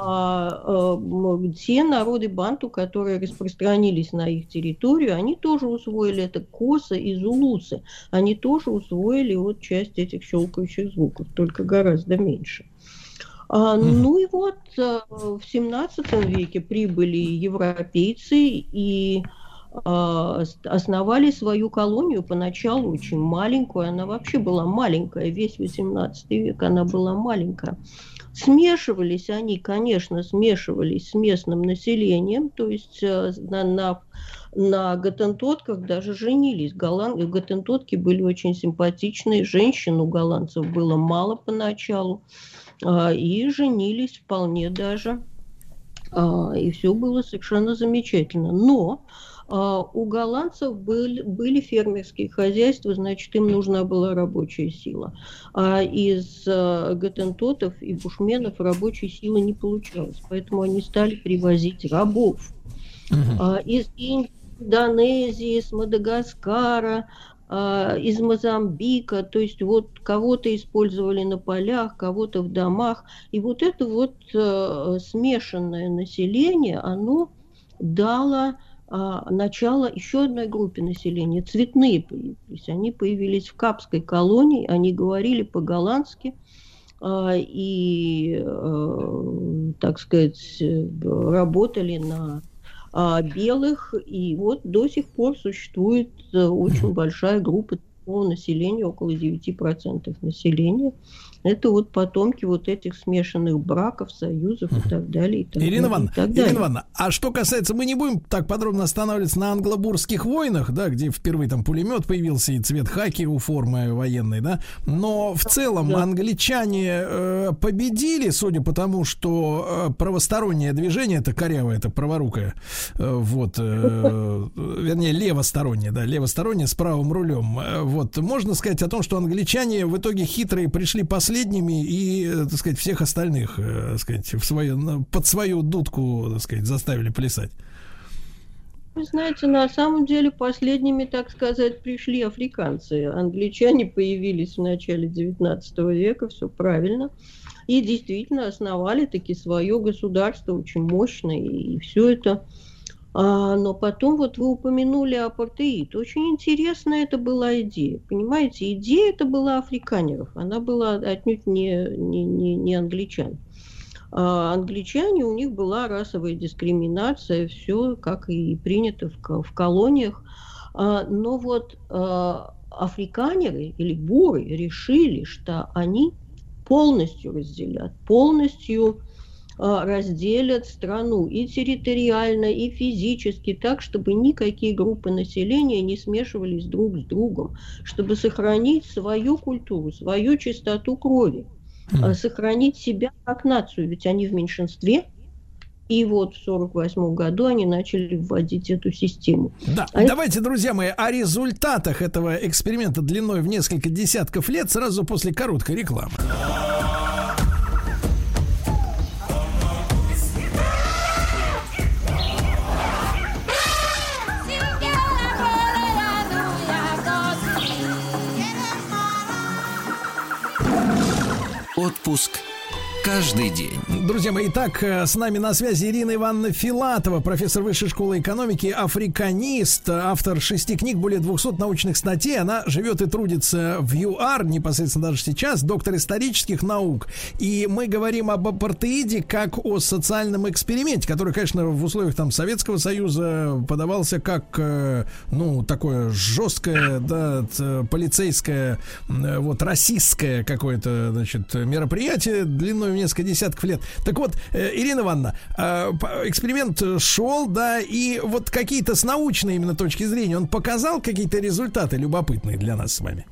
R: Те народы банту, которые распространились на их территорию, они тоже усвоили это, косы и зулусы. Они тоже усвоили вот часть этих щелкающих звуков, только гораздо меньше. И вот в 17 веке прибыли европейцы и основали свою колонию, поначалу очень маленькую, она вообще была маленькая, весь 18 век она была маленькая. Смешивались они, конечно, с местным населением, то есть на готентотках даже женились. Готентотки были очень симпатичные, женщин у голландцев было мало поначалу, и женились вполне даже, и все было совершенно замечательно. Но у голландцев были фермерские хозяйства, значит, им нужна была рабочая сила. А из готентотов и бушменов рабочей силы не получалось, поэтому они стали привозить рабов. Из Индонезии, с Мадагаскара, из Мозамбика, то есть вот кого-то использовали на полях, кого-то в домах. И вот это вот смешанное население, оно дало начало еще одной группе населения. Цветные появились. Они появились в Капской колонии, они говорили по-голландски и, так сказать, работали на белых, и вот до сих пор существует очень большая группа населения, около 9% населения. Это вот потомки вот этих смешанных браков, союзов и так далее.
B: Ирина Ивановна, а что касается, мы не будем так подробно останавливаться на англобурских войнах, да, где впервые там пулемет появился и цвет хаки у формы военной, да, но в целом англичане победили, судя по тому, что правостороннее движение, это корявое, это праворукое, вот, вернее, левостороннее с правым рулем, вот, можно сказать о том, что англичане в итоге хитрые пришли последними и, так сказать, всех остальных, так сказать, под свою дудку, так сказать, заставили плясать.
R: Вы знаете, на самом деле последними, так сказать, пришли африканцы. Англичане появились в начале 19 века, все правильно. И действительно основали таки свое государство очень мощное. И все это Но потом вот вы упомянули апартеид. Очень интересная это была идея. Понимаете, идея это была африканеров. Она была отнюдь не англичан. Англичане, у них была расовая дискриминация, все как и принято в колониях. Но вот африканеры или буры решили, что они полностью разделят, полностью разделят страну и территориально, и физически, так, чтобы никакие группы населения не смешивались друг с другом, чтобы сохранить свою культуру, свою чистоту крови, сохранить себя как нацию, ведь они в меньшинстве. И вот в 1948 году они начали вводить эту систему.
B: Да, давайте, друзья мои, о результатах этого эксперимента длиной в несколько десятков лет сразу после короткой рекламы.
A: Отпуск каждый день.
B: Друзья мои, итак, с нами на связи Ирина Ивановна Филатова, профессор Высшей школы экономики, африканист, автор 6 книг, более 200 научных статей. Она живет и трудится в ЮАР, непосредственно даже сейчас, доктор исторических наук. И мы говорим об апартеиде как о социальном эксперименте, который, конечно, в условиях там Советского Союза подавался как, такое жесткое, да, полицейское, вот, расистское какое-то, значит, мероприятие длиной в несколько десятков лет. Так вот, Ирина Ивановна, эксперимент шел, да, и вот какие-то с научной именно точки зрения он показал какие-то результаты любопытные для нас с вами?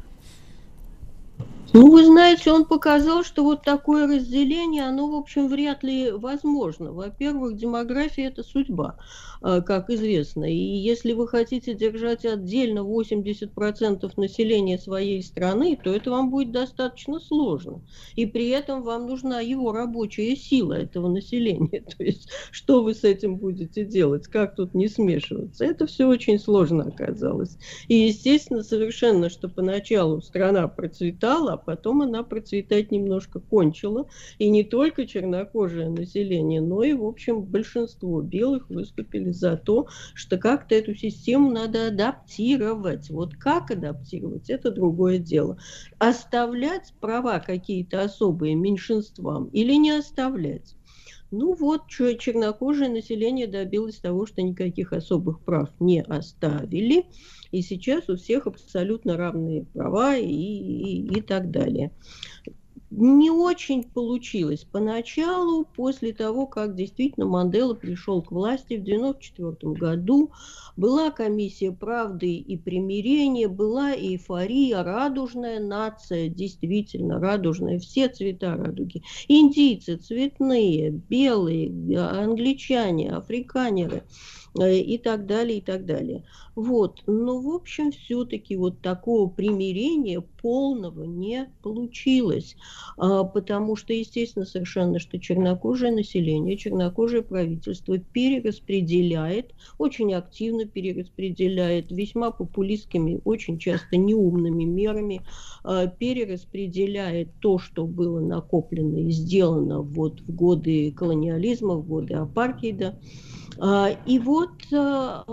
R: Ну, вы знаете, он показал, что вот такое разделение, оно, в общем, вряд ли возможно. Во-первых, демография – это судьба, как известно. И если вы хотите держать отдельно 80% населения своей страны, то это вам будет достаточно сложно. И при этом вам нужна его рабочая сила, этого населения. То есть, что вы с этим будете делать, как тут не смешиваться? Это все очень сложно оказалось. И, естественно, совершенно, что поначалу страна процветала, потом она процветать немножко кончила. И не только чернокожее население, но и, в общем, большинство белых выступили за то, что как-то эту систему надо адаптировать. Вот как адаптировать, это другое дело. Оставлять права какие-то особые меньшинствам или не оставлять? Ну вот, чернокожее население добилось того, что никаких особых прав не оставили. И сейчас у всех абсолютно равные права и так далее. Не очень получилось поначалу, после того, как действительно Мандела пришел к власти в 1994 году. Была комиссия правды и примирения, была эйфория, радужная нация, действительно радужная, все цвета радуги. Индийцы цветные, белые, англичане, африканеры и так далее, и так далее. Вот. Но, в общем, все-таки вот такого примирения полного не получилось. Потому что, естественно, совершенно, что чернокожее население, чернокожее правительство перераспределяет, очень активно перераспределяет, весьма популистскими, очень часто неумными мерами, перераспределяет то, что было накоплено и сделано вот в годы колониализма, в годы апартейда. И вот это,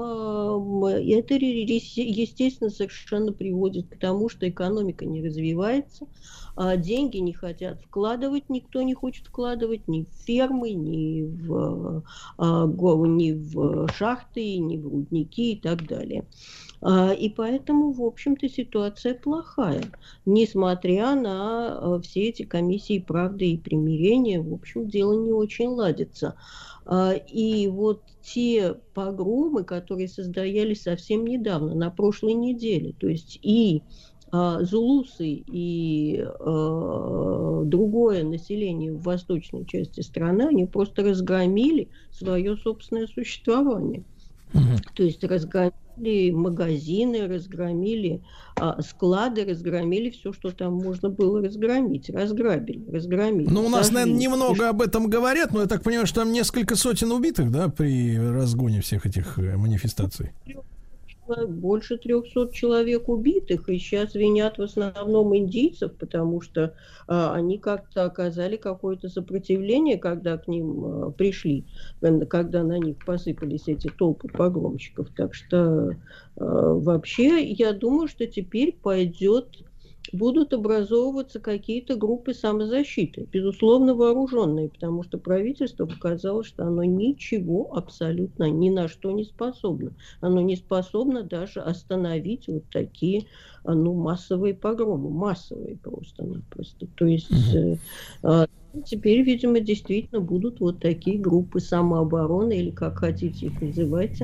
R: естественно, совершенно приводит к тому, что экономика не развивается, деньги не хотят вкладывать, никто не хочет вкладывать ни в фермы, ни в шахты, ни в рудники и так далее. И поэтому, в общем-то, ситуация плохая. Несмотря на все эти комиссии правды и примирения, в общем, дело не очень ладится. И вот те погромы, которые состоялись совсем недавно, на прошлой неделе, то есть и зулусы, и другое население в восточной части страны, они просто разгромили свое собственное существование. То есть разгромили магазины, разгромили склады, разгромили все, что там можно было разгромить. Разгромили.
B: Ну, у нас, наверное, немного об этом говорят, но я так понимаю, что там несколько сотен убитых, да, при разгоне всех этих манифестаций.
R: больше 300 человек убитых, и сейчас винят в основном индийцев, потому что они как-то оказали какое-то сопротивление, когда к ним пришли, когда на них посыпались эти толпы погромщиков. Так что вообще я думаю, что теперь будут образовываться какие-то группы самозащиты, безусловно, вооруженные, потому что правительство показало, что оно ничего абсолютно ни на что не способно. Оно не способно даже остановить вот такие массовые погромы, массовые просто-напросто. То есть теперь, видимо, действительно будут вот такие группы самообороны, или как хотите их называйте,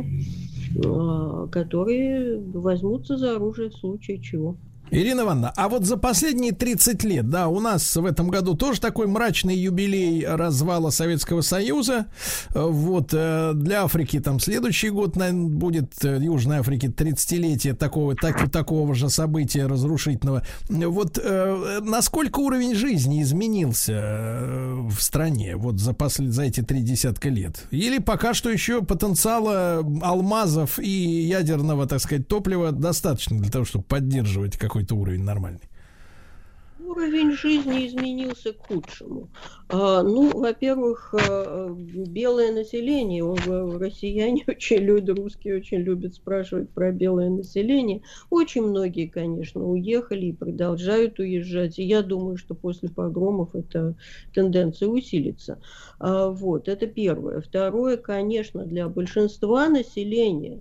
R: которые возьмутся за оружие в случае чего.
B: Ирина Ивановна, а вот за последние 30 лет, да, у нас в этом году тоже такой мрачный юбилей развала Советского Союза. Вот, для Африки там следующий год, наверное, будет, Южной Африки, 30-летие такого же события разрушительного. Вот, насколько уровень жизни изменился в стране вот за эти 30 лет? Или пока что еще потенциала алмазов и ядерного, так сказать, топлива достаточно для того, чтобы поддерживать какой-то уровень нормальный?
R: Уровень жизни изменился к худшему. Во-первых, белое население, россияне очень любят, русские очень любят спрашивать про белое население. Очень многие, конечно, уехали и продолжают уезжать. И я думаю, что после погромов эта тенденция усилится. Это первое. Второе, конечно, для большинства населения,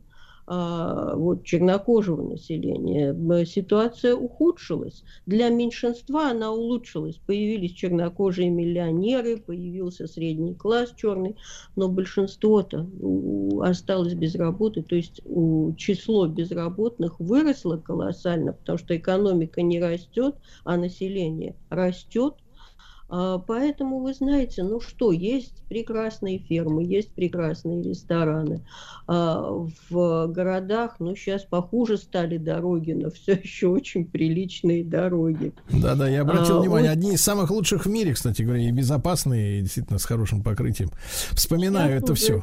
R: чернокожего населения, ситуация ухудшилась. Для меньшинства она улучшилась. Появились чернокожие миллионеры, появился средний класс черный, но большинство-то осталось без работы. То есть число безработных выросло колоссально, потому что экономика не растет, а население растет. Поэтому, вы знаете, есть прекрасные фермы, есть прекрасные рестораны. В городах, сейчас похуже стали дороги, но все еще очень приличные дороги.
B: Да, я обратил внимание, одни из самых лучших в мире, кстати говоря, и безопасные, и действительно с хорошим покрытием. Вспоминаю это все.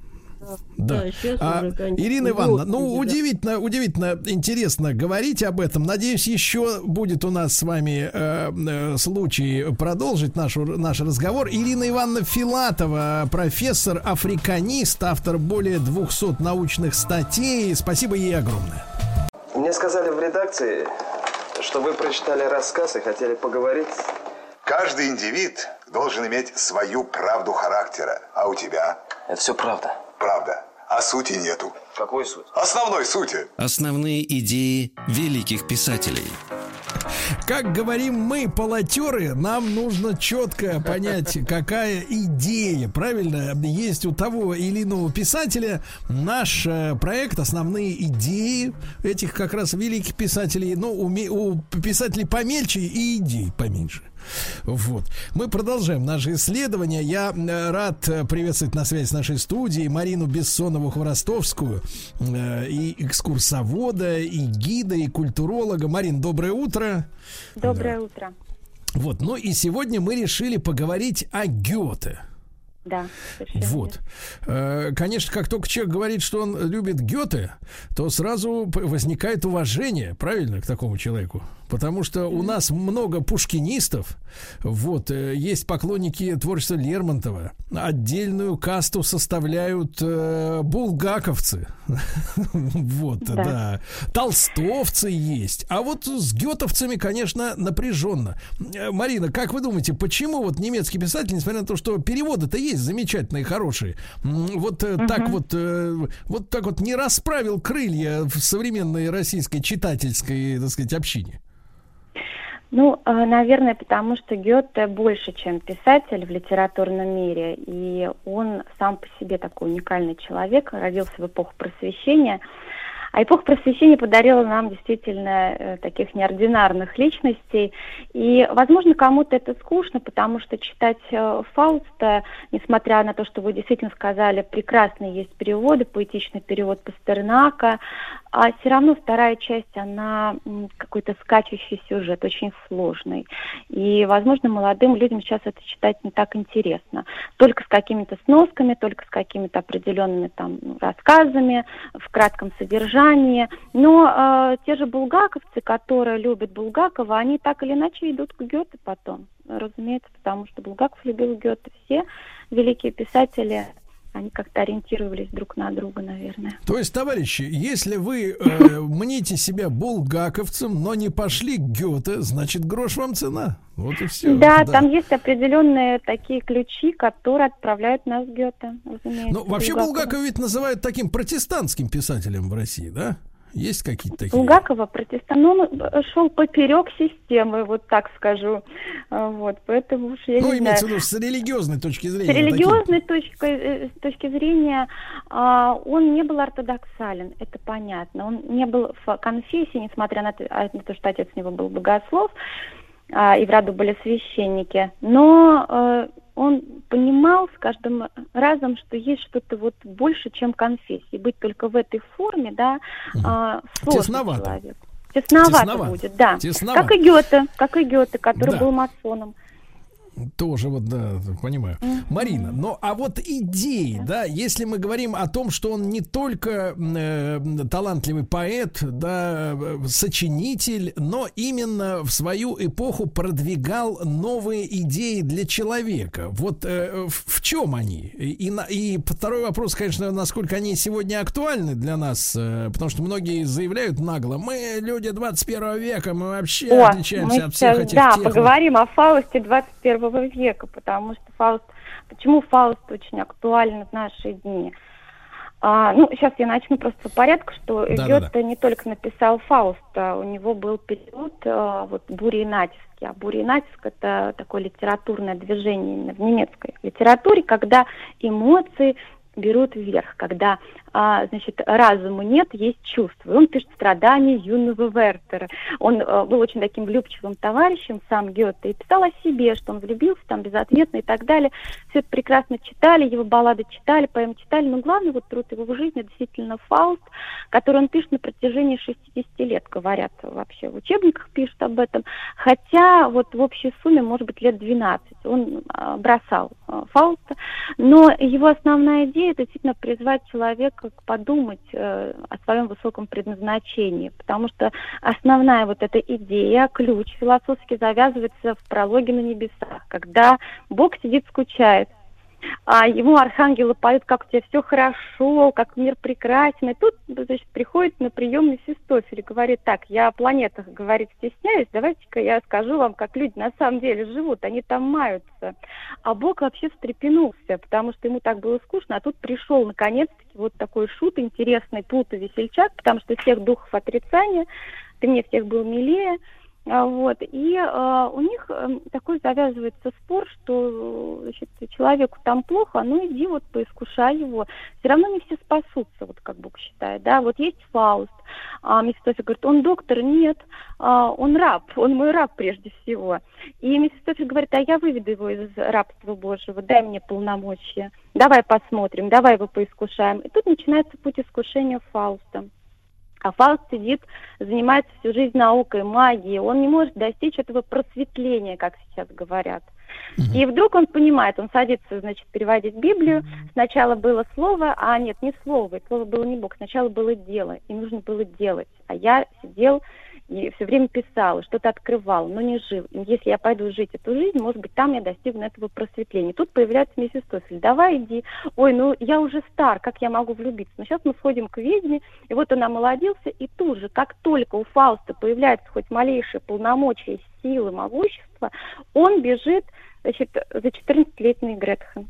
B: Да. Ирина Ивановна, удивительно интересно говорить об этом. Надеюсь, еще будет у нас с вами случай продолжить наш разговор. Ирина Ивановна Филатова, профессор, африканист, автор более 200 научных статей. Спасибо ей огромное.
S: Мне сказали в редакции, что вы прочитали рассказ и хотели поговорить.
T: Каждый индивид должен иметь свою правду характера. А у тебя?
S: Это все правда.
T: Правда. А сути нету.
S: Какой суть?
T: Основной сути.
A: Основные идеи великих писателей.
B: Как говорим мы, полотеры, нам нужно четко понять, какая идея, правильно, есть у того или иного писателя. Наш проект, основные идеи этих как раз великих писателей, у писателей помельче и идей поменьше. Вот. Мы продолжаем наше исследование. Я рад приветствовать на связи с нашей студией Марину Бессонову-Хворостовскую, и экскурсовода, и гида, и культуролога. Марин, доброе утро.
U: Доброе утро.
B: Вот, и сегодня мы решили поговорить о Гёте.
U: Да,
B: вот. Конечно, как только человек говорит, что он любит Гёте, то сразу возникает уважение, правильно, к такому человеку. Потому что у нас много пушкинистов. Вот, есть поклонники творчества Лермонтова. Отдельную касту составляют булгаковцы. Вот, да. Толстовцы есть. А вот с гётовцами, конечно, напряженно. Марина, как вы думаете, почему вот немецкий писатель, несмотря на то, что переводы-то есть замечательные, хорошие, так вот не расправил крылья в современной российской читательской, так сказать, общине?
U: Наверное, потому что Гёте больше, чем писатель в литературном мире, и он сам по себе такой уникальный человек, родился в эпоху Просвещения, а эпоха Просвещения подарила нам действительно таких неординарных личностей, и, возможно, кому-то это скучно, потому что читать Фауста, несмотря на то, что вы действительно сказали, прекрасные есть переводы, поэтичный перевод Пастернака, а все равно вторая часть, она какой-то скачущий сюжет, очень сложный. И, возможно, молодым людям сейчас это читать не так интересно. Только с какими-то сносками, только с какими-то определенными там рассказами, в кратком содержании. Но те же булгаковцы, которые любят Булгакова, они так или иначе идут к Гёте потом. Разумеется, потому что Булгаков любил Гёте. Все великие писатели, они как-то ориентировались друг на друга, наверное.
B: То есть, товарищи, если вы мните себя булгаковцем, но не пошли к Гёте, значит, грош вам цена. Вот и все.
U: Да, там есть определенные такие ключи, которые отправляют нас к Гёте, разумеется.
B: Ну, вообще Булгакова ведь называют таким протестантским писателем в России, да? Есть какие-то такие?
U: Булгакова протестант, но он шел поперек системы, вот так скажу. Вот, поэтому уж я не
B: имеется в
U: знаю.
B: виду, с религиозной точки зрения.
U: С религиозной точки зрения он не был ортодоксален, это понятно. Он не был в конфессии, несмотря на то, что отец у него был богослов, и в роду были священники. Но он понимал с каждым разом, что есть что-то вот больше, чем конфессии. Быть только в этой форме, да, сложно человеку. Тесновато будет, да. Как и Гёте, который был масоном.
B: Тоже вот, да, понимаю. Марина, ну а вот идеи, да, если мы говорим о том, что он не только талантливый поэт, да, сочинитель, но именно в свою эпоху продвигал новые идеи для человека. Вот в чем они? И второй вопрос, конечно, насколько они сегодня актуальны для нас, потому что многие заявляют нагло: мы люди 21 века, мы вообще отличаемся от всех этих техник.
U: Да, поговорим о Фаусте 21 века, потому что почему Фауст очень актуален в наши дни? Сейчас я начну просто по порядку, что Гёте не только написал Фауста, у него был период «Бури и натиски». А «Буря и натиск» — это такое литературное движение именно в немецкой литературе, когда эмоции берут вверх, когда, разума нет, есть чувства. И он пишет «Страдания юного Вертера». Он был очень таким влюбчивым товарищем, сам Гёте, и писал о себе, что он влюбился там безответно и так далее. Все это прекрасно читали, его баллады читали, поэмы читали, но главный вот труд его в жизни действительно «Фауст», который он пишет на протяжении 60 лет, говорят вообще, в учебниках пишут об этом, хотя вот в общей сумме, может быть, лет 12 он бросал Фауста, но его основная идея — это действительно призвать человека подумать о своем высоком предназначении, потому что основная вот эта идея, ключ философски завязывается в прологе на небесах, когда Бог сидит, скучает, а ему архангелы поют, как у тебя все хорошо, как мир прекрасен. И тут, значит, приходит на прием Мефистофель и говорит: так, я о планетах, говорит, стесняюсь, давайте-ка я скажу вам, как люди на самом деле живут, они там маются. А Бог вообще встрепенулся, потому что ему так было скучно, а тут пришел наконец-таки вот такой шут, интересный Плут и весельчак, потому что всех духов отрицания, ты мне всех был милее. Вот. И у них такой завязывается спор, что, значит, человеку там плохо, ну иди вот поискушай его. Все равно не все спасутся, вот как Бог считает. Да? Вот есть Фауст, Мефистофель говорит: он доктор? Нет, он раб, он мой раб прежде всего. И Мефистофель говорит: а я выведу его из рабства Божьего, дай мне полномочия, давай посмотрим, давай его поискушаем. И тут начинается путь искушения Фауста. А Фауст сидит, занимается всю жизнь наукой, магией. Он не может достичь этого просветления, как сейчас говорят. И вдруг он понимает, он садится, значит, переводить Библию. Сначала было слово, а нет, не слово, и слово было не Бог. Сначала было дело, и нужно было делать. А я сидел и все время писал, что-то открывал, но не жил. И если я пойду жить эту жизнь, может быть, там я достигну этого просветления. Тут появляется Мефистофель: давай иди. Ой, ну я уже стар, как я могу влюбиться? Но сейчас мы сходим к ведьме, и вот он омолодился, и тут же, как только у Фауста появляется хоть малейшее полномочие, силы, могущество, он бежит, значит, за 14-летней Гретхен.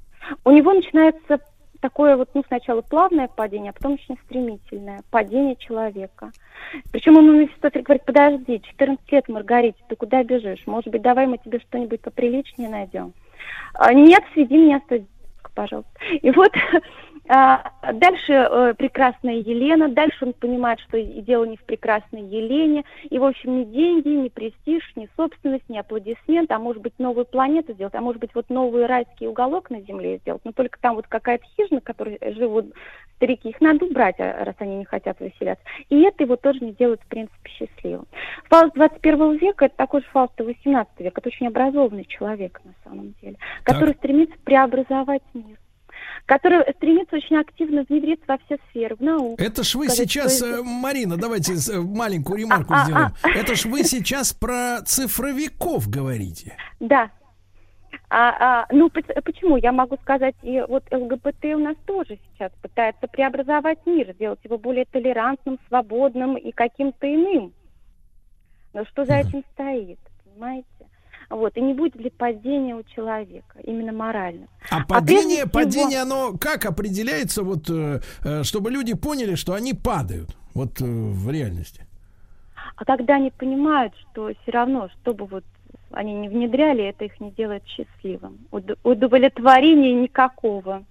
U: У него начинается такое вот, ну, сначала плавное падение, а потом очень стремительное падение человека. Причем ему Мефистофель говорит: подожди, 14 лет, Маргарита, ты куда бежишь? Может быть, давай мы тебе что-нибудь поприличнее найдем? Нет, сведи меня с той, пожалуйста. И вот дальше прекрасная Елена, дальше он понимает, что и дело не в прекрасной Елене, и, в общем, ни деньги, ни престиж, ни собственность, ни аплодисмент, а может быть, новую планету сделать, а может быть, вот новый райский уголок на Земле сделать, но только там вот какая-то хижина, в которой живут старики, их надо убрать, раз они не хотят выселяться. И это его тоже не делает, в принципе, счастливым. Фауст 21 века — это такой же Фауст 18 века. Это очень образованный человек, на самом деле, который стремится преобразовать мир, который стремится очень активно внедриться во все сферы, в науку.
B: Это ж вы сейчас, Марина, давайте маленькую ремарку сделаем. Это ж вы сейчас про цифровиков говорите.
U: Да. Ну, почему? Я могу сказать, и вот ЛГБТ у нас тоже сейчас пытается преобразовать мир, сделать его более толерантным, свободным и каким-то иным. Но что за этим стоит, понимаете? Вот, и не будет ли падения у человека, именно морально.
B: А падение, оно как определяется, вот, чтобы люди поняли, что они падают, вот в реальности?
U: А когда они понимают, что все равно, чтобы вот они не внедряли, это их не делает счастливым. Удовлетворения никакого.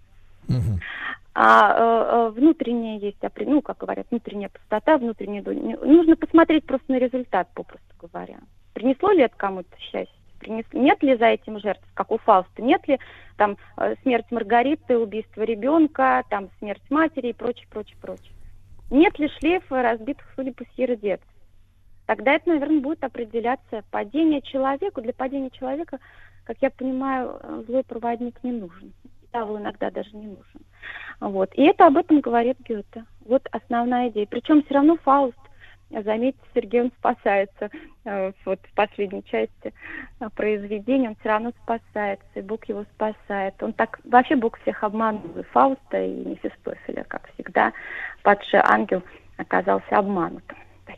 U: А внутренняя есть, ну, как говорят, внутренняя пустота, внутренняя... Нужно посмотреть просто на результат, попросту говоря. Принесло ли это кому-то счастье? Нет ли за этим жертв, как у Фауста? Нет ли там смерть Маргариты, убийство ребенка, там смерть матери и прочее, прочее, прочее? Нет ли шлейфа разбитых судеб и сердец? Тогда это, наверное, будет определяться падение человеку. Для падения человека, как я понимаю, злой проводник не нужен. Дьявол иногда даже не нужен. Вот. И это об этом говорит Гёте. Вот основная идея. Причем все равно Фауст, заметьте, Сергей, он спасается. Вот в последней части произведения он все равно спасается, и Бог его спасает. Он так, вообще Бог всех обманул, и Фауста, и Мефистофеля, как всегда. Падший ангел оказался обманутым.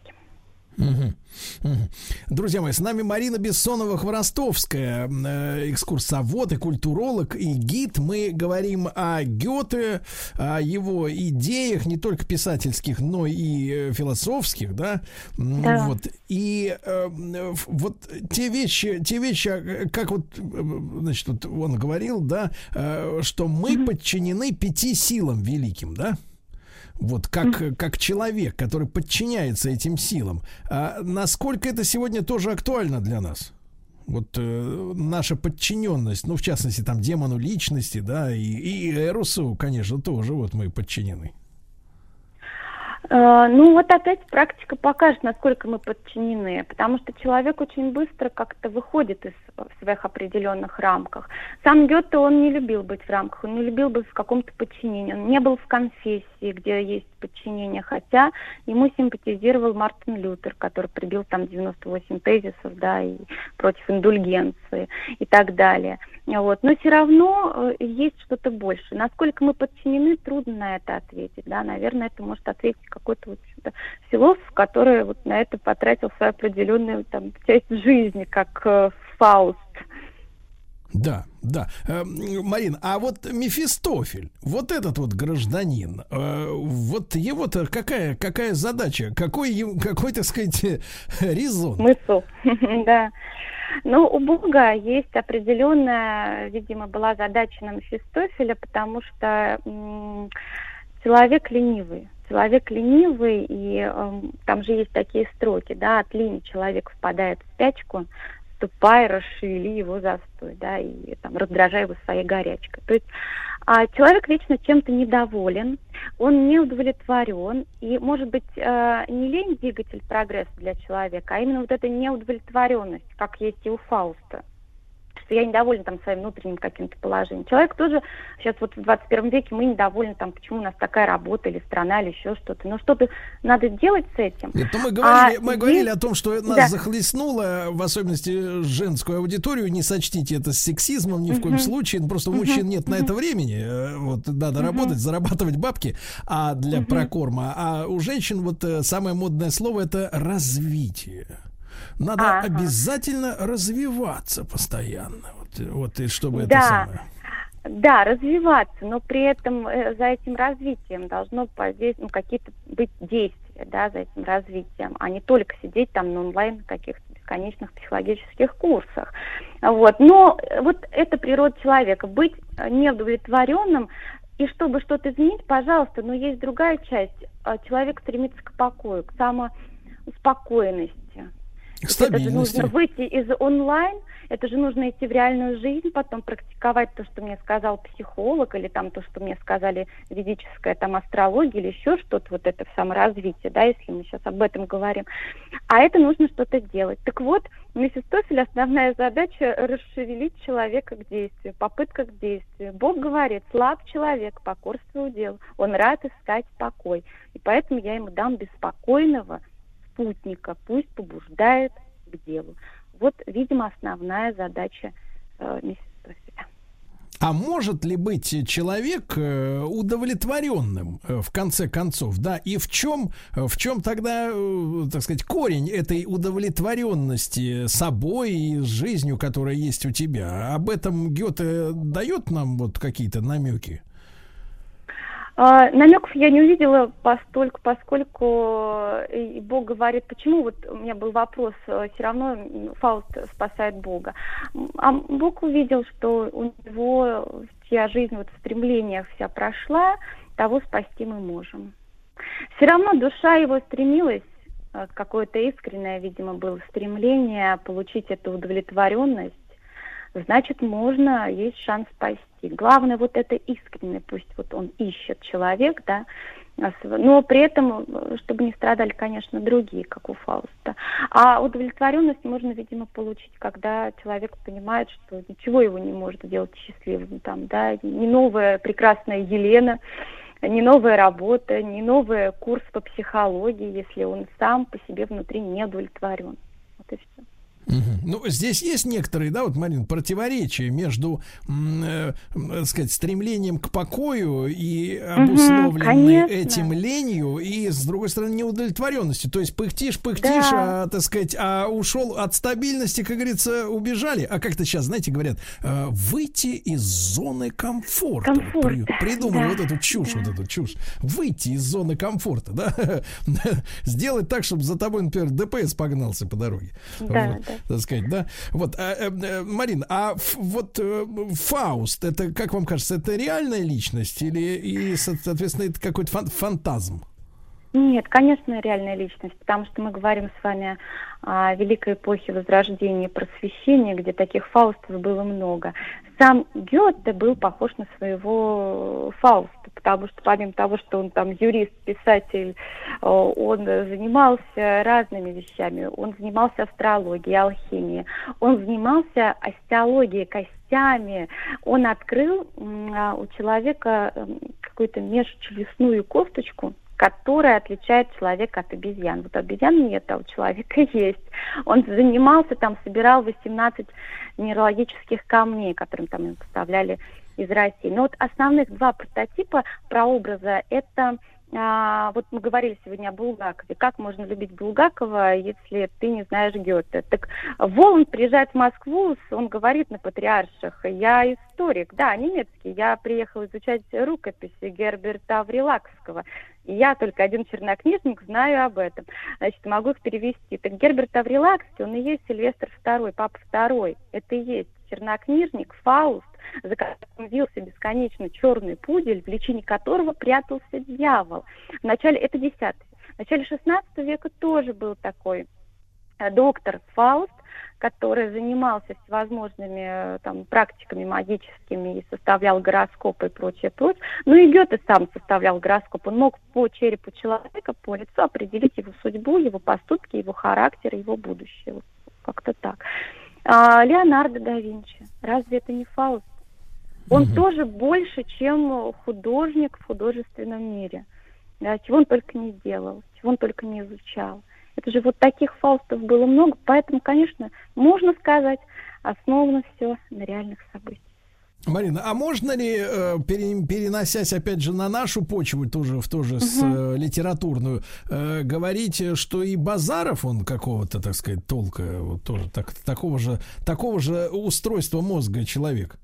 B: Друзья мои, с нами Марина Бессонова-Хворостовская, экскурсовод и культуролог, и гид. Мы говорим о Гёте, о его идеях, не только писательских, но и философских, да? Вот. И вот те вещи, как вот, значит, вот он говорил, да, что мы подчинены 5 силам великим, да? Вот как человек, который подчиняется этим силам. А насколько это сегодня тоже актуально для нас? Вот наша подчиненность, ну, в частности, там, демону личности, да, и Эросу, конечно, тоже вот мы подчинены.
U: Ну, вот опять практика покажет, насколько мы подчинены, потому что человек очень быстро как-то выходит из своих определенных рамках. Сам Гёте, он не любил быть в рамках, он не любил быть в каком-то подчинении, он не был в конфессии, где есть подчинение, хотя ему симпатизировал Мартин Лютер, который прибил там 98 тезисов, да, и против индульгенции и так далее. Вот. Но все равно есть что-то больше. Насколько мы подчинены, трудно на это ответить, да, наверное, это может ответить какой-то вот философ, который вот на это потратил свою определенную там часть жизни, как Фауст.
B: Да, да. Марин, а вот Мефистофель, вот этот вот гражданин, вот его-то какая задача, какой, так сказать, резон?
U: Смысл, да. Ну, у Бога есть определенная, видимо, была задача на Мефистофеля, потому что человек ленивый, и там же есть такие строки, да, от лени человек впадает в спячку, ступай, расшевели его застой, да, и там раздражай его своей горячкой. То есть человек вечно чем-то недоволен, он не удовлетворен, и, может быть, не лень двигатель прогресса для человека, а именно вот эта неудовлетворенность, как есть и у Фауста, что я недоволен там своим внутренним каким-то положением. Человек тоже, сейчас вот в 21 веке мы недовольны там, почему у нас такая работа или страна, или еще что-то. Но что-то надо делать с этим.
B: Нет, мы говорили о том, что нас захлестнуло, в особенности женскую аудиторию, не сочтите это сексизмом ни в коем случае, просто у мужчин нет на это времени, вот надо работать, зарабатывать бабки, для прокорма, а у женщин вот самое модное слово — это развитие. Надо обязательно развиваться постоянно, вот и чтобы это самое.
U: Да, развиваться, но при этом за этим развитием должно какие-то быть действия, да, за этим развитием, а не только сидеть там на онлайн каких-то бесконечных психологических курсах. Вот. Но вот это природа человека, быть неудовлетворенным, и чтобы что-то изменить, пожалуйста, но есть другая часть. Человек стремится к покою, к самоуспокоенности. Это же нужно выйти из онлайн, это же нужно идти в реальную жизнь, потом практиковать то, что мне сказал психолог, или там то, что мне сказали ведическая там астрология, или еще что-то, вот это саморазвитие, да, если мы сейчас об этом говорим. А это нужно что-то делать. Так вот, у Мефистофеля основная задача — расшевелить человека к действию, попытка к действию. Бог говорит: слаб человек, покорствую делу, он рад искать покой. И поэтому я ему дам беспокойного спутника, пусть побуждает к делу. Вот, видимо, основная задача Мефистофеля.
B: А может ли быть человек удовлетворенным в конце концов, да? И в чем тогда, так сказать, корень этой удовлетворенности собой и жизнью, которая есть у тебя? Об этом Гёте дает нам вот какие-то намеки?
U: Намеков я не увидела, поскольку Бог говорит, почему, вот у меня был вопрос, все равно Фауст спасает Бога. А Бог увидел, что у него вся жизнь вот в стремлениях вся прошла, того спасти мы можем. Все равно душа его стремилась, какое-то искреннее, видимо, было стремление получить эту удовлетворенность. Значит, можно, есть шанс спасти. Главное, вот это искренне, пусть вот он ищет человек, да, но при этом, чтобы не страдали, конечно, другие, как у Фауста. А удовлетворенность можно, видимо, получить, когда человек понимает, что ничего его не может сделать счастливым, там, да, ни новая прекрасная Елена, ни новая работа, ни новый курс по психологии, если он сам по себе внутри не удовлетворен. Вот и все.
B: Ну, здесь есть некоторые, да, вот, Марин, противоречия между, сказать, стремлением к покою и обусловленной этим ленью, и, с другой стороны, неудовлетворенностью. То есть пыхтишь, да. Так сказать, ушел от стабильности, как говорится, убежали. А как-то сейчас, знаете, говорят, выйти из зоны комфорта. Придумали вот эту чушь, Выйти из зоны комфорта, да. Сделать так, чтобы за тобой, например, ДПС погнался по дороге.
U: Да.
B: Так сказать, да. Вот, Марин, вот Фауст, это, как вам кажется, это реальная личность или, соответственно, это какой-то фантазм?
U: Нет, конечно, реальная личность, потому что мы говорим с вами о великой эпохе Возрождения и Просвещения, где таких Фаустов было много. Сам Гёте был похож на своего Фауста, потому что помимо того, что он там юрист, писатель, он занимался разными вещами. Он занимался астрологией, алхимией, он занимался остеологией, костями. Он открыл у человека какую-то межчелюстную косточку, которая отличает человека от обезьян. Вот обезьян нет, а у человека есть. Он занимался, там, собирал 18 минералогических камней, которым там им поставляли из России. Но вот основных два прототипа прообраза — это вот мы говорили сегодня о Булгакове. Как можно любить Булгакова, если ты не знаешь Гёте? Так Воланд приезжает в Москву, он говорит на Патриарших: я историк, да, немецкий, я приехал изучать рукописи Герберта Врилакского. И я только один чернокнижник знаю об этом. Значит, могу их перевести. Так Герберт Аврилакский, он и есть Сильвестр II, Папа II. Это и есть чернокнижник, Фауст, за которым вился бесконечно черный пудель, в личине которого прятался дьявол. В начале, это 10-й. В начале 16 века тоже был такой доктор Фауст, который занимался всевозможными там практиками магическими и составлял гороскопы и прочее. Ну и Гёте сам составлял гороскоп. Он мог по черепу человека, по лицу определить его судьбу, его поступки, его характер, его будущее. Вот как-то так. Леонардо да Винчи. Разве это не Фауст? Он тоже больше, чем художник в художественном мире. Да, чего он только не делал, чего он только не изучал. Это же вот таких Фаустов было много, поэтому, конечно, можно сказать, основано все на реальных событиях.
B: Марина, а можно ли, переносясь опять же на нашу почву, тоже с литературную, говорить, что и Базаров, он какого-то, так сказать, толка, вот тоже такого же устройства мозга человек?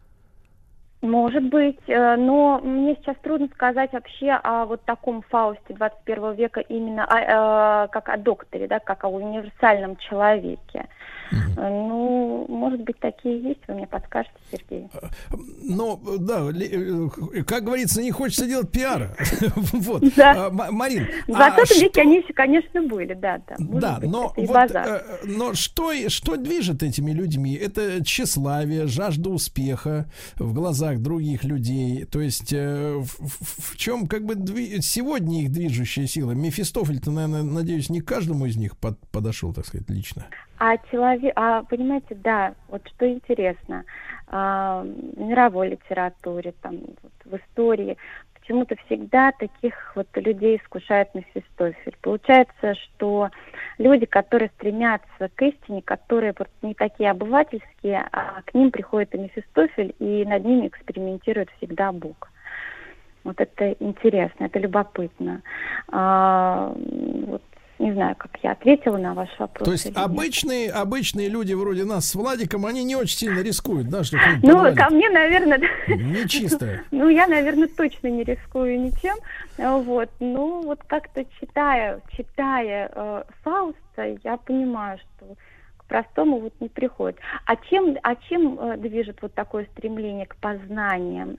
U: Может быть, но мне сейчас трудно сказать вообще о вот таком Фаусте 21 века именно как о докторе, да, как о универсальном человеке. Ну, может быть, такие есть, вы мне подскажете, Сергей.
B: Ну, да, как говорится, не хочется делать пиара. Вот. Марин.
U: В 20 веке они еще, конечно, были, да.
B: Да, но что движет этими людьми? Это тщеславие, жажда успеха в глазах других людей. То есть в чем как бы сегодня их движущая сила? Мефистофель-то, наверное, надеюсь, не каждому из них подошел, так сказать, лично.
U: Понимаете, да, вот что интересно, в мировой литературе, там, вот, в истории, почему-то всегда таких вот людей искушает Мефистофель. Получается, что люди, которые стремятся к истине, которые вот не такие обывательские, а к ним приходит и Мефистофель, и над ними экспериментирует всегда Бог. Вот это интересно, это любопытно. Вот. Не знаю, как я ответила на ваш вопрос.
B: То есть обычные люди вроде нас с Владиком, они не очень сильно рискуют, да, что
U: ко мне, наверное...
B: Нечисто.
U: Я, наверное, точно не рискую ничем. Вот. Ну, вот как-то читая Фауста, я понимаю, что к простому вот не приходит. А чем движет вот такое стремление к познаниям?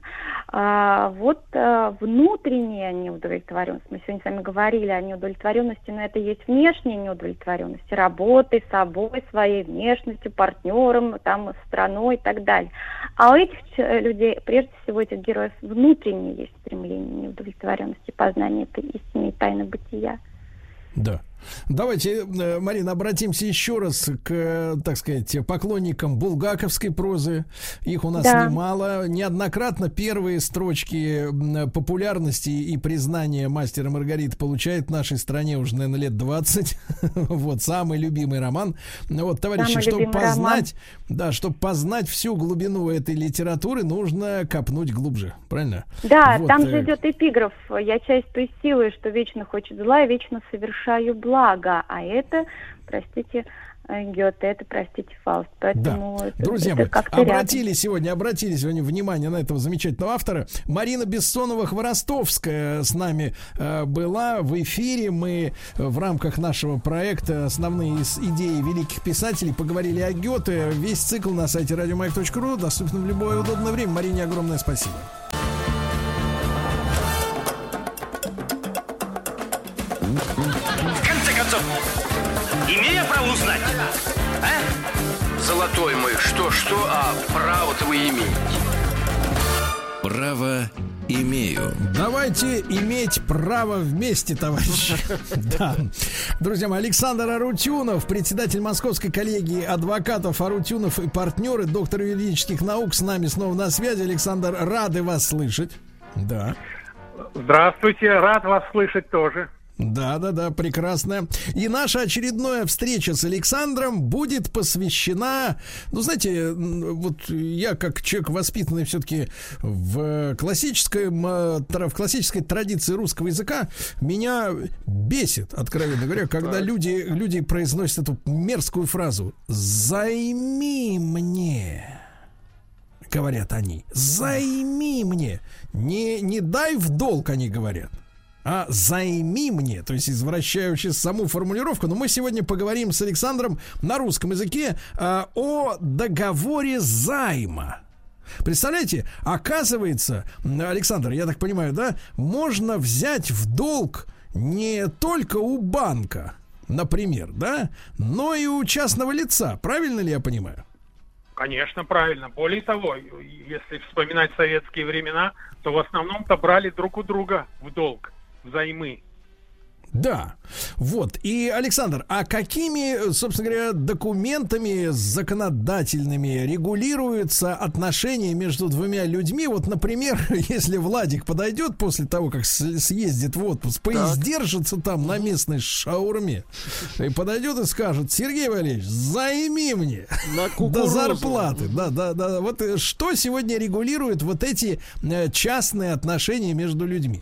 U: Внутренняя неудовлетворенность. Мы сегодня с вами говорили о неудовлетворенности, но это есть внешняя неудовлетворенность, работой, собой, своей внешностью, партнером, там, страной и так далее. А у этих людей, прежде всего, этих героев, внутреннее есть стремление неудовлетворенности, познания этой истины и тайны бытия.
B: Да. Давайте, Марина, обратимся еще раз к, так сказать, поклонникам булгаковской прозы. Их у нас немало. Неоднократно первые строчки популярности и признания «Мастера и Маргариты» получает в нашей стране уже, наверное, лет 20. Вот, самый любимый роман. Вот, товарищи, чтобы познать всю глубину этой литературы, нужно копнуть глубже. Правильно?
U: Да, вот, там же идет эпиграф: «Я часть той силы, что вечно хочет зла, и вечно совершаю благо». А это, простите, Гёте, это, простите, Фауст. Поэтому
B: да. Друзья мои, обратили сегодня внимание на этого замечательного автора. Марина Бессонова-Хворостовская с нами была в эфире. Мы в рамках нашего проекта «Основные идеи великих писателей» поговорили о Гёте. Весь цикл на сайте radiomayak.ru доступен в любое удобное время. Марине огромное спасибо.
F: Имею право узнать, а? Золотой мой, что, а право-то вы имеете?
A: Право имею.
B: Давайте иметь право вместе, товарищи. Да. Друзья мои, Александр Арутюнов, председатель Московской коллегии адвокатов Арутюнов и партнеры, доктор юридических наук, с нами снова на связи. Александр, рады вас слышать. Да.
V: Здравствуйте, рад вас слышать тоже.
B: Да, прекрасно. И наша очередная встреча с Александром будет посвящена, ну, знаете, вот я как человек, воспитанный все-таки в классической традиции русского языка, меня бесит, откровенно говоря, когда люди произносят эту мерзкую фразу «займи мне». Говорят они, «займи мне». Не дай в долг, они говорят. А займи мне, то есть извращающий саму формулировку. Но мы сегодня поговорим с Александром на русском языке о договоре займа. Представляете, оказывается, Александр, я так понимаю, да, можно взять в долг не только у банка, например, да, но и у частного лица. Правильно ли я понимаю?
V: Конечно, правильно. Более того, если вспоминать советские времена, то в основном-то брали друг у друга в долг. Взаймы.
B: Да, вот. И, Александр, а какими, собственно говоря, документами законодательными регулируются отношения между двумя людьми? Вот, например, если Владик подойдет после того, как съездит в отпуск, поиздержится там на местной шаурме, и подойдет и скажет: Сергей Валерьевич, займи мне до зарплаты. Да. Вот что сегодня регулирует вот эти частные отношения между людьми?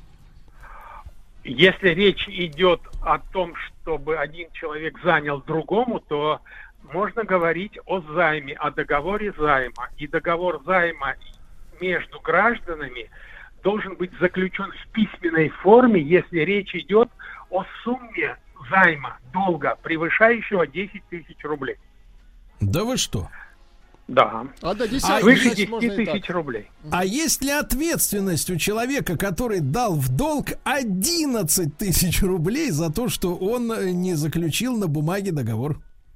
V: Если речь идет о том, чтобы один человек занял другому, то можно говорить о займе, о договоре займа. И договор займа между гражданами должен быть заключен в письменной форме, если речь идет о сумме займа, долга, превышающего 10 тысяч рублей.
B: Да вы что?
V: Да. Выше 10 тысяч рублей.
B: А есть ли ответственность у человека, который дал в долг 11 тысяч рублей за то, что он не заключил на бумаге договор?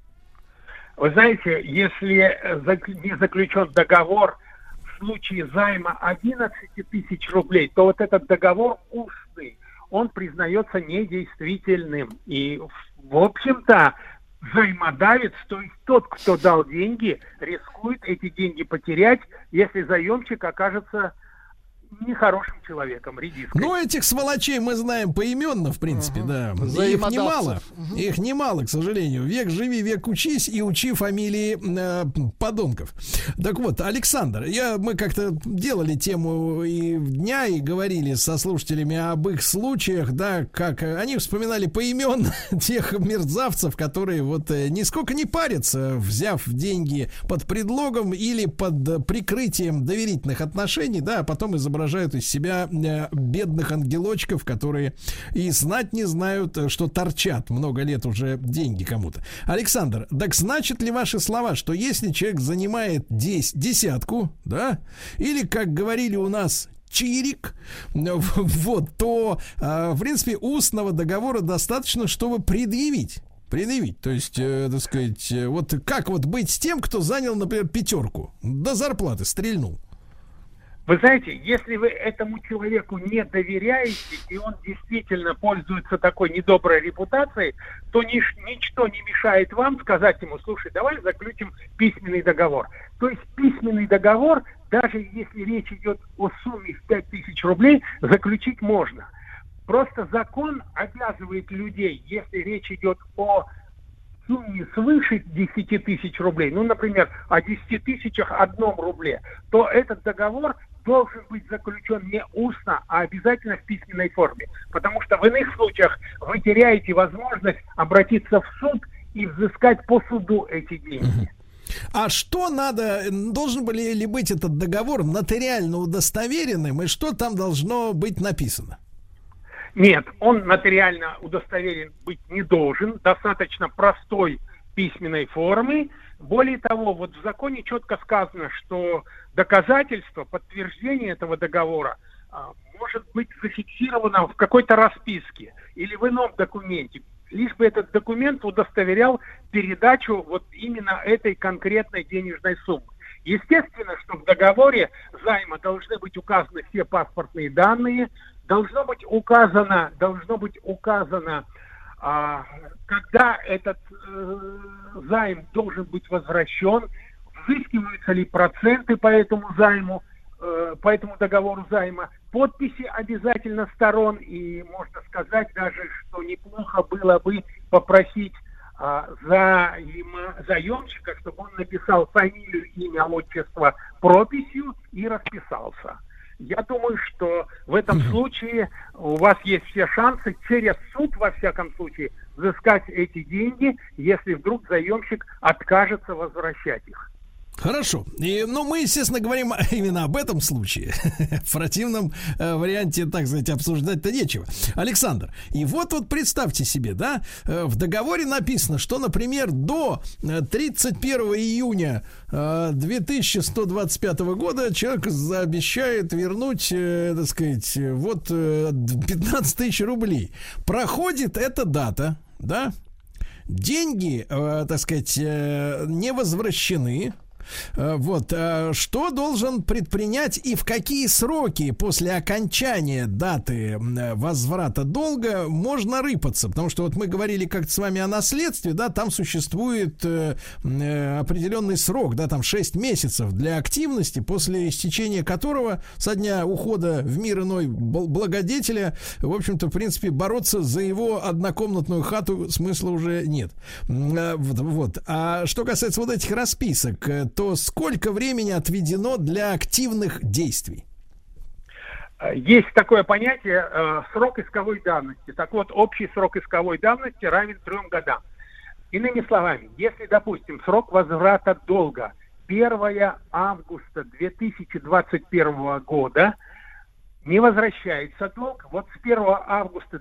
V: Вы знаете, если не заключен договор в случае займа 11 тысяч рублей, то вот этот договор устный, он признается недействительным. И, в общем-то, взаимодавец, то есть тот, кто дал деньги, рискует эти деньги потерять, если заемщик окажется нехорошим человеком, редиской.
B: Ну, этих сволочей мы знаем поименно, в принципе, да. Их немало. Их немало, к сожалению. Век живи, век учись и учи фамилии подонков. Так вот, Александр, мы как-то делали тему и дня, и говорили со слушателями об их случаях, да, как они вспоминали поименно тех мерзавцев, которые вот нисколько не парятся, взяв деньги под предлогом или под прикрытием доверительных отношений, да, а потом изображают из себя бедных ангелочков, которые и знать не знают, что торчат много лет уже деньги кому-то. Александр, так значит ли ваши слова, что если человек занимает десятку, да, или, как говорили у нас, чирик, вот, то, в принципе, устного договора достаточно, чтобы предъявить. То есть, так сказать, вот как вот быть с тем, кто занял, например, 5 до зарплаты, стрельнул?
V: Вы знаете, если вы этому человеку не доверяете, и он действительно пользуется такой недоброй репутацией, то ничто не мешает вам сказать ему: слушай, давай заключим письменный договор. То есть письменный договор, даже если речь идет о сумме в 5000 рублей, заключить можно. Просто закон обязывает людей, если речь идет о сумме свыше 10 тысяч рублей, ну, например, о 10 тысячах 1 рубле, то этот договор должен быть заключен не устно, а обязательно в письменной форме. Потому что в иных случаях вы теряете возможность обратиться в суд и взыскать по суду эти деньги.
B: А что надо, должен ли быть этот договор нотариально удостоверенным, и что там должно быть написано?
V: Нет, он нотариально удостоверен быть не должен, достаточно простой письменной формы. Более того, вот в законе четко сказано, что доказательство, подтверждение этого договора может быть зафиксировано в какой-то расписке или в ином документе, лишь бы этот документ удостоверял передачу вот именно этой конкретной денежной суммы. Естественно, что в договоре займа должны быть указаны все паспортные данные, должно быть указано, когда этот займ должен быть возвращен, взыскиваются ли проценты по этому займу, по этому договору займа, подписи обязательно сторон, и можно сказать даже, что неплохо было бы попросить заемщика, чтобы он написал фамилию, имя, отчество прописью и расписался. Я думаю, что в этом случае у вас есть все шансы через суд, во всяком случае, взыскать эти деньги, если вдруг заемщик откажется возвращать их.
B: Хорошо. Мы, естественно, говорим именно об этом случае. В противном варианте, так сказать, обсуждать-то нечего. Александр, и вот представьте себе, да, в договоре написано, что, например, до 31 июня 2125 года человек обещает вернуть, так сказать, 15 тысяч рублей. Проходит эта дата, да, деньги, так сказать, не возвращены. Что должен предпринять и в какие сроки после окончания даты возврата долга можно рыпаться? Потому что мы говорили как-то с вами о наследстве, да, там существует определенный срок, да, там 6 месяцев для активности, после истечения которого со дня ухода в мир иной благодетеля, в общем-то, в принципе, бороться за его однокомнатную хату смысла уже нет. А что касается этих расписок, то сколько времени отведено для активных действий?
V: Есть такое понятие срок исковой давности. Так вот, общий срок исковой давности равен 3 годам. Иными словами, если, допустим, срок возврата долга 1 августа 2021 года, не возвращается долг, вот с 1 августа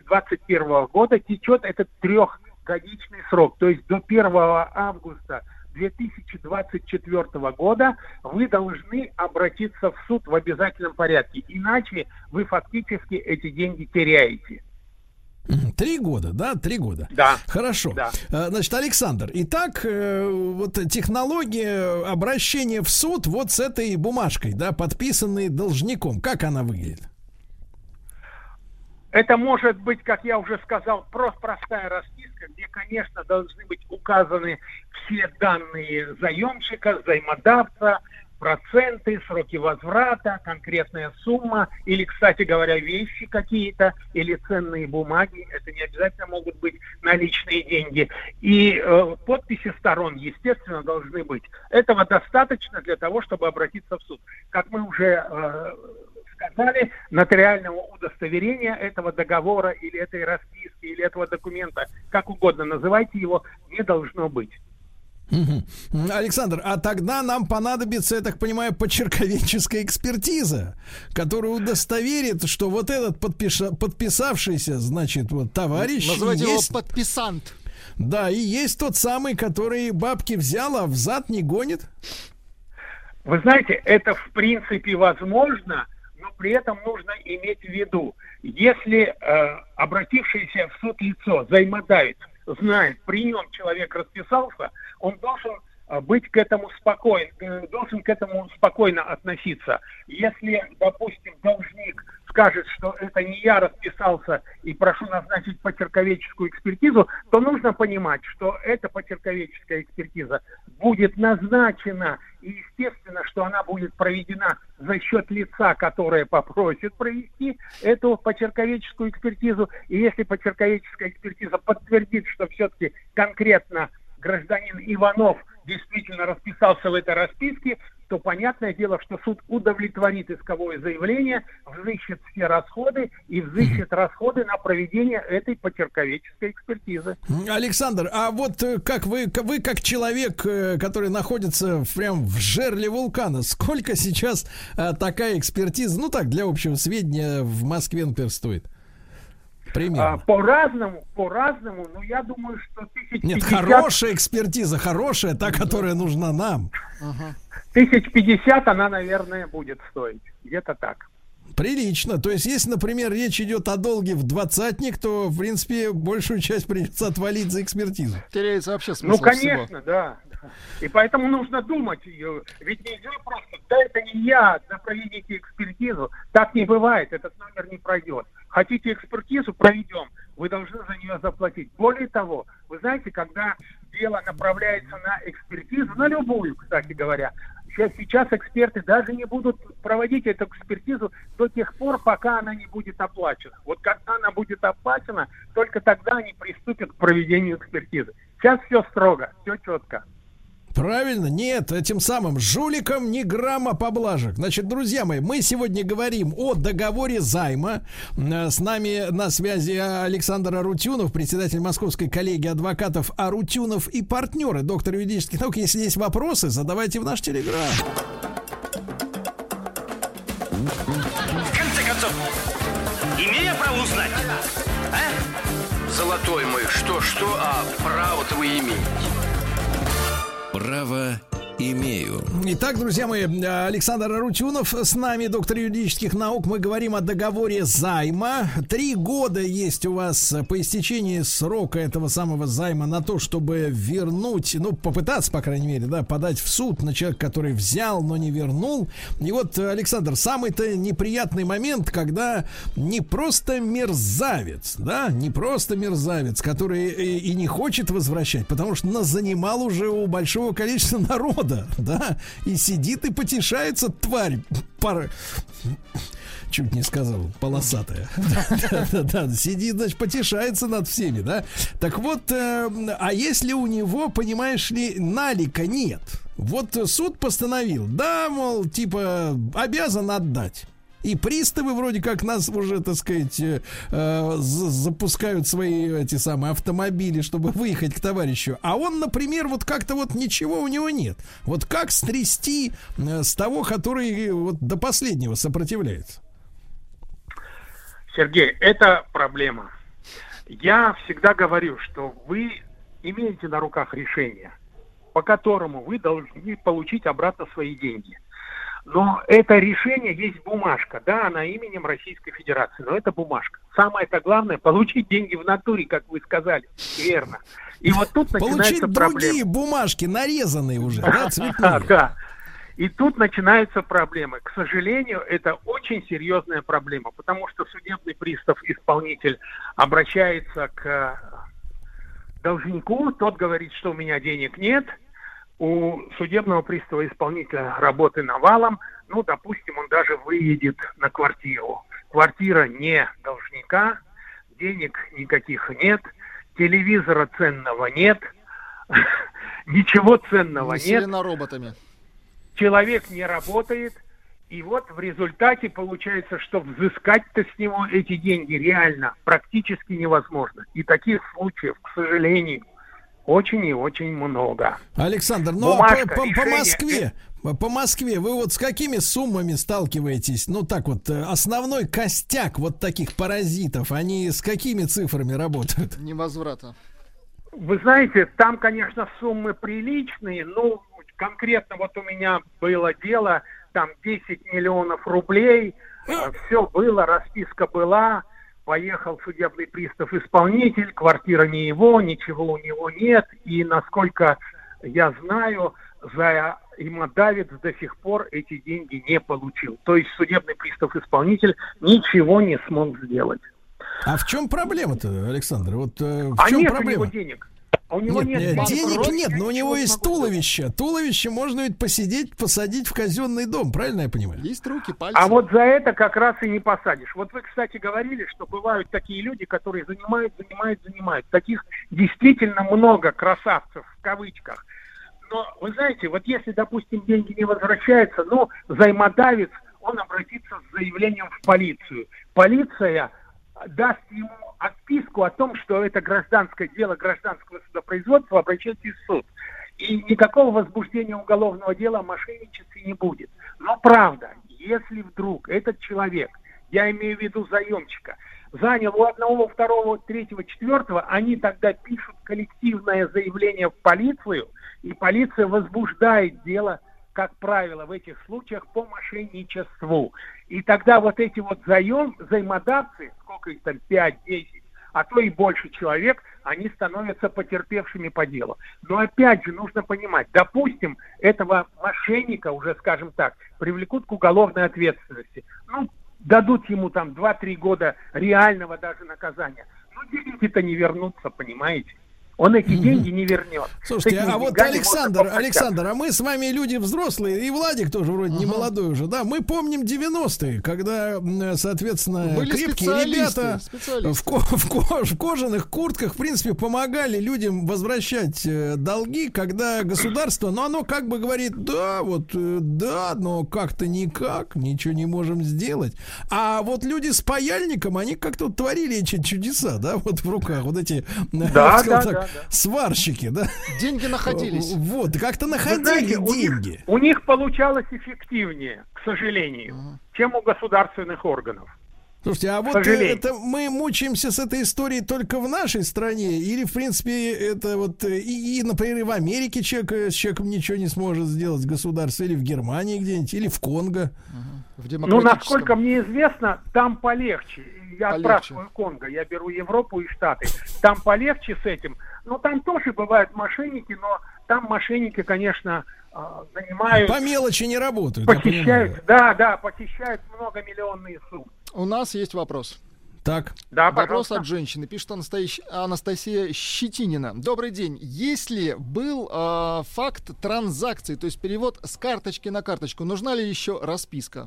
V: 2021 года течет этот 3-годичный срок. То есть до 1 августа 2024 года вы должны обратиться в суд в обязательном порядке. Иначе вы фактически эти деньги теряете.
B: 3 года, да? 3 года.
V: Да.
B: Хорошо.
V: Да.
B: Значит, Александр, итак, вот технология обращения в суд вот с этой бумажкой, да, подписанной должником, как она выглядит?
V: Это может быть, как я уже сказал, простая расписка, где, конечно, должны быть указаны все данные заемщика, взаимодавца, проценты, сроки возврата, конкретная сумма или, кстати говоря, вещи какие-то или ценные бумаги. Это не обязательно могут быть наличные деньги. И подписи сторон, естественно, должны быть. Этого достаточно для того, чтобы обратиться в суд. Как мы уже сказали, нотариального удостоверения этого договора или этой расписки или этого документа, как угодно называйте его, не должно быть.
B: Александр, а тогда нам понадобится, я так понимаю, почерковедческая экспертиза, которая удостоверит, что вот этот подписавшийся, значит, вот товарищ...
C: Называйте его подписант.
B: Да, и есть тот самый, который бабки взял, а взад не гонит.
V: Вы знаете, это в принципе возможно, но при этом нужно иметь в виду, если обратившееся в суд лицо, заимодавец, знает, при нем человек расписался, он должен быть к этому спокойно относиться. Если, допустим, должник скажет, что это не я расписался и прошу назначить почерковедческую экспертизу, то нужно понимать, что эта почерковедческая экспертиза будет назначена, и естественно, что она будет проведена за счет лица, которое попросит провести эту почерковедческую экспертизу. И если почерковедческая экспертиза подтвердит, что все-таки конкретно гражданин Иванов действительно расписался в этой расписке, то понятное дело, что суд удовлетворит исковое заявление, взыщет все расходы и взыщет расходы на проведение этой почерковедческой экспертизы.
B: Александр, а вот как вы как человек, который находится прям в жерле вулкана, сколько сейчас такая экспертиза, ну так, для общего сведения, в Москве, например, стоит? Примерно.
V: По-разному, но я думаю, что 1050...
B: Нет, хорошая экспертиза, хорошая, та, которая нужна нам.
V: 1050 она, наверное, будет стоить. Где-то так.
B: Прилично. То есть, если, например, речь идет о долге в 20-ник, то, в принципе, большую часть придется отвалить за экспертизу.
C: Теряется вообще смысл.
V: Ну, конечно, всего. Да. И поэтому нужно думать. Ведь нельзя просто, да, это не я, да, проведите экспертизу. Так не бывает, этот номер не пройдет. Хотите экспертизу, проведем. Вы должны за нее заплатить. Более того, вы знаете, когда дело направляется на экспертизу, на любую, кстати говоря, сейчас эксперты даже не будут проводить эту экспертизу до тех пор, пока она не будет оплачена. Вот когда она будет оплачена, только тогда они приступят к проведению экспертизы. Сейчас все строго, все четко.
B: Правильно, нет, этим самым жуликам ни грамма поблажек. Значит, друзья мои, мы сегодня говорим о договоре займа. С нами на связи Александр Арутюнов, председатель Московской коллегии адвокатов Арутюнов и партнеры, доктор юридических наук. Если есть вопросы, задавайте в наш телеграм.
F: В конце концов, имею право узнать, а? Золотой мой, что, а право-то вы имеете?
A: Право имею.
B: Итак, друзья мои, Александр Арутюнов с нами, доктор юридических наук. Мы говорим о договоре займа. 3 года есть у вас по истечении срока этого самого займа на то, чтобы вернуть, ну, попытаться, по крайней мере, да, подать в суд на человека, который взял, но не вернул. И вот, Александр, самый-то неприятный момент, когда не просто мерзавец, да, не просто мерзавец, который и не хочет возвращать, потому что назанимал уже у большого количества народа, да, и сидит и потешается, тварь, чуть не сказал, полосатая. Да, сидит, значит, потешается над всеми, да. Так вот, а если у него, понимаешь ли, налика нет? Вот суд постановил, да, мол, типа, обязан отдать. И приставы вроде как нас уже, так сказать, запускают свои эти самые автомобили, чтобы выехать к товарищу. А он, например, вот как-то вот ничего у него нет. Вот как стрясти с того, который вот до последнего сопротивляется?
V: Сергей, это проблема. Я всегда говорю, что вы имеете на руках решение. по которому вы должны получить обратно свои деньги. Но это решение есть бумажка, да, она именем Российской Федерации, но это бумажка. Самое-то главное — получить деньги в натуре, как вы сказали, верно. И вот тут начинается проблема.
B: Получить другие бумажки, нарезанные уже, да, цветные.
V: Да. И тут начинаются проблемы. К сожалению, это очень серьезная проблема, потому что судебный пристав-исполнитель обращается к должнику, тот говорит, что у меня денег нет. У судебного пристава-исполнителя работы навалом, ну, допустим, он даже выедет на квартиру. Квартира не должника, денег никаких нет, телевизора ценного нет, ничего ценного нет.
C: Населена роботами.
V: Человек не работает, и вот в результате получается, что взыскать-то с него эти деньги реально практически невозможно. И таких случаев, к сожалению, очень и очень много.
B: Александр, ну по Москве вы вот с какими суммами сталкиваетесь? Ну так вот, основной костяк вот таких паразитов, они с какими цифрами работают?
C: Невозврата.
V: Вы знаете, там, конечно, суммы приличные, но конкретно вот у меня было дело, там 10 миллионов рублей, все было, расписка была. Поехал судебный пристав-исполнитель, квартира не его, ничего у него нет. И, насколько я знаю, взаимодавец до сих пор эти деньги не получил. То есть судебный пристав-исполнитель ничего не смог сделать.
B: А в чем проблема-то, Александр? Вот, в чем
V: нет
B: проблема?
V: У него денег. А у него нет
B: денег нет, но у него есть туловище. Туловище можно ведь посадить в казенный дом, правильно я понимаю?
C: Есть руки, пальцы.
V: А вот за это как раз и не посадишь. Вот вы, кстати, говорили, что бывают такие люди, которые занимают. Таких действительно много, красавцев в кавычках. Но вы знаете, вот если, допустим, деньги не возвращаются, но взаимодавец, он обратится с заявлением в полицию. Полиция даст ему отписку о том, что это гражданское дело, гражданского судопроизводства, обращайтесь в суд. И никакого возбуждения уголовного дела о мошенничестве не будет. Но правда, если вдруг этот человек, я имею в виду заемщика, занял у одного, второго, третьего, четвертого, они тогда пишут коллективное заявление в полицию, и полиция возбуждает дело, как правило, в этих случаях по мошенничеству. И тогда вот эти вот взаимодавцы, сколько их там, 5, 10, а то и больше человек, они становятся потерпевшими по делу. Но опять же нужно понимать, допустим, этого мошенника, уже скажем так, привлекут к уголовной ответственности. Ну, дадут ему там 2-3 года реального даже наказания. Но деньги-то не вернутся, понимаете? Он эти деньги не вернет.
B: Слушайте, а вот Александр, а мы с вами люди взрослые, и Владик тоже вроде не молодой уже, да? Мы помним 90-е, когда, соответственно, были крепкие ребята в кожаных куртках, в принципе, помогали людям возвращать долги, когда государство, ну, оно как бы говорит, да, но как-то никак, ничего не можем сделать. А вот люди с паяльником, они как-то вот творили эти чудеса, да, вот в руках, вот эти, сварщики, да?
C: Деньги находились.
B: Вот, как-то находили деньги.
V: У них получалось эффективнее, к сожалению, чем у государственных органов.
B: Слушайте, а вот это мы мучаемся с этой историей только в нашей стране? Или, в принципе, это вот и например, в Америке с человеком ничего не сможет сделать государство, или в Германии где-нибудь, или в Конго?
V: Ну, насколько мне известно, там полегче. Я спрашиваю Конго, я беру Европу и Штаты. Там полегче с этим. Ну, там тоже бывают мошенники, но там мошенники, конечно, занимают...
B: По мелочи не работают.
V: Похищают, похищают многомиллионные суммы.
C: У нас есть вопрос.
B: Так.
V: Да,
C: вопрос
V: пожалуйста.
C: от женщины. Пишет Анастасия Щетинина. Добрый день. Если был факт транзакции, то есть перевод с карточки на карточку, нужна ли еще расписка?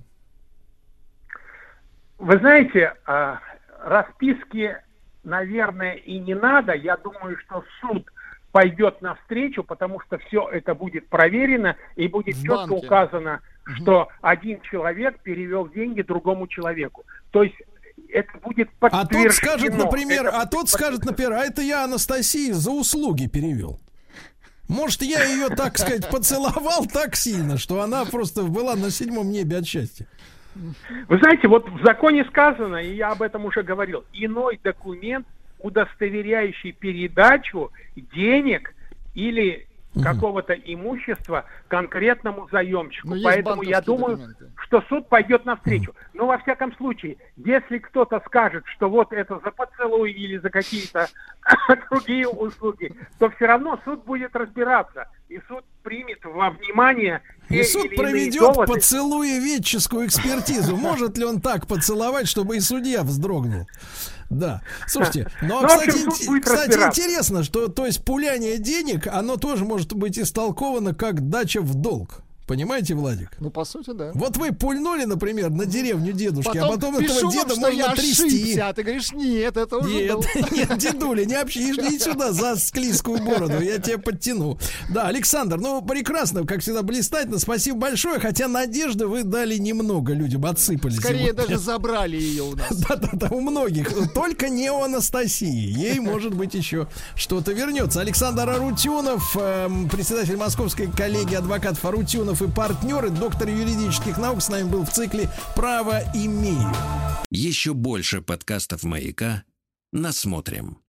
V: Вы знаете, расписки, наверное, и не надо. Я думаю, что суд пойдет навстречу, потому что все это будет проверено и будет четко указано, что один человек перевел деньги другому человеку. То есть это будет подтверждено.
B: Тот скажет, например, а это я Анастасии за услуги перевел. Может, я ее, так сказать, поцеловал так сильно, что она просто была на 7-м небе от счастья.
V: Вы знаете, вот в законе сказано, и я об этом уже говорил, иной документ, удостоверяющий передачу денег или какого-то имущества конкретному заемщику. Поэтому я думаю, что суд пойдет навстречу. Но во всяком случае, если кто-то скажет, что вот это за поцелуй или за какие-то другие услуги, то все равно суд будет разбираться. И суд примет во внимание все
B: и суд
V: или
B: проведет
V: доводы.
B: поцелуеведческую экспертизу. Может ли он так поцеловать, чтобы и судья вздрогнул? Да. Слушайте, кстати, интересно, что, то есть, пуляние денег, оно тоже может быть истолковано как дача в долг. Понимаете, Владик?
C: Ну, по сути, да.
B: Вот вы пульнули, например, на деревню дедушки,
C: потом
B: а потом
C: пишу
B: этого деда
C: вам,
B: можно трясти.
C: Ошибся, а ты говоришь, нет, это уже
B: Нет, дедуля, не иди сюда за склизкую бороду, я тебя подтяну. Да, Александр, ну, прекрасно, как всегда, блистательно, спасибо большое, хотя надежды вы дали немного людям, отсыпали.
C: Скорее
B: сегодня.
C: даже забрали ее у нас.
B: Да, у многих, только не у Анастасии, ей, может быть, еще что-то вернется. Александр Арутюнов, председатель Московской коллегии адвокатов Арутюнов и партнеры, доктор юридических наук, с нами был в цикле «Право имею».
A: Еще больше подкастов «Маяка» насмотрим.